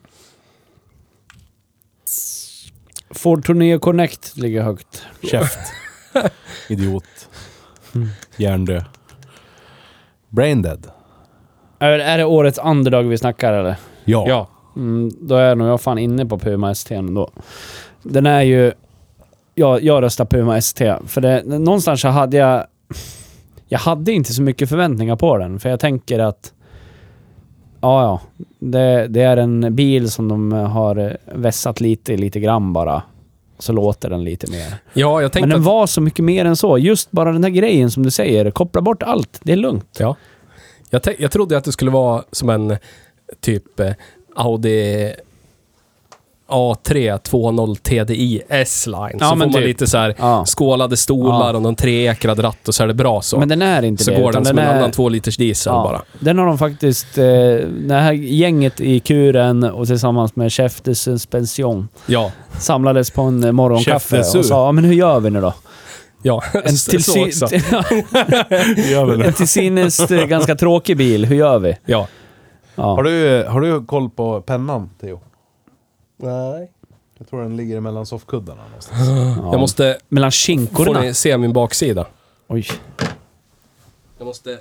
Ford Tourneo Connect ligger högt. Käft. Idiot. Hjärndö. Braindead. Är, är det årets underdog vi snackar eller? Ja. Ja. Mm, då är nog jag fan inne på Puma S T då. Den är ju... Jag, jag röstar Puma S T. För det, någonstans så hade jag... Jag hade inte så mycket förväntningar på den. För jag tänker att... Ja, ja. Det, det är en bil som de har vässat lite, lite grann bara. Så låter den lite mer. Ja, jag tänkte Men den att... var så mycket mer än så. Just bara den här grejen som du säger. Koppla bort allt. Det är lugnt. Ja. Jag, te- jag trodde att det skulle vara som en typ eh, Audi A tre tvåhundra T D I S-line. Ja, så men får man typ. lite så här Ja. skålade stolar Ja. och någon treekrad ratt och så är det bra så. Men den är inte så det. går utan den som den en är- annan två liters diesel Ja, bara. den har de faktiskt, eh, det här gänget i kuren och tillsammans med Chef de Suspension Ja. samlades på en eh, morgonkaffe Chef de och sa, ja men hur gör vi nu då? Ja, En till, så sy- också. Gör väl en det. till synes eh, ganska tråkig bil, hur gör vi? Ja. Ja. Har du, har du koll på pennan, Theo? Nej. Jag tror den ligger mellan soffkuddarna någonstans. Ja. Jag måste... Mellan Får kinkorna? ni se min baksida? Oj. Jag måste...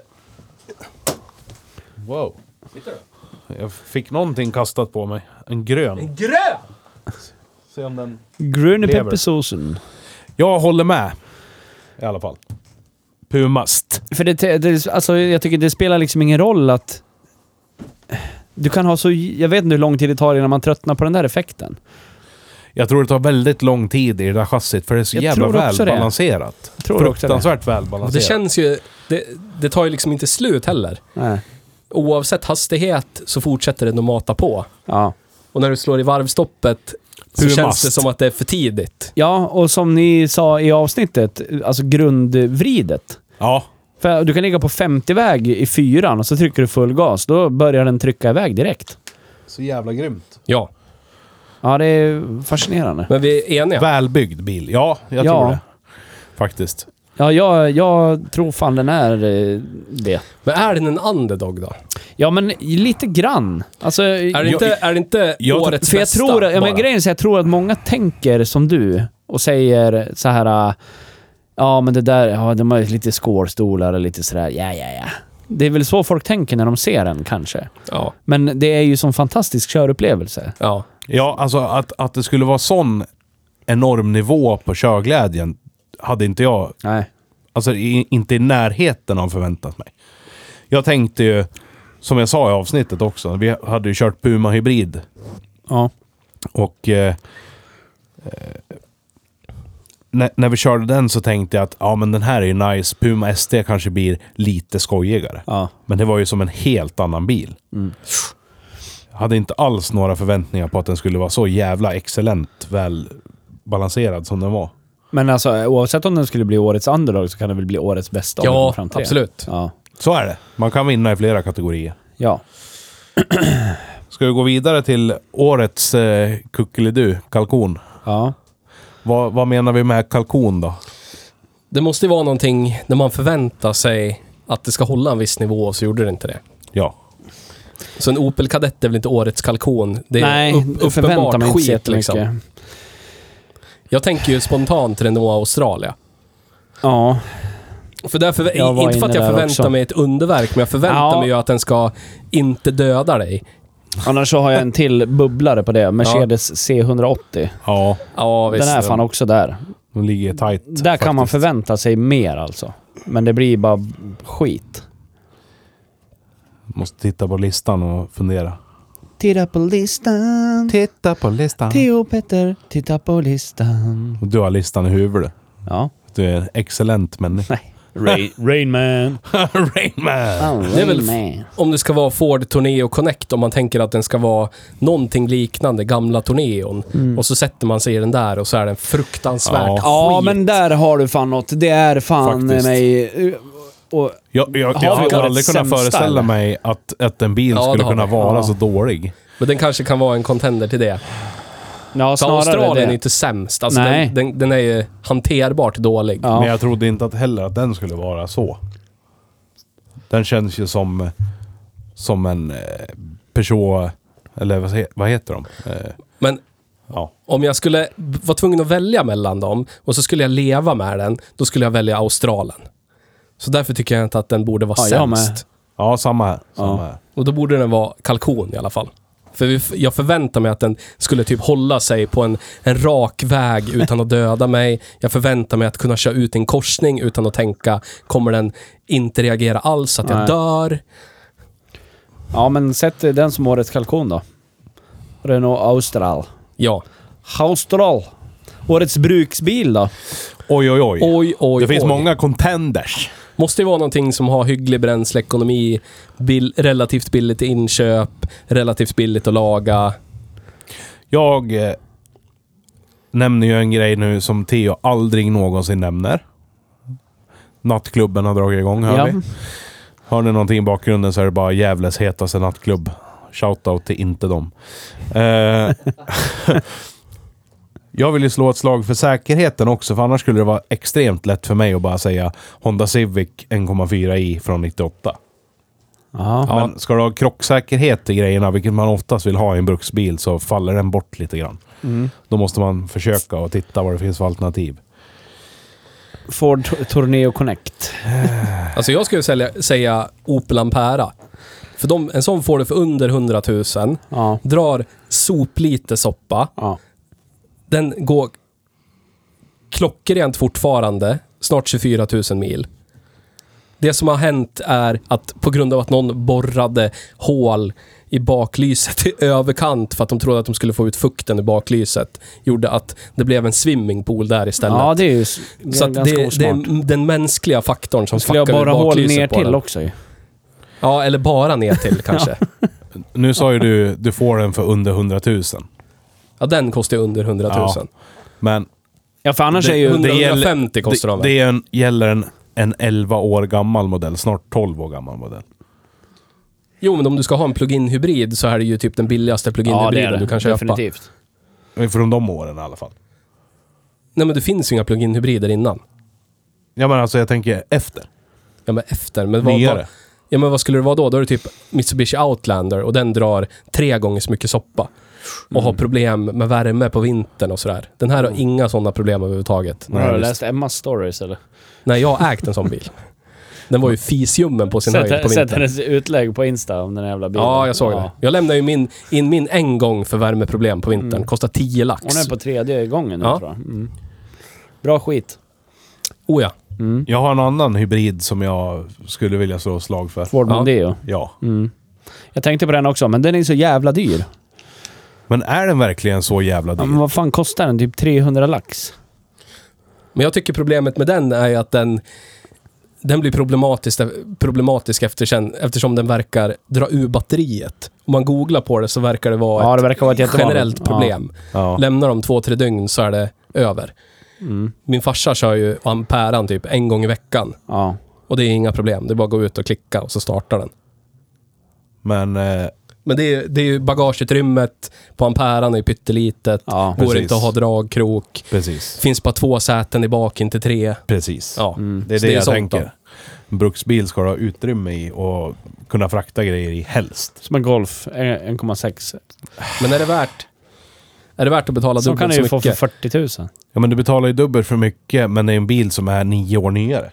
Wow. Jag fick någonting kastat på mig. En grön. Grön! Se om den... Gröna Lever. peppersåsen. Jag håller med. I alla fall. Pumast. För det, det, alltså jag tycker det spelar liksom ingen roll att du kan ha så, jag vet inte hur lång tid det tar innan man tröttnar på den där effekten. Jag tror det tar väldigt lång tid i det där chassit. För det är så Jag jävla tror också det. välbalanserat. Jag tror också det. Fruktansvärt välbalanserat. Det känns ju... Det, det tar ju liksom inte slut heller. Nej. Oavsett hastighet så fortsätter den att mata på. Ja. Och när du slår i varvstoppet så Pumast. känns det som att det är för tidigt. Ja, och som ni sa i avsnittet, alltså grundvridet. Ja. För du kan ligga på femtio-väg i fyran och så trycker du full gas. Då börjar den trycka iväg direkt. Så jävla grymt. Ja. Ja, det är fascinerande. Men vi är eniga. Välbyggd bil. Ja, jag Ja. tror det. faktiskt. Ja, jag, jag tror fan den är eh, det. Men är den en underdog då? Ja, men lite grann. Alltså, Är det inte, är det inte jag- årets för jag bästa? tror, ja, men bara? grejen är så jag tror att många tänker som du och säger så här, äh, ja men det där, ja de har lite skålstolar och lite sådär, ja ja ja. Det är väl så folk tänker när de ser den kanske. Ja, Men det är ju som fantastisk körupplevelse. ja. Ja, alltså att, att det skulle vara sån enorm nivå på körglädjen hade inte jag, Nej. alltså i, inte i närheten av förväntat mig. Jag tänkte ju, som jag sa i avsnittet också, vi hade ju kört Puma Hybrid Ja. och eh, eh, när, när vi körde den så tänkte jag att ja men den här är ju nice, Puma S T kanske blir lite skojigare. Ja. Men det var ju som en helt annan bil. Mm. Jag hade inte alls några förväntningar på att den skulle vara så jävla excellent väl balanserad som den var. Men alltså oavsett om den skulle bli årets underdog så kan det väl bli årets bästa om den Ja, kommer fram till det. absolut. Ja. Så är det. Man kan vinna i flera kategorier. Ja. Ska vi gå vidare till årets eh, kuckelidu, kalkon? Ja. Vad, vad menar vi med kalkon då? Det måste ju vara någonting när man förväntar sig att det ska hålla en viss nivå och så gjorde det inte det. Ja. Så en Opel Kadett är väl inte årets kalkon? Det är Nej, upp, jag förväntar mig inte så skit jättemycket. liksom. Jag tänker ju spontant Renault Australia. Ja. För därför, Jag var inte för att inne jag där förväntar också. mig ett underverk, men jag förväntar Ja. mig ju att den ska inte döda dig. Annars så har jag en till bubblare på det. Mercedes C etthundraåttio. Ja, Ja, visst. Den är fan också där. de ligger tight. Där kan man faktiskt. förvänta sig mer alltså. Men det blir bara skit. Måste titta på listan och fundera. Titta på listan. Titta på listan. Theo Petter, titta på listan. Du har listan i huvudet. Ja. Du är en excellent människa. Nej. Rain, Rain Man. Rain Man! Det är väl Rain Man. om det ska vara Ford Tourneo Connect, om man tänker att den ska vara någonting liknande gamla Tourneon. Mm. Och så sätter man sig i den där och så är den fruktansvärt Ja. skit. Ja, men där har du fan något. Det är fan Faktiskt. mig... Och, Jag, jag, Har jag vi hade årets aldrig kunnat sämsta, föreställa eller? mig att, att en bil Ja, skulle det har kunna vi. vara Ja. så dålig. Men den kanske kan vara en contender till det. ja, Så snarare Australien är det. inte sämst. Alltså Nej. den, den, den är ju hanterbart dålig. Ja. Men jag trodde inte att heller att den skulle vara så. Den känns ju som som en eh, Peugeot, eller vad, he- vad heter de? Eh, Men ja. om jag skulle vara tvungen att välja mellan dem och så skulle jag leva med den, då skulle jag välja Australien. Så därför tycker jag inte att den borde vara Ja, jag sämst. ja, samma här. Samma Ja. här. Och då borde den vara kalkon i alla fall. För vi, jag förväntar mig att den skulle typ hålla sig på en, en rak väg utan att döda mig. Jag förväntar mig att kunna köra ut i en korsning utan att tänka, kommer den inte reagera alls, att jag Nej. dör? Ja, men sätt den som årets kalkon då. Renault Austral. Ja. Austral. Årets bruksbil då? Oj, oj, oj. Oj, oj, det finns oj. många contenders. Måste ju vara någonting som har hygglig bränsleekonomi, bil, relativt billigt i inköp, relativt billigt att laga. Jag eh, nämner ju en grej nu som Theo aldrig någonsin nämner. Nattklubben har dragit igång, hör Ja. vi. Har ni någonting i bakgrunden så är det bara Gävles hetaste nattklubb. Shoutout till inte dem. Eh, jag vill ju slå ett slag för säkerheten också, för annars skulle det vara extremt lätt för mig att bara säga Honda Civic en komma fyra i från nittioåtta. Ja. Men ska du ha krocksäkerhet i grejerna, vilket man oftast vill ha i en bruksbil, så faller den bort lite grann. Mm. Då måste man försöka och titta vad det finns för alternativ. Ford T- Tourneo Connect. Alltså jag skulle sälja, säga Opel Ampera. För de, en sån får du för under hundratusen. Ja. Drar soplite soppa. Ja. Den går klockrent fortfarande. Snart tjugofyra tusen mil. Det som har hänt är att på grund av att någon borrade hål i baklyset i överkant för att de trodde att de skulle få ut fukten i baklyset, gjorde att det blev en swimmingpool där istället. Ja, det är ju s- det är Så att ganska det, det osmart. är den mänskliga faktorn som Skulle jag fuckar ur bara hål baklyset ner på till den. också ju. Ja, eller bara ner till kanske. Nu sa ju du, du får den för under hundratusen. Ja, den kostar ju under hundratusen. Men Ja, för annars Det- är ju... hundra- det gäller- hundrafemtio kostar det, de väl? det är en, gäller en, en elva år gammal modell, snart tolv år gammal modell. Jo, men om du ska ha en plug-in hybrid så är det ju typ den billigaste plug-in Ja, det är hybriden det. du kan köpa. Definitivt. Från de åren i alla fall. Nej, men det finns ju inga plug-in hybrider innan. Ja, men alltså jag tänker efter. Ja, men efter. Men vad, Nyare. vad, ja, men vad skulle det vara då? Då är det typ Mitsubishi Outlander och den drar tre gånger så mycket soppa. Och Mm. har problem med värme på vintern och sådär. Den här har inga sådana problem överhuvudtaget. Har du just. läst Emmas stories eller? Nej, jag har ägt en sån bil. Den var ju fisjummen på sin höjd på Sätt vintern. hennes utlägg på Insta om den här jävla bilen. Ja, jag såg det. Jag lämnade ju min, in min en gång för värmeproblem på vintern. Mm. Kostar tio lax. Hon är på tredje gången nu, Ja. tror jag. Mm. Bra skit. Oh ja. Mm. Jag har en annan hybrid som jag skulle vilja slå slag för. Ford Ja. Mondeo. Ja. Mm. Jag tänkte på den också, men den är så jävla dyr. Men är den verkligen så jävla dyr? Ja, men vad fan kostar den? Typ trehundra lax. Men jag tycker problemet med den är ju att den den blir problematisk, problematisk eftersom, eftersom den verkar dra ur batteriet. Om man googlar på det så verkar det vara Ja, ett det verkar vara ett jättevanligt generellt problem. Ja. Lämnar de två, tre dygn så är det över. Mm. Min farsa kör ju amperan typ en gång i veckan. Ja. Och det är inga problem. Det är bara att gå ut och klicka och så startar den. Men eh, Men det är, det är ju bagageutrymmet på amperan är ju pyttelitet. Ja. Går Precis. inte att ha dragkrok. precis. Finns bara två säten i bak, inte tre. Precis. Ja. Mm. Det är Så det, jag sånt tänker. då. En bruksbil ska du ha utrymme i och kunna frakta grejer i helst. Som en Golf en komma sex. Men är det värt Är det värt att betala Så kan dubbelt du så ju få mycket? för fyrtio tusen. Ja, men du betalar ju dubbelt för mycket, men det är en bil som är nio år nyare.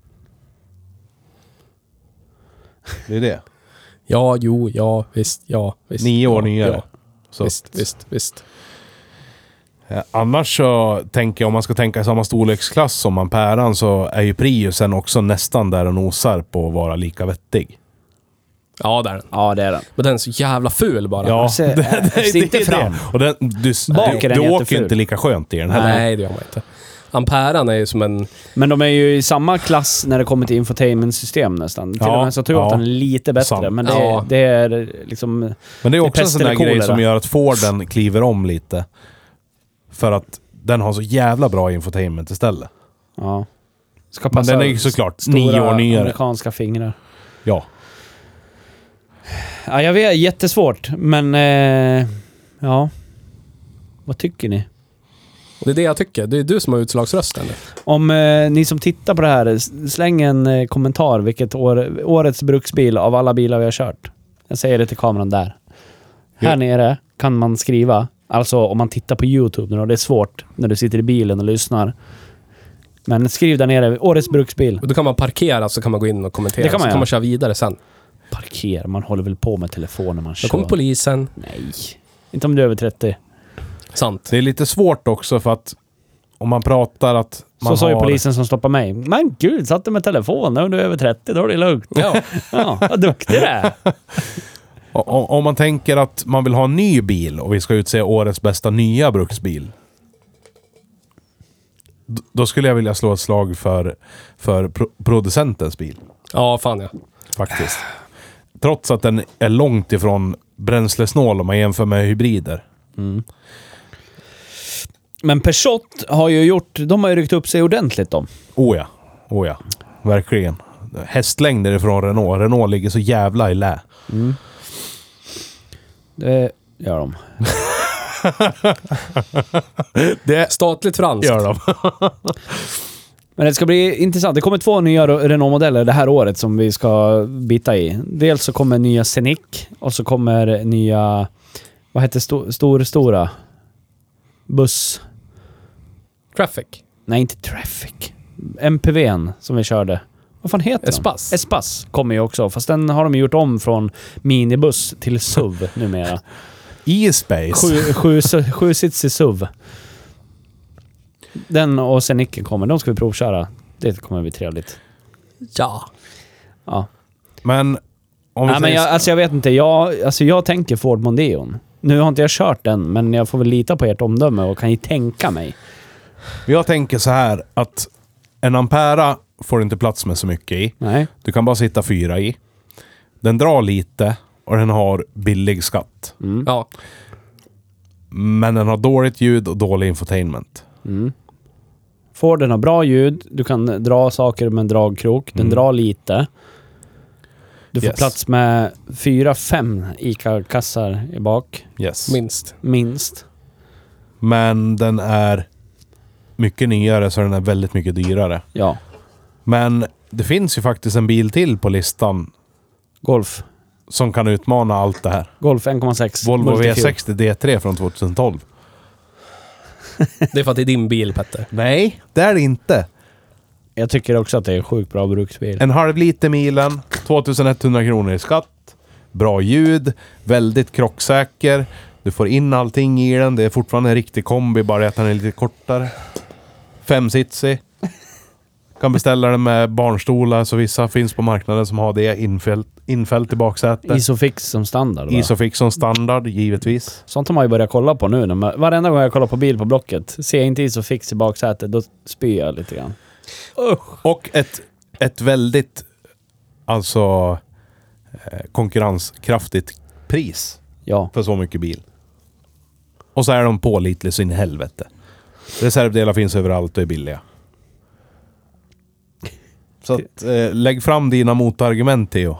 Det är det. Ja, jo, ja, visst, ja, visst. Nio år ja, nyare. Ja, Så visst, att- visst, visst. Eh, Annars så tänker jag, om man ska tänka i samma storleksklass som amperan, så är ju Priusen också nästan där den nosar på att vara lika vettig. Ja, där är den. Ja, det är den. Men den är så jävla ful bara. Ja, Se, äh, inte fram. Och den, du, Bak du, är den du åker jätteful. inte lika skönt i den heller. Nej, det gör man inte. Amperan är ju som en... Men de är ju i samma klass när det kommer till infotainment-system nästan. Till Ja, och med så tror jag ja. att den är lite bättre. Sant. Men det, Ja. det är liksom... Men det är Det är också en pest sån där eller grej kolera. som gör att Forden kliver om lite. För att den har så jävla bra infotainment istället. Ja. Ska Men den är ju såklart stora nio år nyare. amerikanska fingrar. Ja. Ja, jag vet. Jättesvårt. Men... Eh, ja. Vad tycker ni? Det är det jag tycker. Det är du som har utslagsrösten. Om eh, ni som tittar på det här, s- släng en eh, kommentar vilket år, årets bruksbil av alla bilar vi har kört. Jag säger det till kameran där. Ja. Här nere kan man skriva, alltså om man tittar på YouTube nu, och det är svårt när du sitter i bilen och lyssnar. Men skriv där nere, årets bruksbil. Och då kan man parkera så kan man gå in och kommentera. Det kan man så göra. kan man köra vidare sen. Parkera, man håller väl på med telefonen man Då kör. kommer polisen. Nej, inte om du är över trettio. Sant. Det är lite svårt också för att om man pratar att man Så sa ju har... polisen som stoppade mig. Men gud, satt du med telefonen och du är över trettio, då är det lugnt. Ja. Ja, vad duktig du är. Om, om man tänker att man vill ha en ny bil och vi ska utse årets bästa nya bruksbil. d- Då skulle jag vilja slå ett slag för, för pro- producentens bil. Ja, fan ja. Faktiskt. Trots att den är långt ifrån bränslesnål om man jämför med hybrider. Men Peugeot har ju gjort, de har ju ryckt upp sig ordentligt de. Oh ja. Oh ja. Verkligen. Hästlängder ifrån Renault. Renault ligger så jävla i lä. Det gör de. Det Statligt franskt. gör de. Men det ska bli intressant. Det kommer två nya Renault-modeller det här året som vi ska bita i. Dels så kommer nya Scenic och så kommer nya, vad heter sto, stor, stora? Buss. Traffic. Nej, inte Traffic. M P V:n som vi körde. Vad fan heter Espas. den? Espas kommer ju också. Fast den har de gjort om från minibuss till S U V numera. E-Space. Sju, sju, sju sits i S U V. Den och Scenic kommer. De ska vi provköra. Det kommer bli trevligt. Ja. Ja. Men om vi Nej, men säger jag, så- alltså jag vet inte. Jag, alltså jag tänker Ford Mondeon. Nu har inte jag kört den, men jag får väl lita på ert omdöme och kan ju tänka mig. Jag tänker så här att en Ampera får inte plats med så mycket i. Nej. Du kan bara sitta fyra i. Den drar lite och den har billig skatt. Mm. Ja. Men den har dåligt ljud och dålig infotainment. Mm. Forden har bra ljud. Du kan dra saker med en dragkrok. Den Mm. drar lite. Du får Yes. plats med fyra, fem ICA-kassar i bak. Yes. Minst. Minst. Men den är mycket nyare så den är väldigt mycket dyrare. Ja. Men det finns ju faktiskt en bil till på listan Golf. som kan utmana allt det här. Golf en komma sex. Volvo Multifuel. V sextio D tre från tjugohundratolv. Det är för att det är din bil, Petter. Nej, det är det inte. Jag tycker också att det är en sjukt bra bruksbil. En halv liter milen, tvåtusenetthundra kronor i skatt. Bra ljud, väldigt krocksäker. Du får in allting i den. Det är fortfarande en riktig kombi, bara att den är lite kortare. Femsitsig. Kan beställa den med barnstolar, så vissa finns på marknaden som har det infält, infält i baksätet. Isofix som standard. Va? Isofix som standard, givetvis. Sånt har man ju börjat kolla på nu. När man, varenda gång jag kollar på bil på Blocket, ser jag inte Isofix i baksätet, då spyr jag lite grann. Och ett, ett väldigt alltså eh, konkurrenskraftigt pris Ja. för så mycket bil. Och så är de pålitliga så in i helvete. Reservdelar finns överallt och är billiga. Så att, eh, lägg fram dina motargument, Theo.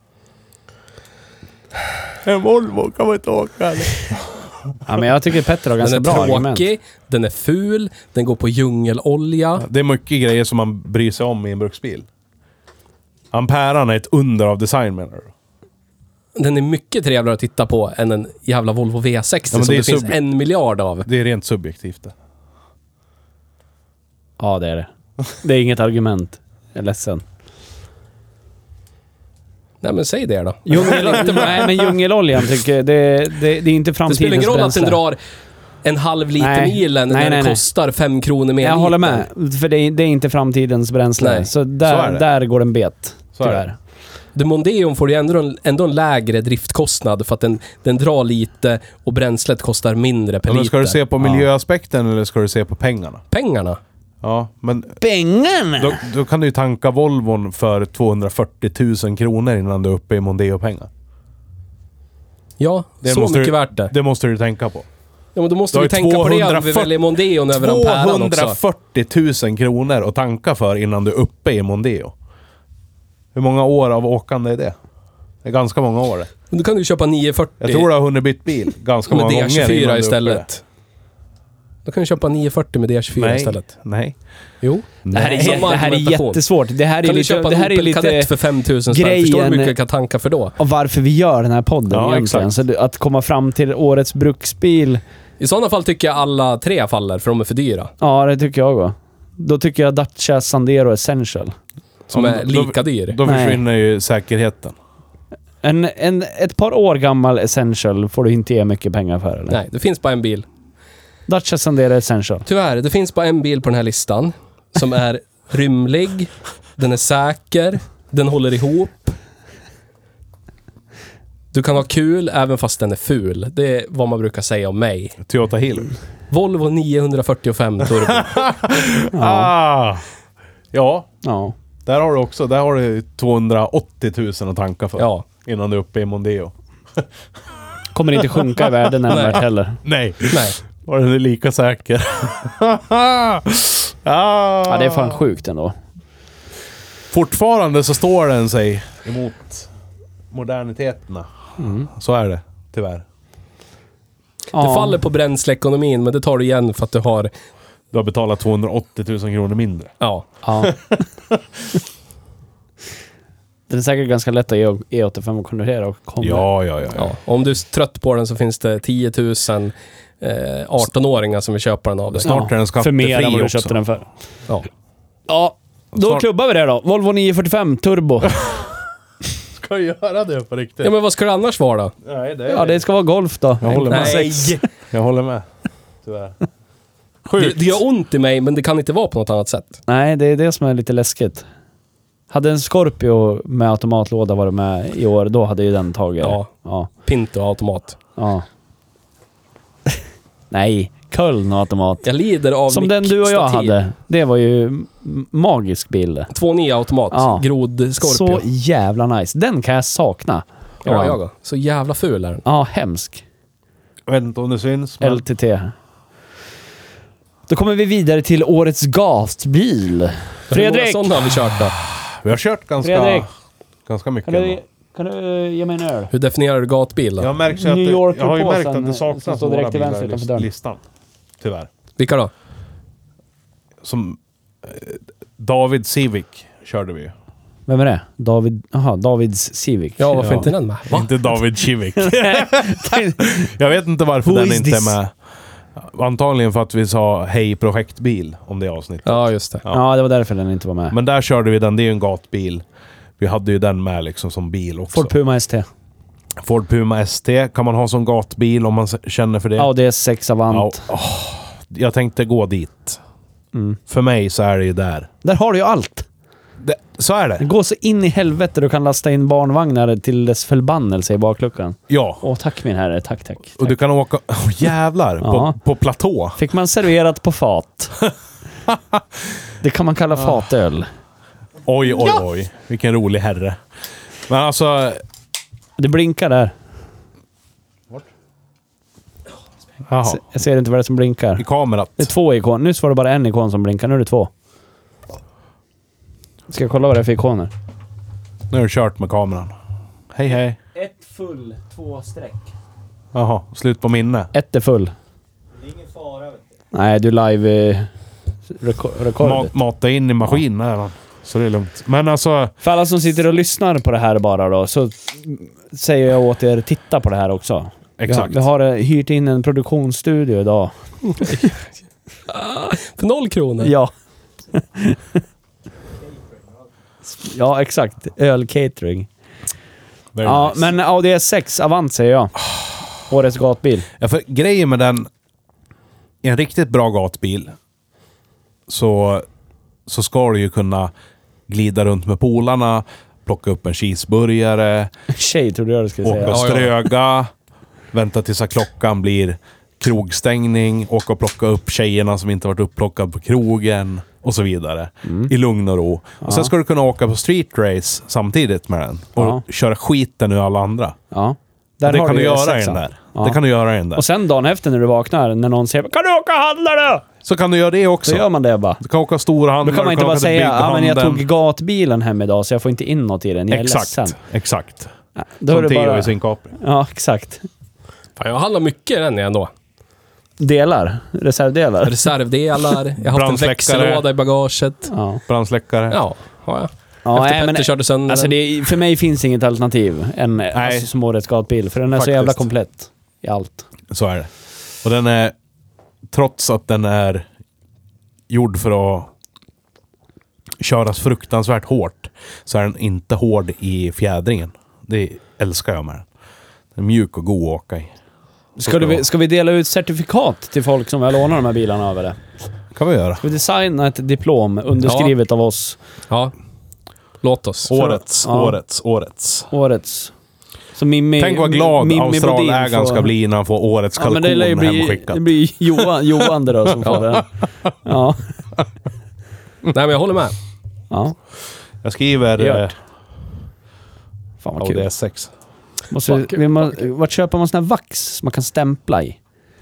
En Volvo kan man inte åka. Ja, men jag tycker Petter har ganska Den är bra argument. tråkig, den är ful, den går på djungelolja. Det är mycket grejer som man bryr sig om i en bruksbil. Amperan är ett under av design, menar du? Den är mycket trevligare att titta på än en jävla Volvo V sextio Ja, som det det, är finns sub- en miljard av. Det är rent subjektivt det. Ja, det är det. Det är inget argument. Jag är ledsen. Nej, men säg det då. Djungel, nej, men djungeloljan tycker jag, det, det, det är inte Det framtidens spelar ingen roll att den bränsle. drar en halv liter Nej. milen Nej, när nej, det nej. kostar fem kronor mer. Jag håller liter. med. För det är, det är inte framtidens bränsle. Nej. Så där, Så är det. där går den bet. Så är det. Tyvärr. The Mondeon får ju ändå en, ändå en lägre driftkostnad för att den, den drar lite och bränslet kostar mindre per Ja, men liter. ska du se på miljöaspekten eller ska du se på pengarna? Pengarna? Ja, men Pengarna! då, då kan du ju tanka Volvon för tvåhundrafyrtio tusen kronor innan du är uppe i Mondeo-pengar. Ja, Det så måste mycket du, värt det. Det måste du tänka på. Ja, men då måste Du har vi ju tänka på det om vi tvåhundrafyrtio väljer Mondeon över Amperan också. tvåhundrafyrtio tusen kronor att tanka för innan du är uppe i Mondeo. Hur många år av åkande är det? Det är ganska många år. Men då kan du köpa nio fyrtio Jag tror du har hunnit bytt bil ganska med många D gånger innan du är tjugofyra uppe istället. Då kan du köpa nio fyrtio med D tjugofyra Nej, istället. nej. Jo. Det här, är, Samma det här är argumentation. jättesvårt. Det här är Kan du lite, köpa det en här är Opel lite Kadett för fem tusen spänn? Förstår du hur grejen- mycket jag kan tanka för då? av varför vi gör den här podden Ja, egentligen. exakt. Så det- att komma fram till årets bruksbil, I sådana fall tycker jag alla tre faller för de är för dyra. ja det tycker jag också. Då tycker jag Dacia Sandero Essential. Som Ja, är då- lika dyr. Då Nej. försvinner ju säkerheten. En, en, ett par år gammal Essential får du inte ge mycket pengar för, eller? Nej, det finns bara en bil. Dacia Sandero Essential. Tyvärr, det finns bara en bil på den här listan som är rymlig, den är säker, den håller ihop. Du kan ha kul även fast den är ful. Det är vad man brukar säga om mig. Toyota Hill. Volvo niohundrafyrtiofem Turbo. Ah! Ja, Ja. där har du också. Där har du tvåhundraåttio tusen att tanka för. Ja. Innan du är uppe i Mondeo. Kommer inte sjunka i världen nämnvärt heller. Nej. Nej. Och den är lika säker. ah! Ja, det är fan sjukt ändå. Fortfarande så står den sig emot moderniteterna. Mm. Så är det, tyvärr. Ja. Det faller på bränsleekonomin, men det tar du igen för att du har... Du har betalat tvåhundraåttio tusen kronor mindre. Ja. Ja. Den är säkert ganska lätt att E åttiofem att konvertera och komma. Ja, ja, ja. ja. ja. Om du är trött på den så finns det tio tusen eh, arton-åringar som vill köpa den av dig. Snart är den För mer än skattefri vad du också. köpte den för. Ja. Ja, då Snart- klubbar vi det då. Volvo nio fyrtiofem Turbo. Ska jag göra det på riktigt? Ja, men vad ska det annars vara då? Nej, det är Ja, det ska vara Golf då. Jag håller med. Nej! Jag håller med. Tyvärr. Det, Sjukt. det gör ont i mig, men det kan inte vara på något annat sätt. Nej, det är det som är lite läskigt. Hade en Scorpio med automatlåda varit med i år, då hade ju den tagit. Ja. Ja. Pinto automat. Ja. Nej, Köln och automat. Jag lider av Som mitt den du och jag stativ. hade. Det var ju m- magisk bil. två nio automat. Ja. Grod Scorpio. Så jävla nice. Den kan jag sakna. Ja, jag då. Så jävla ful är den. Ja, hemsk. Jag vet inte om det syns. Men... L T T. Då kommer vi vidare till årets gasbil. Hur många Fredrik! sådana har vi kört då? Vi har kört ganska, Fredrik! ganska mycket. Kan du, ändå. kan du uh, ge mig en öl? Hur definierar du gatbil då? Jag, har märkt så att New det, York jag har ju påsen märkt att det som saknas står några direkt till bilar vänster i utanför dörren. listan. Tyvärr. Vilka då? Som eh, David Civic körde vi ju. Vem är det? David, aha, Davids Civic. Ja, varför Ja. inte den med? Va? Inte David Civic. Jag vet inte varför Who den is inte this? är med. Antagligen för att vi sa hej projektbil om det avsnittet. Ja, just det. Ja, det var därför den inte var med. Men där körde vi den, det är ju en gatbil. Vi hade ju den med liksom som bil också. Ford Puma S T. Ford Puma S T kan man ha som gatbil om man s- känner för det. Ja, det är sex Avant. Ja, åh, jag tänkte gå dit. Mm. För mig så är det ju där. Där har du ju allt. Det, så är Det det. går så in i helvete. Du kan lasta in barnvagnar till dess förbannelse i bakluckan. Ja. Åh, tack min herre. Tack, tack. tack. Och du kan åka... Åh, jävlar! Ja. På, på platå. Fick man serverat på fat. Det kan man kalla fatöl. Oj, oj, oj. Vilken rolig herre. Men alltså... Det blinkar där. Jaha. Se- Jag ser inte vad det är som blinkar. I kamerat. Det är två ikon. Nyss var det bara en ikon som blinkar. Nu är det två. Ska jag kolla vad det är för ikoner? Nu har du kört med kameran. Hej, hej. Ett full, två streck. Jaha, slut på minne. Ett är full. Det är ingen fara, vet du. Nej, du live eh, reko- rekordet. Mat, mata in i maskinen. Ja. Så det är lugnt. Men alltså... För alla som sitter och lyssnar på det här bara då, så säger jag åt er, titta på det här också. Exakt. Vi har, vi har eh, hyrt in en produktionsstudio idag. För noll kronor. Ja. Ja, exakt. Öl-catering. Very Ja, nice. men Audi S sex Avant säger jag. Årets gatbil. Ja, för grejen med den... En riktigt bra gatbil så, så ska du ju kunna glida runt med polarna, plocka upp en cheeseburgare, Tjej trodde jag du skulle åka säga. och ströga, vänta tills att klockan blir krogstängning, åka och plocka upp tjejerna som inte varit upplockade på krogen och så vidare. I lugn och ro. Och sen ska du kunna åka på street race samtidigt med den. Och Ja. köra skiten ur alla andra. Ja. Och Där det har kan du ju göra i S den sex. där. Ja. Det kan du göra i den där. Och sen dagen efter när du vaknar, när någon säger "Kan du åka och handla då?" Så kan du göra det också. Så gör man det bara. Du kan åka storhandlar. Då kan man du inte bara åka till säga ja men jag bygghandeln." tog gatbilen hem idag så jag får inte in något i den. Jag är ledsen. Exakt, exakt. Ja, då är Som det Theo bara... i sin Capri. Ja, exakt. Fan, jag handlar mycket i den ändå. Delar. Reservdelar. Reservdelar, jag har haft en Brandsläckare. växellåda i bagaget. Ja. Brandsläckare. Ja, har jag. Ja, Efter nej, Petter men, körde sönder alltså den. det, är- för mig finns inget alternativ än alltså, som årets gatbil. För den är så Faktiskt. jävla komplett i allt. Så är det. Och den är, trots att den är gjord för att köras fruktansvärt hårt, så är den inte hård i fjädringen. Det älskar jag med den. Den är mjuk och god att åka i. Ska, du, ska vi dela ut certifikat till folk som vill låna de här bilarna över det? Kan vi göra. Ska vi designa ett diplom underskrivet av oss? Ja, låt oss. Årets, Ja. årets, årets. Årets. Så Mimmi, Tänk vad glad Mimmi Australägaren Bodin får- ska bli när han får årets Ja, kalkon men det lär ju bli, hemskickat. det blir Johan, Johan det då som får det. Ja. Nej, men jag håller med. Ja. Jag skriver Gör det. eh, Fan vad Audi kul. S sex. Måste, vi må, vart köper man sån här vax som man kan stämpla i?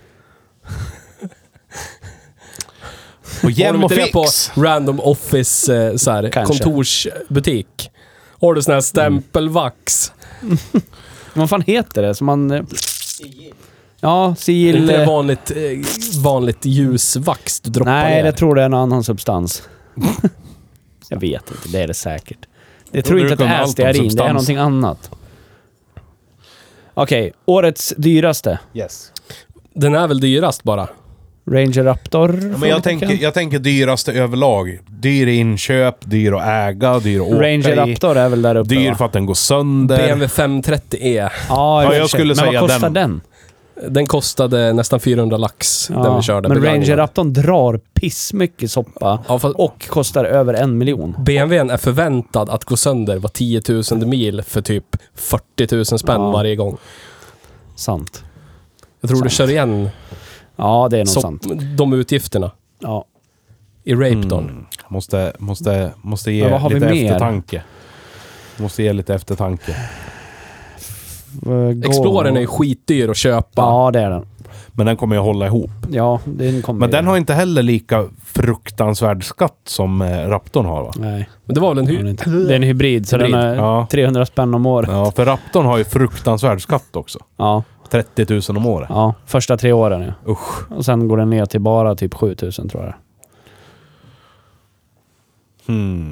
Och Har du Jem och inte det på Fix. Random Office eh, så här, Kanske. kontorsbutik? Har du sån här stämpelvax? Vad fan heter det? Som man... eh, Ja, Är sigill... inte det vanligt, eh, vanligt ljusvax du droppar Nej, ner? jag tror det är en annan substans. Jag vet inte, det är det säkert. Jag tror du inte att det kunde är allt om stearin, det är substans. någonting annat. Okej, årets dyraste. Yes. Den är väl dyrast bara? Ranger Raptor? Men jag frågetecken. tänker, jag tänker dyraste överlag. Dyr i inköp, dyr att äga, dyr att åka Ranger i. Raptor är väl där uppe, Dyr va? för att den går sönder. B M W fem trettio E. Ja, Ja, i och jag för sig. skulle Men säga vad kostar den. den? Den kostade nästan fyrahundra lax Ja, den vi körde. men begagnad. Ranger Raptor drar pissmycket soppa Ja, fast och kostar över en miljon. B M W:n är förväntad att gå sönder var tiotusen mil för typ fyrtio tusen spänn Ja. varje gång. Sant. Jag tror Sant. du kör igen Ja, det är nog så, sant. de utgifterna Ja. i Raptorn. Mm. Måste, måste, måste ge Men vad har vi lite mer? eftertanke. Måste ge lite eftertanke. Explorern är ju skitdyr att köpa. Ja, det är den. Men den kommer ju hålla ihop. Ja, den kommer Men ju- den har inte heller lika fruktansvärd skatt som eh, Raptorn har, va? Nej, Men det var väl en det är den hy- inte. Det är en hybrid, så Hybrid, den är ja. trehundra spänn om året. Ja, för Raptorn har ju fruktansvärd skatt också. Ja, trettio tusen om året. ja. Första tre åren, ja. Usch. Och sen går den ner till bara typ sjutusen, tror jag. Hmm.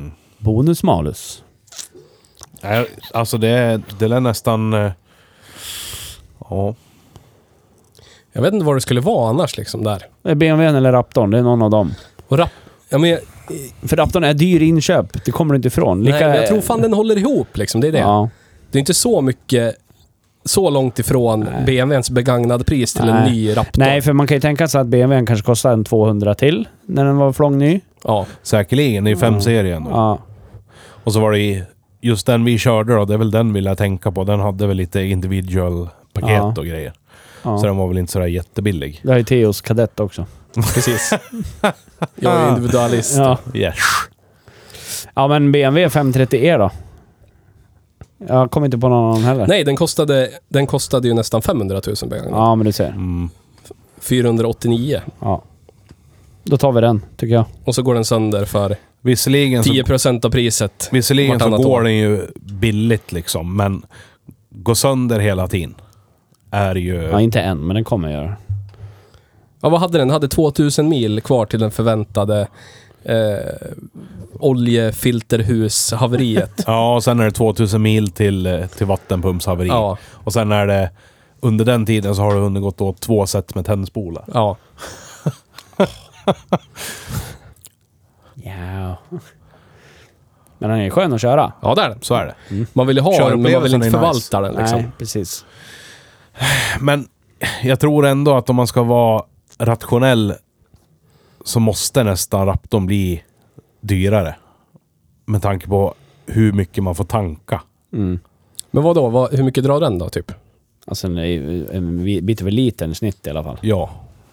Bonus malus. Nej, alltså det är, det är nästan... eh, Ja. Jag vet inte vad det skulle vara annars liksom där. Det är B M W eller Raptorn, det är någon av dem. Och rap... Ja, men jag, För Raptorn är dyr inköp, det kommer du inte ifrån. Lika... nej, men jag tror fan den håller ihop liksom, det är det. Ja. Det är inte så mycket, så långt ifrån Nej. B M W:ns begagnade pris till Nej. en ny Raptor. Nej, för man kan ju tänka sig att B M W kanske kostade en tvåhundra till när den var flångny. Ja. Säkerligen i fem-serien. Ja. Och så var det i, just den vi körde då, det är väl den vill jag tänka på. Den hade väl lite individual paket Ja. och grejer. Ja. Så den var väl inte sådär jättebillig. Det har ju Theos Kadett också. Precis. Jag är individualist. Ja. Yes. Ja, men B M W fem trettio E då? Jag kommer inte på någon annan heller. Nej, den kostade, den kostade ju nästan femhundratusen begagnad. Ja, men du ser. Mm. fyrahundraåttionio. Ja. Då tar vi den, tycker jag. Och så går den sönder för Visserligen så, tio procent av priset. visserligen så vartannat går år. den ju billigt liksom, men gå sönder hela tiden är ju... Ja, inte än, men den kommer göra. Ja, vad hade den? Den hade tvåtusen mil kvar till den förväntade eh, oljefilterhushaveriet. Ja, och sen är det tvåtusen mil till, eh, till vattenpumpshaveri. Ja, Och sen är det... Under den tiden så har det undergått åt två set med tändspolar. ja. Ja. Men den är skön att köra. Ja, det är den. Så är det. Man vill ju ha den, men man vill inte Körupplevelsen är förvalta den liksom. Nej, precis. Men jag tror ändå att om man ska vara rationell så måste nästan Raptorn bli dyrare. Med tanke på hur mycket man får tanka. Mm. Men vad då? Vad, hur mycket drar den då, typ? Alltså en, en bit över litern snitt i alla fall. Ja.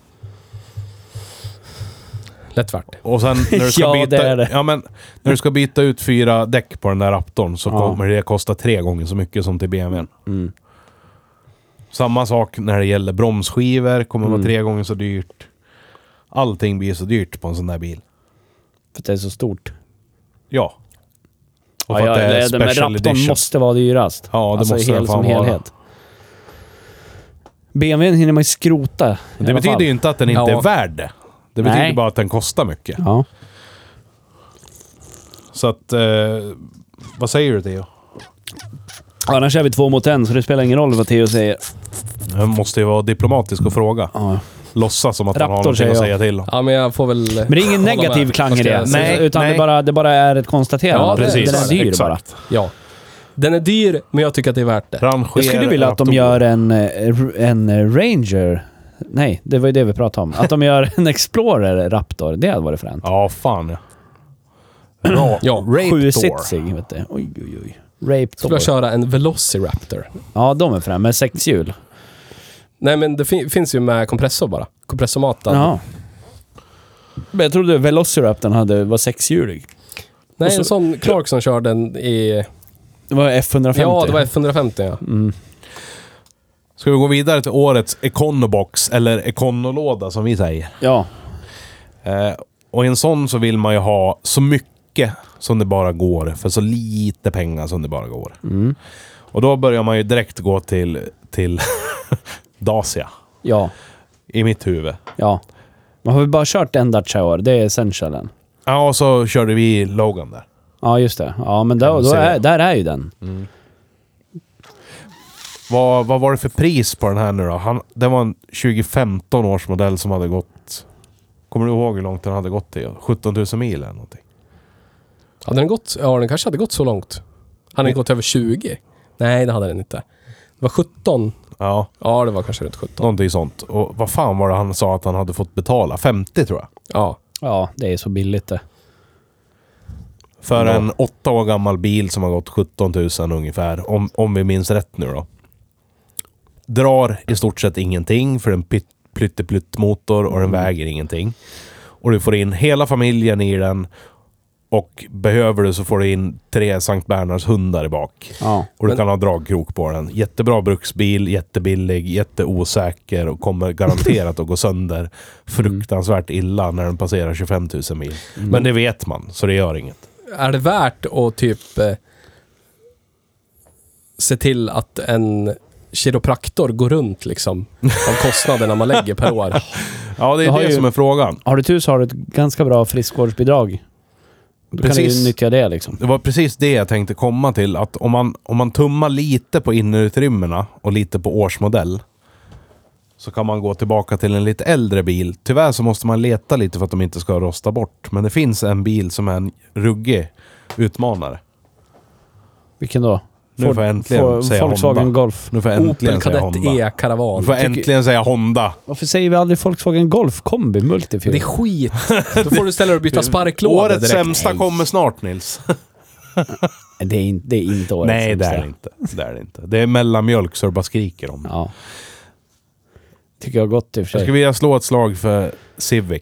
Lätt värt. Och sen när du ska Ja, byta, det är det. Ja, men när du ska byta ut fyra däck på den där Raptorn så Ja. kommer det kosta tre gånger så mycket som till B M W. Mm. Samma sak när det gäller bromsskivor, kommer Mm. vara tre gånger så dyrt. Allting blir så dyrt på en sån där bil. För att det är så stort. Ja. Och Ja, för ja, att det är det, det, men special Raptorn edition. måste vara dyrast. Ja, det alltså måste hel, den fan som vara. helhet. B M W hinner man ju skrota. Men det betyder ju inte att den inte Ja. är värd det. Det betyder Nej. bara att den kostar mycket. Ja. Så att... Eh, vad säger du, Theo? Annars är vi två mot en, så det spelar ingen roll vad Theo säger. Jag måste ju vara diplomatisk och fråga. Ja. Låtsas som att han har Raptor, någonting säger att jag. säga till om. Ja, men jag får väl... Men det är ingen hålla negativ med. klang Vad i ska det. jag säga? Nej, utan nej. Det, bara, det bara är ett konstaterande. Ja, Den- precis. Den är dyr bara. Exakt. Ja. Den är dyr, men jag tycker att det är värt det. Ranger Jag skulle vilja att de Raptor. gör en, eh, en Ranger. Nej, det var ju det vi pratade om. Att de gör en Explorer Raptor. Det hade varit fränt. Ja, fan ja. Ra- Ja, Raptor. Sju-sitsig, vet du. Oj, oj, oj. Skulle Raptor. jag köra en Velociraptor? Ja, de är fränt. Med sex hjul. Nej, men det fin- finns ju med kompressor bara. Kompressormatad. Ja. Men jag trodde Velociraptorn hade, var sexhjulig. Nej, Och så- en sån Clarkson körde den i... Det var F hundrafemtio. Ja, det var F hundrafemtio, ja. Mm. Ska vi gå vidare till årets Econobox, eller Econoloda som vi säger. Ja. Eh, och i en sån så vill man ju ha så mycket som det bara går, för så lite pengar som det bara går. Mm. Och då börjar man ju direkt gå till, till Dacia, Ja. i mitt huvud. Ja. Man har väl bara kört en Dacia år. Det är essentialen. Ja, och så körde vi Logan där. Ja, just det. Ja, men då, då är, där är ju den. Vad, vad var det för pris på den här nu då? Han, det var en tjugo femton års modell som hade gått... Kommer du ihåg hur långt den hade gått till? sjutton tusen mil eller någonting. Hade den gått? Ja, den kanske hade gått så långt. Hade den gått över tjugo? Nej, det hade den inte. Det var sjutton. Ja, Ja, det var kanske runt sjutton. någonting sånt. Och vad fan var det han sa att han hade fått betala? femtio tror jag. Ja. Ja, det är så billigt det. För Ja. en åtta år gammal bil som har gått sjutton tusen ungefär. Om, om vi minns rätt nu då. Drar i stort sett ingenting för en plytteplutt-motor och den väger ingenting. Och du får in hela familjen i den. Och behöver du så får du in tre Sankt Bernhards hundar i bak. Ja. Och du Men- kan ha dragkrok på den. Jättebra bruksbil, jättebillig, jätteosäker och kommer garanterat att gå sönder fruktansvärt illa när den passerar tjugofem tusen mil. Men det vet man, så det gör inget. Är det värt att typ eh, se till att en kiropraktor går runt liksom av kostnaderna man lägger per år? Ja, det Jag är har det ju- som är frågan. Har du tur så har du ett ganska bra friskvårdsbidrag. Då kan du ju nyttja det liksom. Det var precis det jag tänkte komma till. Att om man, om man tummar lite på innerutrymmena och lite på årsmodell, så kan man gå tillbaka till en lite äldre bil. Tyvärr så måste man leta lite för att de inte ska rosta bort. Men det finns en bil som är en ruggig utmanare. Vilken då? Nu Ford, får jag äntligen Ford, säga Volkswagen Honda. Golf. Nu får jag äntligen Opel säga Kadett Honda. E-karavan. Nu får jag äntligen säga Honda. Varför säger vi aldrig Volkswagen Golf Kombi Multifuel? Det är skit. Då får du ställa dig och byta sparklåda Årets direkt. sämsta kommer snart, Nils. Det är, in, det är inte årets Nej, det sämsta. är det inte. Det är det inte. Det är mellanmjölk så det bara skriker om. Ja. Tycker jag har gått i och för Jag sig. skulle vilja slå ett slag för Civic.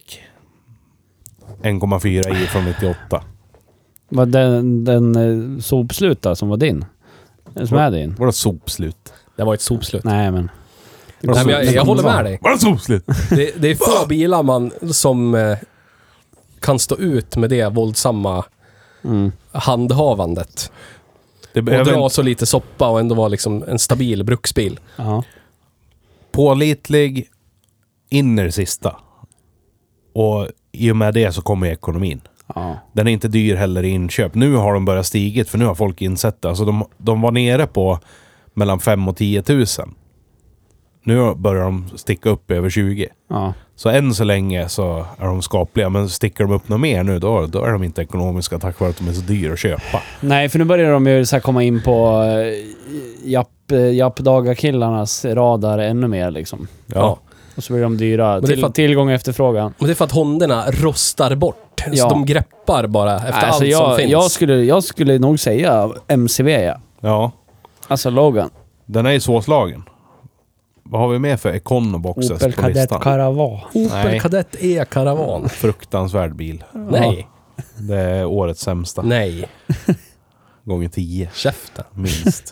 en komma fyra i från nittioåtta. Var den, den eh, sopsluta som var din? Den som är din? Var det sopslut? Det var ett sopslut. Nej, men... Nej, men jag, jag håller med dig. Var det sopslut? Det, det är få bilar man som eh, kan stå ut med det våldsamma Mm. handhavandet. Det Och behöver dra inte så lite soppa och ändå vara liksom en stabil bruksbil. Ja. pålitlig inner sista. Och i och med det så kommer ekonomin. Ja. Den är inte dyr heller i inköp. Nu har de börjat stigit för nu har folk insett det. Alltså de, de var nere på mellan fem och tio tusen. Nu börjar de sticka upp över tjugo. Ja. Så än så länge så är de skapliga. Men sticker de upp något mer nu då, då är de inte ekonomiska tack vare att de är så dyra att köpa. Nej, för nu börjar de ju så här komma in på äh, japp, jappdagarkillarnas radar ännu mer liksom. Ja. Och så blir de dyra. det är Till, för att- tillgång och efterfrågan. Men det är för att Honderna rostar bort. Ja. Så de greppar bara efter Alltså allt jag, som finns. jag, skulle, jag skulle nog säga M C V, ja. Ja. Alltså Logan. Den är ju svårslagen. Vad har vi med för Econoboxes Opel på Kadett listan? Caravan. Opel Nej. Kadett E-karavan. Fruktansvärd bil. Nej, Det är årets sämsta. nej. Gånger tio. Käften. Minst.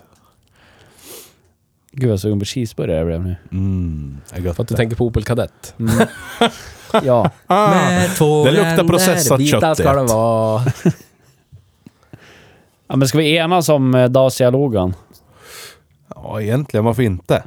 Gud vad sugen på cheeseburgare jag blev nu. Mm, är gött För att du det. tänker på Opel Kadett. Mm. Ja. Med två Det luktar ränder, processat vita kött, ska det vet. vara. Ja, men ska vi enas om eh, Dacia Logan? Ja, egentligen varför inte?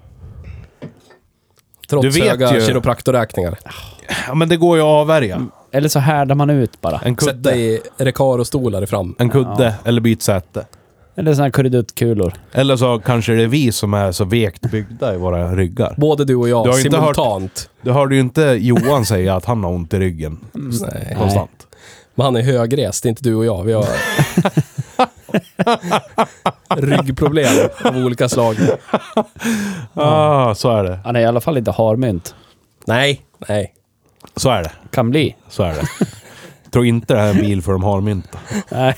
Trots Du vet höga ju- kiropraktorräkningar. Ja, men det går ju att avvärja. Eller så härdar man ut bara. En Sätta kudde, i Recaro-stolar fram. en kudde eller byt säte. Eller såna här kurdiduttkulor. Eller så kanske det är vi som är så vekt byggda i våra ryggar. Både du och jag, Du har ju inte hört- simultant. Du hörde ju inte Johan säga att han har ont i ryggen Nej. konstant. Men han är högrest, det är inte du och jag. Vi har ryggproblem av olika slag. Ah, så är det. Han är i alla fall inte harmynt. Nej, nej. Så är det. Kan bli. Så är det. Jag tror inte det här är en bil för de har mynta. Nej.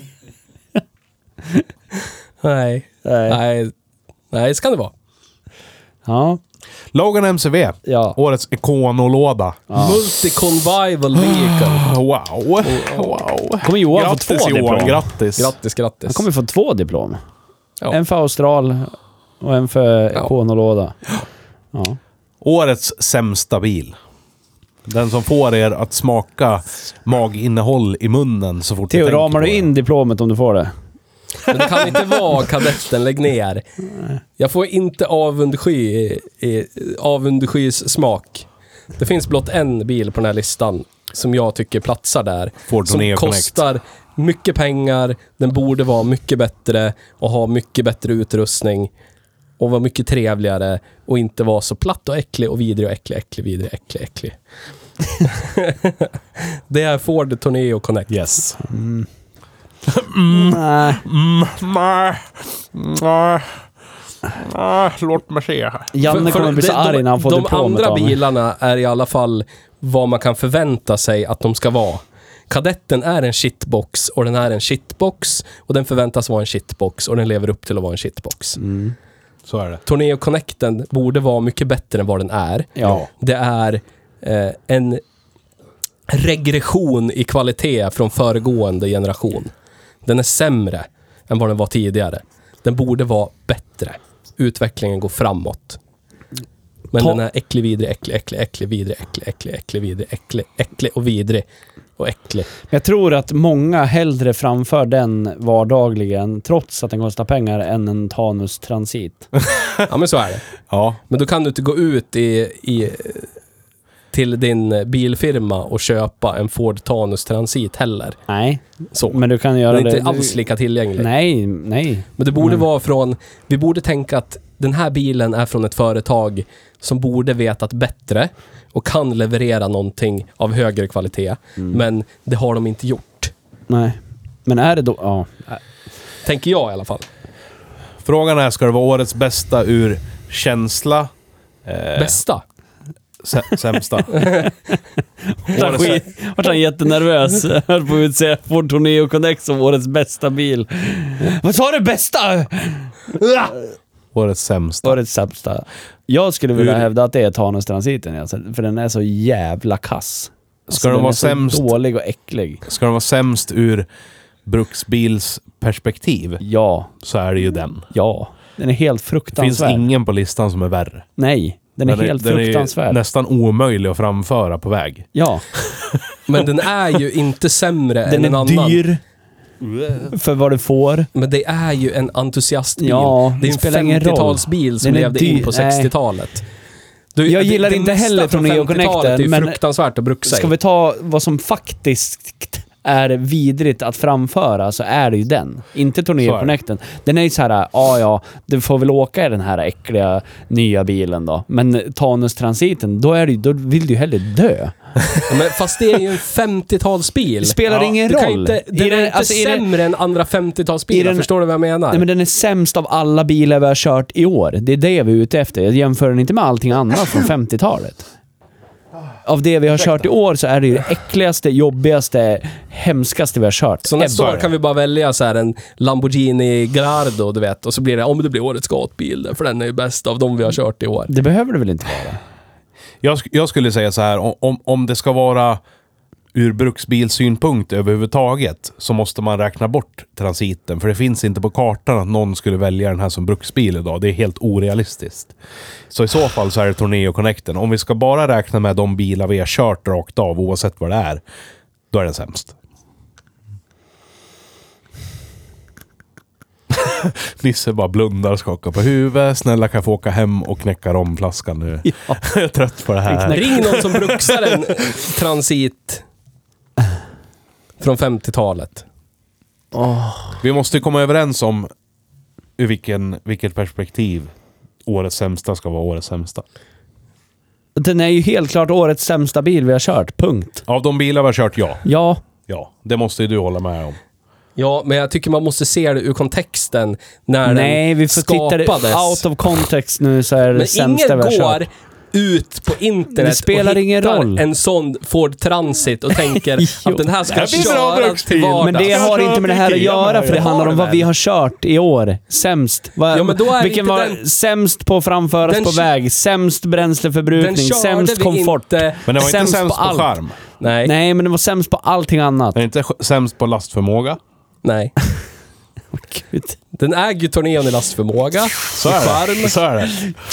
Nej. Nej. Nej. Nej, så kan det vara. Ja. Logan M C V. Ja. Årets Econo-låda. Ja. Multi-convival vehicle. Wow. Wow. Kommer Johan få Grattis två Johan, diplom? grattis. Grattis, grattis. Han kommer få två diplom. Ja. En för Austral och en för Ja. Econo-låda. Ja. Årets sämsta bil. Den som får er att smaka maginnehåll i munnen så fort Theo, ni ramar du tänker på in diplomet om du får det? Men det kan inte vara kadetten, lägg ner. Jag får inte avundsky, eh, avundskys smak. Det finns blott en bil på den här listan som jag tycker platsar där. Ford Som Tourneo Connect. kostar mycket pengar, den borde vara mycket bättre och ha mycket bättre utrustning och vara mycket trevligare och inte vara så platt och äcklig och vidrig och äcklig, äcklig, vidrig, äcklig, äcklig. Det är Ford Tourneo Connect. Yes. Nej. Mm, nej. Nej. Nej, låt mig se här. Janne kommer bli så det- arg när han får De diplomet andra av mig. bilarna är i alla fall vad man kan förvänta sig att de ska vara. Kadetten är en shitbox och den är en shitbox och den förväntas vara en shitbox och den lever upp till att vara en shitbox. Mm. Så är det. Tourneo Connecten borde vara mycket bättre än vad den är. Ja. Det är eh, en regression i kvalitet från föregående generation. Den är sämre än vad den var tidigare. Den borde vara bättre. Utvecklingen går framåt. Men Ta- den är äcklig, vidrig, äcklig, äcklig, äcklig, vidrig, äcklig, äcklig, äcklig, vidrig, äcklig, äcklig och vidrig och äcklig. Jag tror att många hellre framför den vardagligen, trots att den kostar pengar, än en Tanus Transit. Ja, men så är det. Ja. Men då kan du inte gå ut i, i till din bilfirma och köpa en Ford Tanus Transit heller. Nej, Så. men du kan göra Den är det. inte alls lika tillgänglig. Nej, nej. Men det borde Men- vara från... Vi borde tänka att den här bilen är från ett företag som borde vetat bättre och kan leverera någonting av högre kvalitet. Mm. Men det har de inte gjort. Nej. Men är det då... Ja. Tänker jag i alla fall. Frågan är, ska det vara årets bästa ur känsla? Eh, Bästa. sä- sämsta. Vart han, vart han jättenervös. Höll på att utse Ford Tourneo Connect som årets bästa bil. Vad sa du, bästa? Årets sämsta. Årets sämsta. Jag skulle vilja Ur- hävda att det är Tanus Transiten. Alltså, för den är så jävla kass. Alltså, Ska den den vara är så sämst? dålig och äcklig. Ska den vara sämst ur bruksbils perspektiv, Ja, så är det ju den. ja. Den är helt Det finns fruktansvärd. ingen på listan som är värre. Nej, den är helt den fruktansvärd. är nästan omöjlig att framföra på väg. Ja, Men den är ju inte sämre den än en är annan. dyr för vad du får. Men det är ju en entusiastbil. Ja, det är det en spelar ingen roll. femtiotalsbil som Den är levde in dyr. på Nej. sextiotalet. Du, Jag det- gillar det inte mesta heller från Tourneo femtiotalet Connecten, är men- fruktansvärt att bruxa Ska i. vi ta vad som faktiskt är vidrigt att framföra, så är det ju den. Inte Så Tourneo är det. Connecten. Den är ju så här, ja ja, du får väl åka i den här äckliga nya bilen då. Men Tanus Transiten, då, är det, ju- då vill du ju hellre dö. Ja, men fast det är ju en femtiotalsbil. Det spelar Ja, ingen Du kan roll. inte, den I är den- inte alltså, i den- sämre än andra i femtiotalsbilar. den- Förstår du vad jag menar? Nej, men den är sämst av alla bilar vi har kört i år. Det är det vi är ute efter. Jag jämför den inte med allting annat från femtiotalet. Av det vi har kört i år så är det ju det äckligaste, jobbigaste, hemskaste vi har kört. Så nästa Ever. år kan vi bara välja så här en Lamborghini Gallardo, du vet. Och så blir det, om det blir årets gatbil, för den är ju bäst av de vi har kört i år. Det behöver det väl inte vara? Jag, sk- jag skulle säga så här, om- om, om det ska vara ur bruksbilsynpunkt överhuvudtaget, så måste man räkna bort transiten. För det finns inte på kartan att någon skulle välja den här som bruksbil idag. Det är helt orealistiskt. Så i så fall så är det Tourneo Connecten. Om vi ska bara räkna med de bilar vi har kört rakt av, oavsett vad det är, då är den sämst. Nisse bara blundar och skakar på huvudet. Snälla, kan jag få åka hem och knäcka romflaskan nu? Ja. Jag är trött på det här. Ring någon som bruxar en Transit från femtiotalet. Vi måste komma överens om ur vilken, vilket perspektiv årets sämsta ska vara årets sämsta. Den är ju helt klart årets sämsta bil vi har kört. Punkt. Av de bilar vi har kört, ja. Ja, Ja, det måste ju du hålla med om. Ja, men jag tycker man måste se det ur kontexten när nej, den vi får titta det skapades. out of context nu, så är det Men sämsta ingen vi har går kört. ut på internet Det spelar och ingen hittar roll. en sån Ford Transit och tänker Jo. att den här ska Det här blir bra köras bruksbil. till vardags. Men det har inte med det här att göra, för det Det har handlar om det vad vi väl? har kört i år. Sämst. Va, Ja, men då är vilken inte var den- sämst på att framföras Den på kö- väg? Sämst Den bränsleförbrukning? körde Sämst vi komfort? inte. Men den var inte Sämst sämst på på, allt. skärm. Nej, nej. Nej, men det var sämst på allting annat. Den är inte sk- sämst på lastförmåga. Gud. Den äger ju Tourneon i lastförmåga. Så är det. Skärm. Så är det.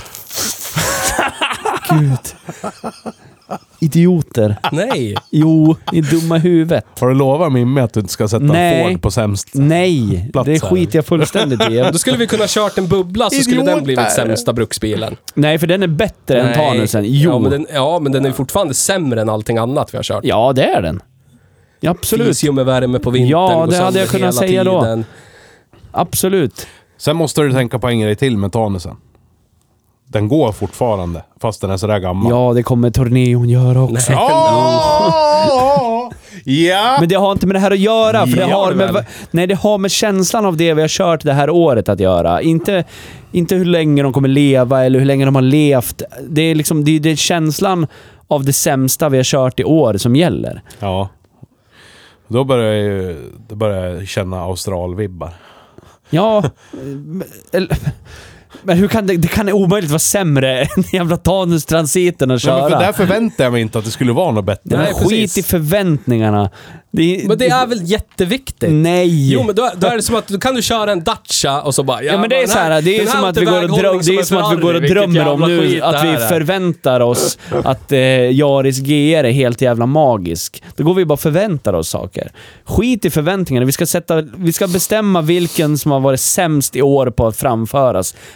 Gud. Idioter. Nej. Jo, i dumma huvudet. Har du lovat Mimmi att du inte ska sätta Nej. en Ford på sämst? Nej, Plats det här. skiter jag fullständigt i. Då skulle vi kunna kört en bubbla, så skulle Idioter. den blivit sämsta bruksbilen. Nej, för den är bättre än Tanusen. Jo. Ja men, den, ja, men den är fortfarande sämre än allting annat vi har kört. Ja, det är den. Ja, absolut. Frisiumvärme på vintern. Ja, går det hade jag sönder kunnat hela säga då. tiden. Absolut. Sen måste du tänka på en grej till med Tanusen. Den går fortfarande, fast den är sådär gammal. Ja, det kommer Tourneon göra också. Nej. Ja! Ja! Men det har inte med det här att göra, för det Ja, har det med, väl. nej, det har med känslan av det vi har kört det här året att göra. Inte, inte hur länge de kommer leva eller hur länge de har levt. Det är liksom, det är, det är känslan av det sämsta vi har kört i år som gäller. Ja. Då börjar jag ju då börjar jag känna australvibbar. Ja, eller, men hur kan det, det kan omöjligt vara sämre än jävla Tanus Transiten att Nej, men köra. för där förväntar jag mig inte att det skulle vara något bättre. Nej, Men skit precis. i förväntningarna. Det, Men det är väl jätteviktigt? Nej. Jo, men då, då är det som att då kan du köra en Dacia och så bara... Ja, men det är den så här, det är den som har att inte vi går och, väghållning dröm, det är en som att vi går och Ferrari, vilket drömmer om jävla nu skit att det vi här är. förväntar oss att eh, Yaris G R är helt jävla magisk. Då går vi bara och förväntar oss saker. Skit i förväntningarna. Vi ska, sätta, vi ska bestämma vilken som har varit sämst i år på att framföras.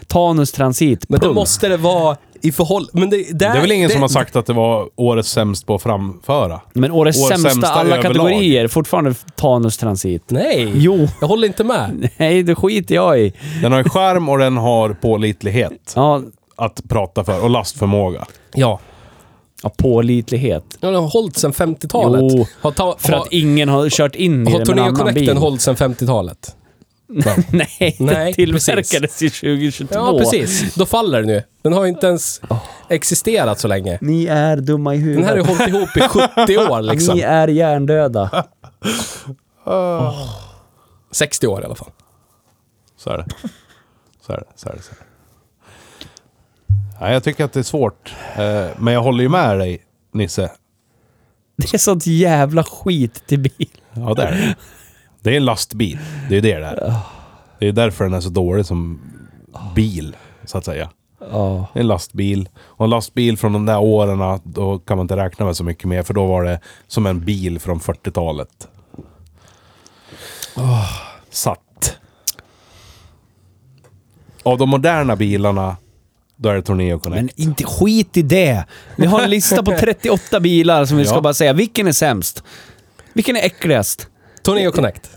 Tanus Transit. Men punkt. då måste det vara i förhåll... Men det, där, Det är väl ingen det, som har sagt att det var årets sämst på att framföra? Men årets, Årets sämsta, sämsta alla överlag. kategorier, fortfarande Tanus Transit. Nej, Jo. jag håller inte med. Nej, det skiter jag i. Den har ju skärm och den har pålitlighet Ja, att prata för och lastförmåga. Ja. ja pålitlighet. Ja, den har hållit sedan femtiotalet. Jo, har ta, För har, att ingen har kört in i har det med en Tourneo annan bil. Connecten hållit sedan femtiotalet? Nej, Nej, det tillverkades i tjugohundratjugotvå. Ja, precis. Då faller den ju. Den har ju inte ens existerat så länge. Ni är dumma i huvudet. Den här har hållit ihop i sjuttio år liksom. Ni är hjärndöda. sextio år i alla fall. Så är det. Så är det, så är det, så är det. Nej, jag tycker att det är svårt. Eh, men jag håller ju med dig, Nisse. Det är sånt jävla skit till bil. Ja, det är det. Det är en lastbil. Det är det det är. Det är därför den är så dålig som bil, så att säga. Ja. En lastbil. Och en lastbil från de där åren, då kan man inte räkna med så mycket mer. För då var det som en bil från fyrtiotalet. Oh, satt. Av de moderna bilarna, då är det Tourneo Connect. Men inte skit i det. Vi har en lista på trettioåtta bilar som vi ska Ja. bara säga. Vilken är sämst? Vilken är äckligast? Tourneo Connect.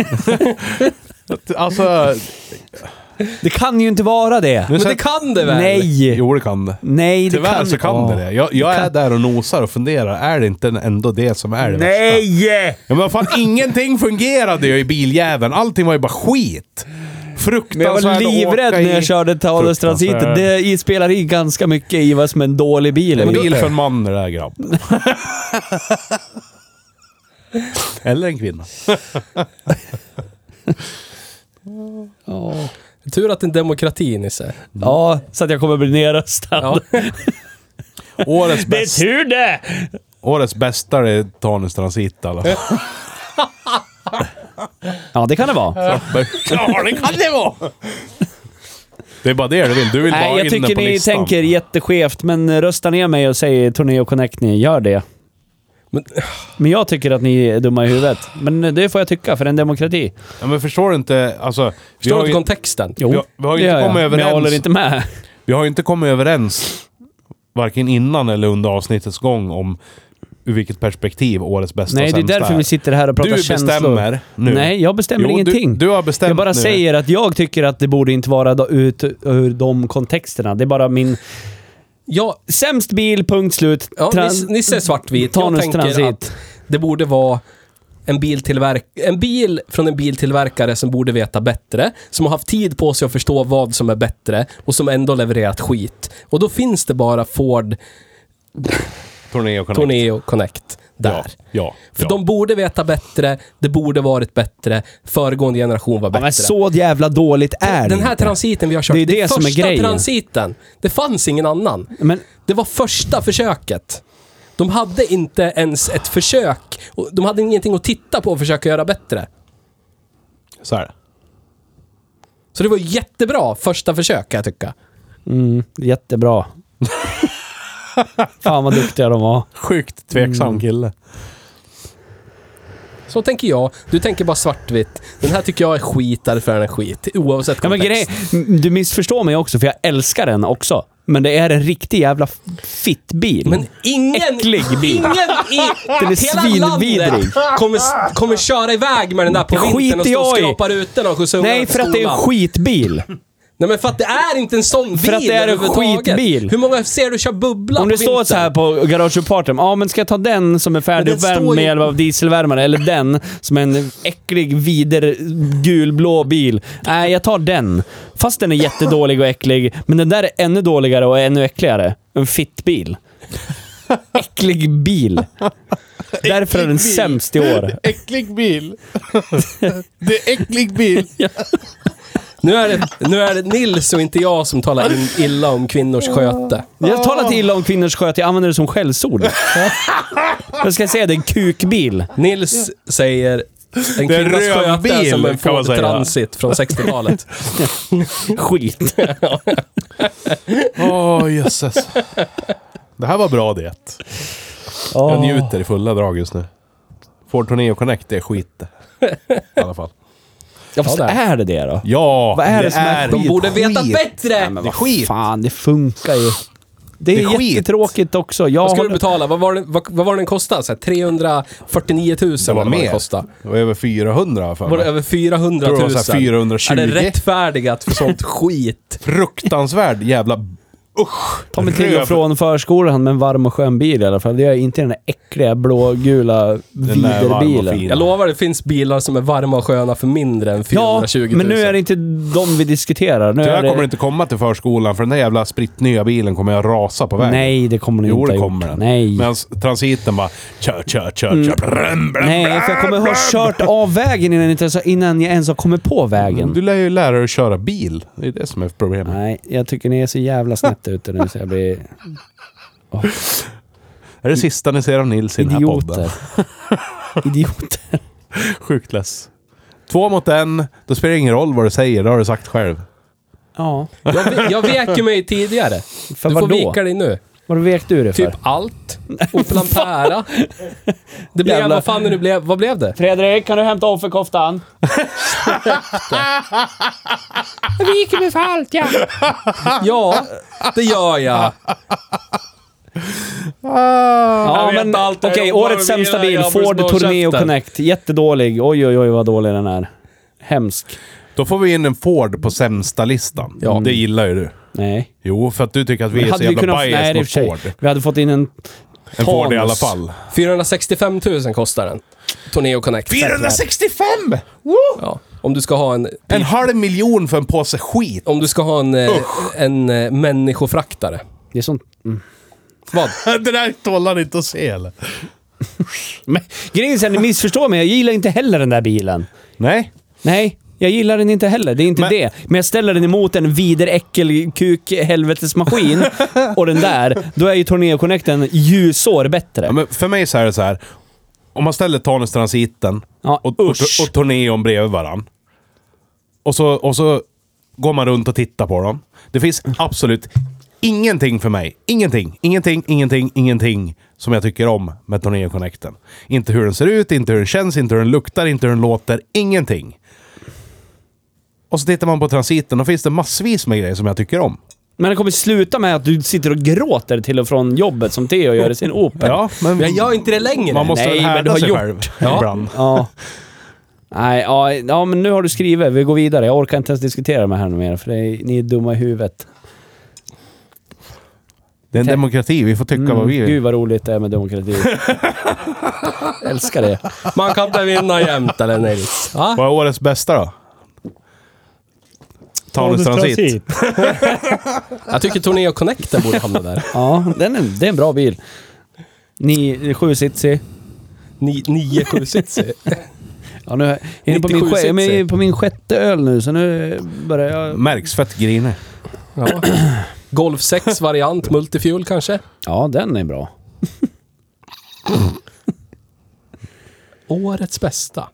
Alltså, Det kan ju inte vara det. Men det kan det väl? Nej. jo det kan det. Nej, det Tyvärr kan så kan ja. det det. Jag, jag är där och nosar och funderar. Är det inte ändå det som är det värsta? Nej! Ja, men fan, ingenting fungerade ju i biljäveln. Allting var ju bara skit. Fruktansvärt Men jag var att livrädd åka när jag i. körde Tanus Transit. Fruktansvärt. Det i- spelar i ganska mycket i vad som är en dålig bil. En eller bil inte. för en man, det där grabb. Eller en kvinna. Ja. Tur att det är en demokrati, Nisse. Ja, så att jag kommer bli nerröstad. Ja. Årets, Det är bäst, tur det! årets bästa är Tanus Transit i alla fall. Ja, det kan det vara. Ja, det kan det vara! Det är bara det du vill. Du vill Nej, bara jag in tycker den på ni listan. tänker jätteskevt, men rösta ner mig och säg Tourneo Connect, ni gör det. Men, Men jag tycker att ni är dumma i huvudet. Men det får jag tycka, för en demokrati. Ja, men förstår du inte... Alltså, vi förstår har du ju, inte kontexten? Jo, Vi har- vi har ju det inte gör kommit jag. Men jag överens. håller inte med. vi har ju inte kommit överens varken innan eller under avsnittets gång om ur vilket perspektiv årets bästa Nej, och det är sämsta därför vi sitter här och pratar Du känslor. bestämmer nu. Nej, jag bestämmer Jo, ingenting. Du, du har bestämt jag bara nu. säger att jag tycker att det borde inte vara då, ut ur de kontexterna. Det är bara min... Ja, Sämst bil, punkt slut. ja Tran- Nisse, Nisse är svartvit. Jag Tanus tänker Transit. att det borde vara en, biltillverk en bil från en biltillverkare som borde veta bättre, som har haft tid på sig att förstå vad som är bättre och som ändå levererat skit. Och då finns det bara Ford Tourneo Connect. Tourneo Connect där. Ja, ja, För ja. de borde veta bättre, det borde varit bättre, föregående generation var Ja, bättre. men så jävla dåligt är Den det här inte. transiten vi har kört, Det är det är som är första grejen. transiten. Det fanns ingen annan. Men Det var första försöket. De hade inte ens ett försök. Och de hade ingenting att titta på och försöka göra bättre. Så här. Så det var jättebra första försök, kan jag tycka. mm, jättebra. Fan vad duktiga de var. Sjukt tveksam Mm. kille. Så tänker jag. Du tänker bara svartvitt. Den här tycker jag är skit, därför är den är skit. Oavsett Ja, men kontext. grej, du missförstår mig också, för jag älskar den också. Men det är en riktig jävla fittbil. Men ingen... Äcklig bil. Ingen i Den är hela svinvidrig. landet kommer, kommer köra iväg med den där på Det vintern och skiter stå och jag i. skrapa rutorna och skjutsa ungarna Nej, till för att det är en skolan. skitbil. Nej, men för att det är inte en sån bil För att det är en överhuvudtaget. skitbil. Hur många ser du kör bubbla Om på det står vintern? så här på garageuppfarten, ja men ska jag ta den som är Men färdiguppvärmd den står med ju- hjälp av dieselvärmare, eller den som är en äcklig, vider, gulblå bil? Nej, jag tar den. Fast den är jättedålig och äcklig, men den där är ännu dåligare och ännu äckligare. En fittbil. Äcklig bil. Därför är den sämst i år. Äcklig bil. Det är äcklig bil. Nu är, det, nu är det Nils och inte jag som talar in, illa om kvinnors sköte. Jag talar inte illa om kvinnors sköt, jag använder det som skällsord. Jag ska säga det är en kukbil. Nils säger en Det är en kvinnas sköte är rövbil, som en kan man Ford säga. Transit från sextiotalet. Skit. Åh, oh, jösses. Det här var bra det. Jag njuter i fulla drag just nu. Ford Tourneo Connect, det är skit. I alla fall. Ja, fast Ja, det är. är det det då? Ja, Vad är det som är De skit? borde veta skit. bättre! Nej, men Det är vad skit. fan, det funkar ju. Det är, Det är skit. jättetråkigt också. Jag Vad ska håller- du betala? Vad var den, vad, vad var den kostade? Så här, trehundrafyrtionio tusen Det var eller vad mer. den kostade. Det var över fyrahundra för Var det mig. över fyrahundra Tror det var så tusen? här fyrahundratjugo. Är det rättfärdigat för sånt skit? Fruktansvärd jävla... Usch! Ta mig till Röv. och från förskolan med en varm och skön bil i alla fall. Det är inte den där äckliga blågula där varm och viderbilen. fin. Jag lovar, det finns bilar som är varma och sköna för mindre än Ja, fyrahundratjugo tusen. men nu är det inte de vi diskuterar. Nu Tyvärr är det... kommer det inte komma till förskolan för den där jävla sprittnya bilen kommer jag rasa på vägen. Nej, det kommer den Jo, inte det ha kommer gjort. den. Nej. Medan transiten bara kör, kör, kör, Mm. kör. Brum, brum, Nej, för jag kommer ha kört av vägen innan, inte ens, innan jag ens har kommit på vägen. Du lär ju lära dig att köra bil. Det är det som är problemet. Nej, jag tycker ni är så jävla snett ute nu så jag blir... Är det sista ni ser av Nils i den här podden? Idioter. Idioter. Sjukt less. Två mot en, då spelar det ingen roll vad du säger, det har du sagt själv. Ja. Jag, ve- jag vek ju mig tidigare. För Du vad får då? vika dig nu. Vad vek du det för? Typ allt. Opel Ampera. Det blev, Jävlar. vad fan är det blev, vad blev det? Fredrik, kan du hämta offerkoftan? Jag viker mig för allt, ja. Ja, det gör jag. Ja, Jag vet men allt, jag okej, jobbar årets med sämsta bilar, bil, jag måste Ford slå Tourneo käften. Connect. Jättedålig. Oj, oj, oj vad dålig den är. Hemsk. Då får vi in en Ford på sämsta listan. Ja. Det gillar ju du. Nej. Jo, för att du tycker att vi Men är så hade vi jävla kunnat... Nej, bias det är i och mot för sig. Ford. Vi hade fått in en... En Ford i alla Taunus. fall. fyrahundrasextiofem tusen kostar den. Tourneo Connect. fyrahundrasextiofem! Ja. Om du ska ha en... En halv miljon för en påse skit. Om du ska ha en, eh, en eh, människofraktare. Det är sånt... Mm. Vad? Det där tålar inte att se eller? Men grejen är att ni missförstår mig. Jag gillar inte heller den där bilen. Nej. Nej, jag gillar den inte heller. Det är inte Men- det. Men jag ställer den emot en videräckel kuk helvetesmaskin och den där. Då är ju Tourneo Connecten ljusår bättre. Ja, men för mig så är det så här. Om man ställer Tanus Transiten Ja, och, och, usch. och Torneon bredvid varann. Och så, och så går man runt och tittar på dem. Det finns absolut ingenting för mig. Ingenting, ingenting, ingenting, ingenting som jag tycker om med Tourneo Connecten. Inte hur den ser ut, inte hur den känns, inte hur den luktar, inte hur den låter. Ingenting. Och så tittar man på Transiten och finns det massvis med grejer som jag tycker om. Men det kommer sluta med att du sitter och gråter till och från jobbet som Theo gör i sin Opel. Ja, men Jag gör inte det längre. man måste Nej, väl men härda du har sig gjort. själv Ja. ibland. Ja. Nej, ja, ja, men nu har du skrivit. Vi går vidare. Jag orkar inte ens diskutera med här nu mer, för det är, ni är dumma i huvudet. Det är en demokrati, vi får tycka vad vi vill. Gud vad roligt det är med demokrati. Älskar det. Man kan inte vinna jämt eller Nils. Ja? Vad är årets bästa då? Tanus Transit. Jag tycker Tourneo Connecten borde hamna där. Ja, den är, det är en bra bil. Ni, sju sitsig. Ni, nio sju sitsig. Ja, nu är jag inne på min, nittiosju sj- jag är sitsig. på min sjätte öl nu, så nu börjar jag... Märks fett griner. Ja. Golf sex variant, multifuel kanske. Ja, den är bra. Årets bästa.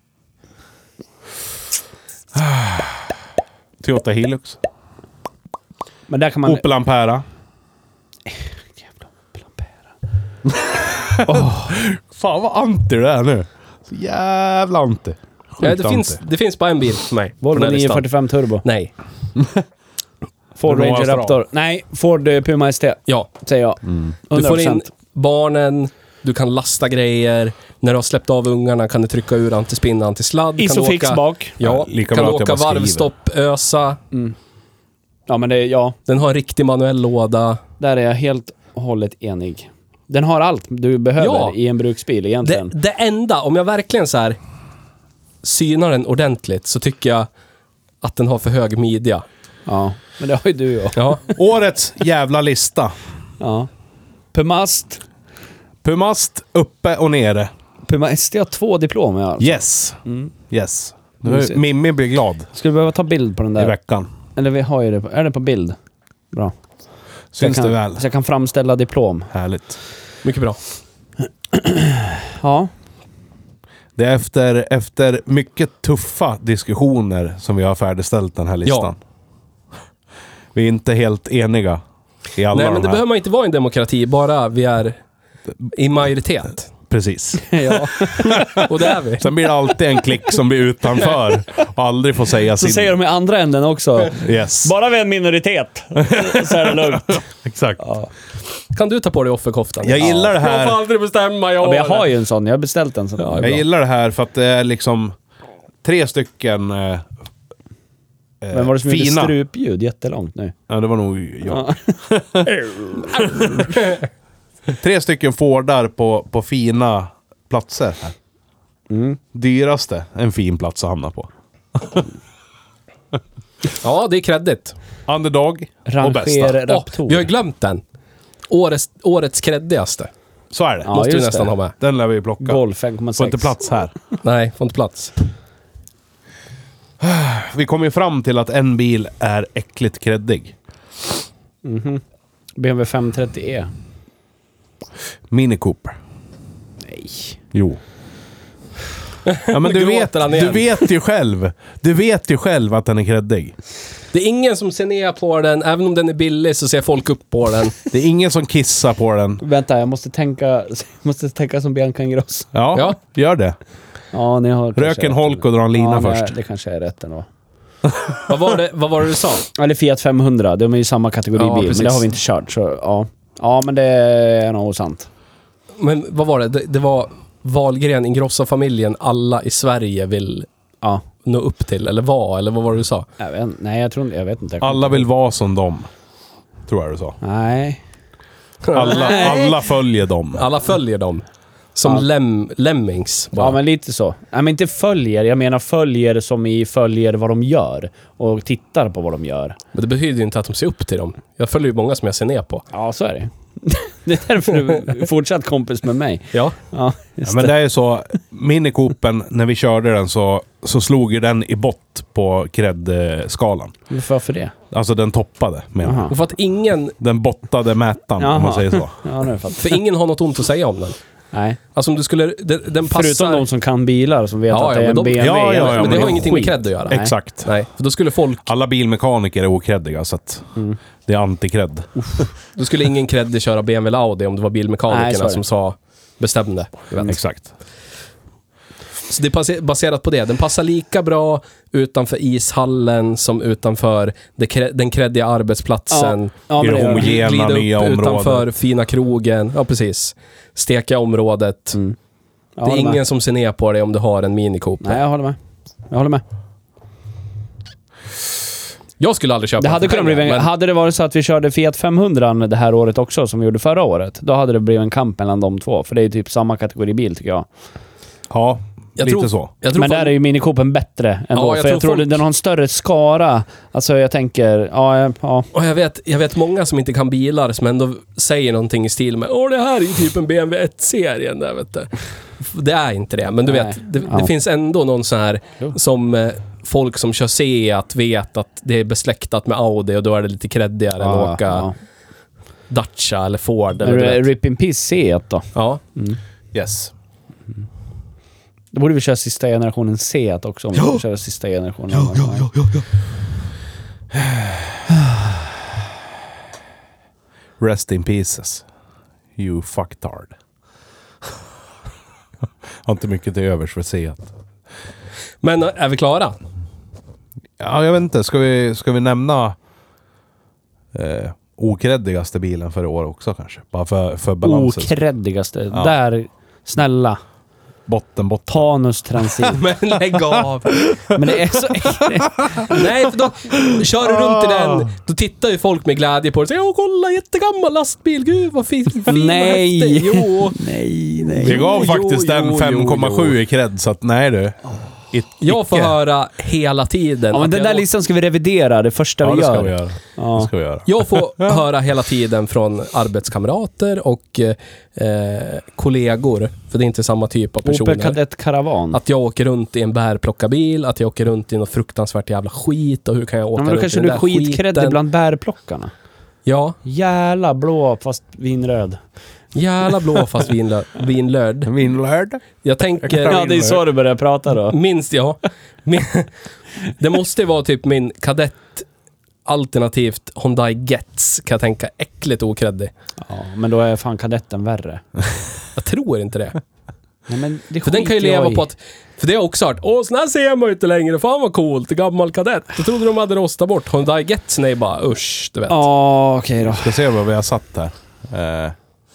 Toyota Hilux. Men där kan man... Opel Ampera. Jävla Opel Ampera. Fan vad anti du är nu. Så jävla anti. Ja, Sjukt det, finns, anti. det finns bara en bil för mig. på Volvo den här nio listan. fyrtiofem Turbo. Nej. Ford Renault Ranger Astral. Raptor. Nej, Ford eh, Puma S T, Ja. säger jag. Du hundra får in procent. barnen, du kan lasta grejer. När du har släppt av ungarna kan du trycka ur antispinn, antisladd. Kan du Isofix åka- bak. Ja, Ja, lika kan bra du att jag åka bara skriver. varvstopp, ösa. Ja, men det, ja, Den har en riktig manuell låda. där är jag helt och hållet enig. Den har allt du behöver Ja. i en bruksbil Det, egentligen. det enda, om jag verkligen så här synar den ordentligt, så tycker jag att den har för hög midja. Ja, men det har ju du också. Ja. Årets jävla lista. Ja. Pumast. Pumast uppe och nere. Puma S T har två diplom, ja. Yes. Mm. Yes. Mysigt. Nu, Mimmi blir glad Skulle behöva ta bild på den i där. veckan. Eller vi har ju det på, är det på bild? Bra. Så jag Syns kan, det väl? Så jag kan framställa diplom. Härligt. Mycket bra. Ja. Det är efter, efter mycket tuffa diskussioner som vi har färdigställt den här listan. Vi är inte helt eniga i alla Nej, de men det här. behöver man inte vara i en demokrati, bara vi är i majoritet. Precis. Ja. Och det är vi. Sen blir det alltid en klick som blir utanför och aldrig får säga Så sin. säger de i andra änden också. Yes. Bara vi är en minoritet så är det lugnt. Exakt. Ja. Kan du ta på dig offerkoftan? Jag gillar det Jag får här. aldrig bestämma. Jag, Ja, men jag har ju en sån, jag har beställt en sån. Ja, Jag gillar det här för att det är liksom tre stycken eh, Men var det som gjorde fina. strupljud jättelångt nu? Ja, det var nog jag. Tre stycken Fordar på, på fina platser här. Mm. Dyraste, en fin plats att hamna på. Ja, det är kreddigt. Underdog och bästa. Ranger Åh, Raptor. vi har glömt den. Årets, årets kreddigaste. Så är det. Ja, Måste vi just nästan det. ha med. Den lär vi plocka. Golf fem komma Får inte sex. plats här. Nej, får inte plats. Vi kom ju fram till att en bil är äckligt kreddig. B M W fem trettio E. Mini Cooper. Nej. Jo. Ja, men du Gråter vet, han du igen? vet ju själv. Du vet ju själv att den är kreddig. Det är ingen som ser ner på den. Även om den är billig så ser folk upp på den. Det är ingen som kissar på den. Vänta, jag måste tänka, jag måste tänka som Bianca Ingrosso. Ja, Ja. gör det. Ja, ni har kanske Rök en rätt. holk och dra en lina ja, men först. Det kanske är rätt ändå. Vad var det, vad var det du sa? Eller Fiat femhundra, de är ju samma kategori Ja, bil, precis. men det har vi inte kört. Så, ja. ja, men det är nog sant. Men vad var det? Det, det var Wahlgren, Ingrosso-familjen, alla i Sverige vill Ja. nå upp till, eller vad? Eller vad var det du sa? Jag vet, nej, jag tror inte, jag vet inte. Jag kommer Alla inte vill ihåg. vara som dem. Tror jag du sa. Nej. Alla, alla följer dem. Alla följer dem. Som Ja. lem, lemmings. Bara. Ja, men lite så. Nej, men inte följer. Jag menar följer som i följer vad de gör. Och tittar på vad de gör. Men det betyder ju inte att de ser upp till dem. Jag följer ju många som jag ser ner på. Ja, så är det. Det är därför du är fortsatt kompis med mig. Ja. Ja, Ja, just men det. det är så, Mini Coopen, när vi körde den så, så slog ju den i bott på cred-skalan. Varför det? Alltså den toppade, menar jag. Aha. Och för att ingen, Den bottade mätaren, om man Jaha. säger så. Ja, nu fattar för ingen har något ont att säga om den. Nej. Alltså om du skulle, den, den passar... Förutom de som kan bilar som vet Ja, att ja, det är men en de- B M W. Ja, ja, ja, men det men har det är ingenting med skit. cred att göra. Nej. Exakt. Nej, för då skulle folk... Alla bilmekaniker är okreddiga, så att Mm. det är anti-cred. Då skulle ingen credde köra B M W eller Audi om det var Nej, så bilmekanikerna är det. som sa bestämde. Mm. Exakt. Så det är base- baserat på det. Den passar lika bra utanför ishallen som utanför det kre- den kreddiga arbetsplatsen. Ja, I men det det gör det. homogena Glida nya upp området. utanför fina krogen. Ja, precis. Steka området. Mm. Jag Det är håller ingen med. som ser ner på dig om du har en Mini Cooper. Nej, jag håller med. Jag håller med. Jag skulle aldrig köpa Det en hade för kunnat bli pengar, en, men hade det varit så att vi körde Fiat femhundra det här året också, som vi gjorde förra året, då hade det blivit en kamp mellan de två. För det är typ samma kategori bil, tycker jag. Ja, jag lite tror, så. Jag tror Men fan- där är ju Mini Coopen bättre ändå. Ja, jag för jag tror tror folk- den har en större skara. Alltså jag tänker, ja, ja, ja. Och jag vet, jag vet många som inte kan bilar som ändå säger någonting i stil med åh, det här är ju typ en B M W ett-serien där, vet du. Det är inte det, men du Nej. vet, det, Ja. det finns ändå någon så här Jo. som eh, folk som kör Seat vet att det är besläktat med Audi och då är det lite creddigare än att ja, åka ja. Dacia eller Ford eller Men du vet. Rip in Peace Seat då? Ja. Yes. Då borde vi köra sista generationen Seat också. Om vi ska köra sista generationen. Ja, ja, ja, Rest in pieces. You fucktard. Har inte mycket till övers för Seat. Men eh, är vi klara? Ja, jag vet inte. Ska vi, ska vi nämna eh, okreddigaste bilen för i år också kanske? Bara för, för balansen. Okreddigaste. Ja. Där, snälla. Botten, botten. Tanus Transit. Men lägg av! Men det är så Nej, för då kör du runt i den, då tittar ju folk med glädje på det och säger åh, kolla, jättegammal lastbil, gud vad fin, fin och Nej. häftig. Jo. Nej, nej. Vi gav Jo, faktiskt jo, den jo, fem komma jo. sju i cred, så att nej du. It, Jag får icke. höra hela tiden. Ja, men att den jag, där listan ska vi revidera, det första Ja, vi det gör. ska vi göra. Det Ja. ska vi göra. jag får höra hela tiden från arbetskamrater och eh, kollegor, för det är inte samma typ av personer. Opel Kadett Caravan. Att jag åker runt i en bärplockarbil, att jag åker runt i något fruktansvärt jävla skit och hur kan jag åka Ja, men då runt kanske i du den är där skitkreddig skiten? bland bärplockarna. Ja, Jävla blå fast vinröd. jävla blå fast vinlö- vinlöd. Vinlörd. Jag tänker... Ja, det är så du börjar prata då. Minst jag. Min, det måste vara typ min kadett alternativt Hyundai Getz, kan jag tänka. Äckligt okreddig. Ja, men då är fan kadetten värre. Jag tror inte det. Nej, men det För den kan ju skiter jag leva i. på att... För det har jag också hört. Åh, sån här ser man ju inte längre. Fan vad coolt. Gammal kadett. Jag trodde de hade rostat bort. Hyundai Getsen är bara usch, du vet. Ja, okej då. Ska se vad vi har satt här. Eh.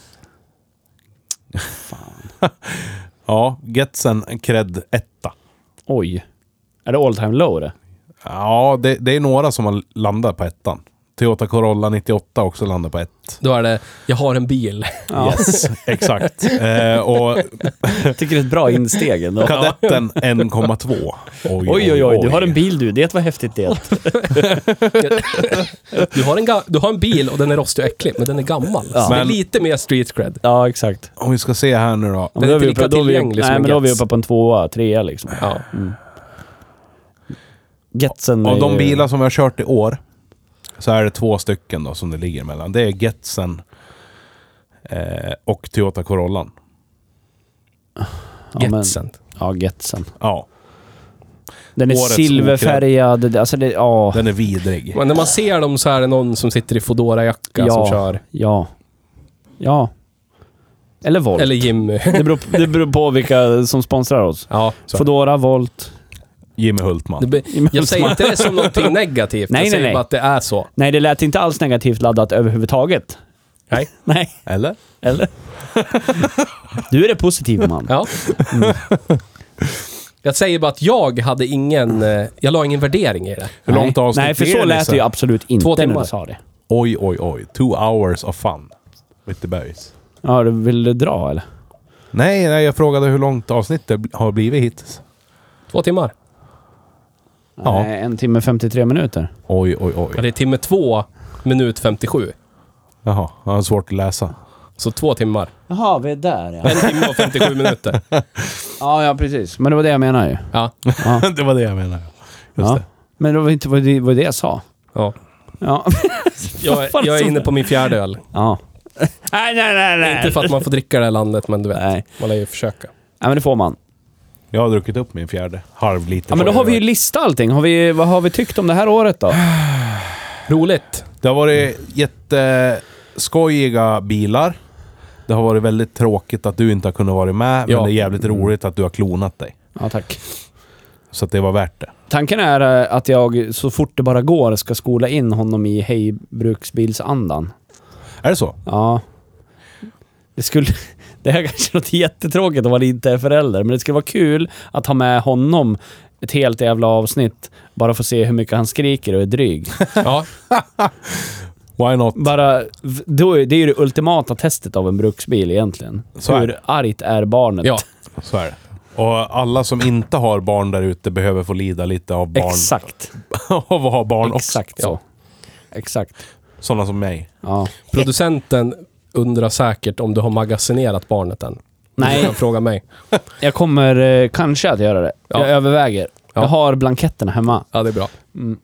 Fan. Ja, Getsen Cred etta. Oj. Är det all time low det? Ja, det, det är några som har landat på ettan. Toyota Corolla nittioåtta också landar på ett. Då är det, jag har en bil. Ja. Yes, exakt. Eh, och Jag tycker det är ett bra insteg ändå. kadetten en komma två. Oj, Oj, oj, oj. Du har en bil du. Det var häftigt det. Du har, en ga- du har en bil och den är rostig och äcklig, men den är gammal. Ja. Så det är Men- lite mer street cred. Ja, exakt. Om vi ska se här nu då. Ja, Den då är är vi inte uppe, lika då är vi, tillgänglig som nej, en men då är vi Gets. uppe på en tvåa, trea liksom. Ja. Getsen Av är de ju- bilar som vi har kört i år så är det två stycken då som det ligger mellan. Det är Getsen eh, och Toyota Corollan. Ja, men- Getsen. Ja, Getsen. Ja, Den är Årets silverfärgad. Alltså det, ja. den är vidrig. Men när man ser dem så är det någon som sitter i Fodora-jacka Ja. som kör. Ja. Ja. Eller Volt. Eller Jimmy. Det, beror, på- det beror på vilka som sponsrar oss. Ja, så. Fodora, Volt. Jimmy Hultman. Det be- jag säger inte det som någonting negativt. Nej, jag nej, säger nej. bara att det är så. Nej, det lät inte alls negativt laddat överhuvudtaget. Nej. Nej, Eller? eller? Du är det positiva man. Ja. Mm. Jag säger bara att jag hade ingen... eh, Jag la ingen värdering i det. Hur Nej. långt avsnitt Nej, för blir så det, lät Nisse? det ju absolut inte Två när timmar. du sa det. Oj, oj, oj. Two hours of fun. With the boys. Ja, du vill du dra eller? Nej, nej, jag frågade hur långt avsnittet har blivit hittills. Två timmar. Ja. Nej, en timme femtiotre minuter. Oj, oj, Ja, oj. det är timme två, minut femtiosju. Jaha, jag har svårt att läsa. Så två timmar. Jaha, vi är där ja. En timme och femtiosju minuter. Ja, ja precis. Men det var det jag menade ju. Ja. Ja. Det var det jag menade. Just Ja. det. Men det var inte vad det, vad det jag sa. ja. Ja. Jag, jag är inne på min fjärde öl. Ja. Nej, nej, nej, nej. Inte för att man får dricka det här landet, men du vet. Nej. Man lär ju försöka. Nej, men det får man. Jag har druckit upp min fjärde halvliter. Ja, men då har vi ju listat allting. Har vi, vad har vi tyckt om det här året då? Roligt. Det har varit jätteskojiga bilar. Det har varit väldigt tråkigt att du inte har kunnat vara med. Men Ja. det är jävligt roligt att du har klonat dig. Ja, tack. Så att det var värt det. Tanken är eh, att jag så fort det bara går ska skola in honom i hejbruksbilsandan. Är det så? Ja. Det skulle... Det här kanske låter jättetråkigt om man inte är förälder, men det skulle vara kul att ha med honom ett helt jävla avsnitt bara för att se hur mycket han skriker och är dryg. Ja. Why not? Bara, då är, det är ju det ultimata testet av en bruksbil egentligen. Så är hur det. argt är barnet? Ja. Så är det. Och alla som inte har barn där ute behöver få lida lite av barn. Exakt. Av att ha barn Exakt också. så. Exakt. Sådana som mig. Ja. Producenten undrar säkert om du har magasinerat barnet än. Nej. Du kan fråga mig. Jag kommer eh, kanske att göra det. Ja. Jag överväger. Ja. Jag har blanketterna hemma. Ja, det är bra.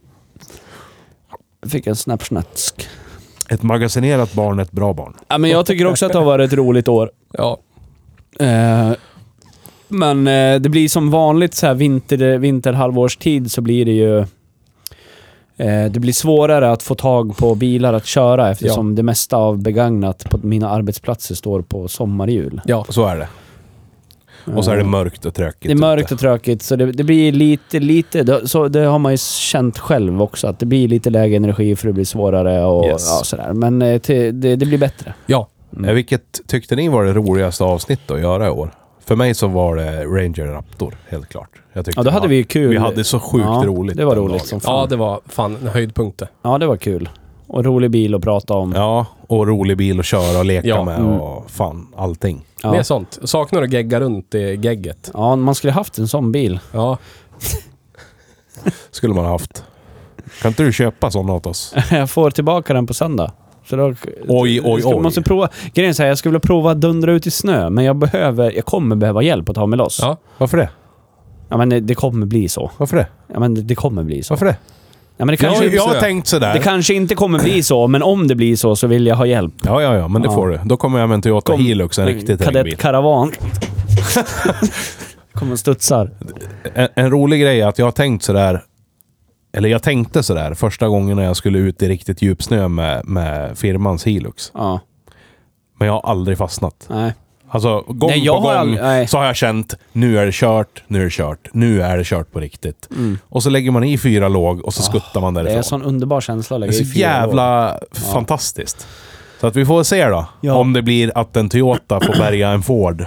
Jag fick en snapsnatsk. Ett magasinerat barn är ett bra barn. Ja, men jag tycker också att det har varit ett roligt år. Ja. Eh, men eh, det blir som vanligt så här vinter, vinterhalvårstid så blir det ju eh, det blir svårare att få tag på bilar att köra eftersom det mesta av begagnat på mina arbetsplatser står på sommarhjul. Ja. Så är det. Och så är det mörkt och tråkigt. Det är mörkt och tråkigt så det, det blir lite, lite det, så det har man ju känt själv också att det blir lite lägre energi för det blir svårare och Yes. ja, sådär. Men eh, till, det, det blir bättre. Ja. Mm. Vilket tyckte ni var det roligaste avsnittet att göra i år? För mig så var det Ranger Raptor, helt klart. Jag tyckte Ja, då hade vi ju kul. Vi hade så sjukt Ja, roligt. det var den roligt dagen. som fan. Ja, det var fan en höjdpunkt. Ja, det var kul. Och rolig bil att prata om. Ja, och rolig bil att köra och leka Ja. med Mm. och fan, allting. Ja. Mer sånt. Jag saknar att gegga runt i gegget. Ja, man skulle haft en sån bil. Ja. Skulle man ha haft. Kan inte du köpa sådana åt oss? Jag får tillbaka den på söndag. Så då, Oj, oj, jag oj. måste prova. Grejen är så här, jag skulle vilja prova att dundra ut i snö, men jag behöver, jag kommer behöva hjälp att ta mig loss. Ja. Varför det? Ja, men det, det kommer bli så. Varför det? Ja, men det, det kommer bli så. Varför det? Ja, men det kanske, Jag, jag har så. tänkt sådär. det kanske inte kommer bli så, men om det blir så så vill jag ha hjälp. Ja, ja, ja, men det Ja. får du. Då kommer jag med en Toyota Kom- Hilux, en riktig terrängbil. Kadettkaravan. Kommer studsar. En, en rolig grej är att jag har tänkt sådär, eller jag tänkte sådär första gången när jag skulle ut i riktigt djupsnö med, med firmans Hilux. Ja, Men jag har aldrig fastnat. nej. Alltså gång Nej, jag på har gång all- nej. så har jag känt, nu är det kört, nu är det kört, nu är det kört på riktigt. Och så lägger man i fyra låg och så skuttar man Det är därifrån. en sån underbar känsla att Det lägga är i så fyra jävla fantastiskt. Så att vi får se då. Ja. Om det blir att en Toyota får bärga en Ford.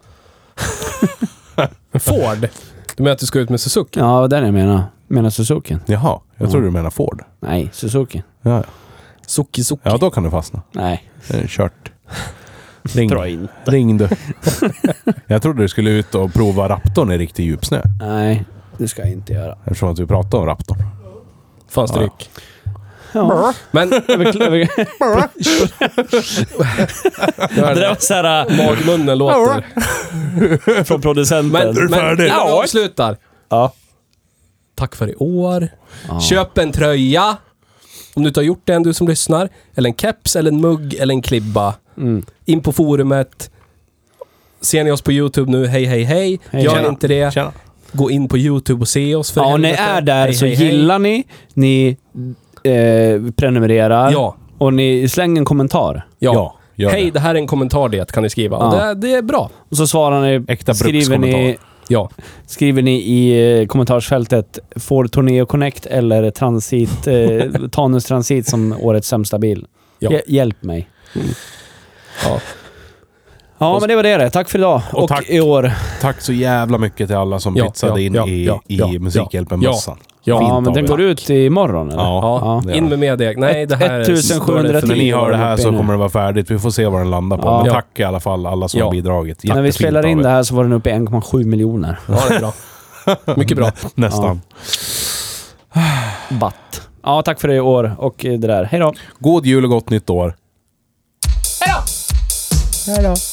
Ford? Du menar att du ska ut med Suzuki? år. Ja, det är det jag menar. Jag menar Suzuki. Jaha, jag Ja. tror du menar Ford. Nej, Suzuki. Ja, ja. Suki Suki. Ja, då kan du fastna. Nej, Det är kört. Ring, dra in. ring du. Jag trodde du skulle ut och prova Raptorn i riktig djupsnö. Nej, det ska jag inte göra. Eftersom att vi pratade om Raptorn. Fan stryk. Ja. Men Det där var så här äh, magmunnen låter. från producenten. Men, du men färdig? innan vi Ja. avslutar. Ja. Tack för i år. Ja. Köp en tröja. Om du inte har gjort det än, du som lyssnar. Eller en keps, eller en mugg, eller en klibba. Mm. In på forumet. Ser ni oss på YouTube nu, hej hej hej. Hej, Gör tjena. inte det. Tjena. Gå in på YouTube och se oss för Ja, ni helvete. är där Hej, så hej, hej. gillar ni, ni eh, prenumererar Ja, och ni slänger en kommentar. ja. Ja, gör Hej, det. det här är en kommentar det kan ni skriva. Ja. Och det, det är bra. Och så svarar ni, Äkta skriver ni, brukskommentar. Ja. skriver ni i eh, kommentarsfältet Ford Tourneo Connect eller Transit, eh, Tanus Transit som årets sämsta bil. Ja. Hj- Hjälp mig. Ja. Ja, men det var det det. Tack för idag. Och, Och tack. i år. Tack så jävla mycket till alla som Ja, pitsade ja, in ja, i, ja, i ja, Musikhjälpen-mössan. Ja, Ja, Fint men av den er. går ut imorgon eller? Ja, Ja, det gör in det. med meddeg. Nej, det här ettusensjuhundratio. När ni hör det här uppe så nu. kommer det vara färdigt. Vi får se vad den landar på. Ja. Men tack i alla fall alla som Ja. har bidragit. När vi Jättefint spelar av in er. det här så var den uppe i en komma sju miljoner. Ja, det är bra. Mycket bra. Nästan. Batt. Ja, tack för det i år och eh, det där. Hej då. God jul och gott nytt år. Hej då!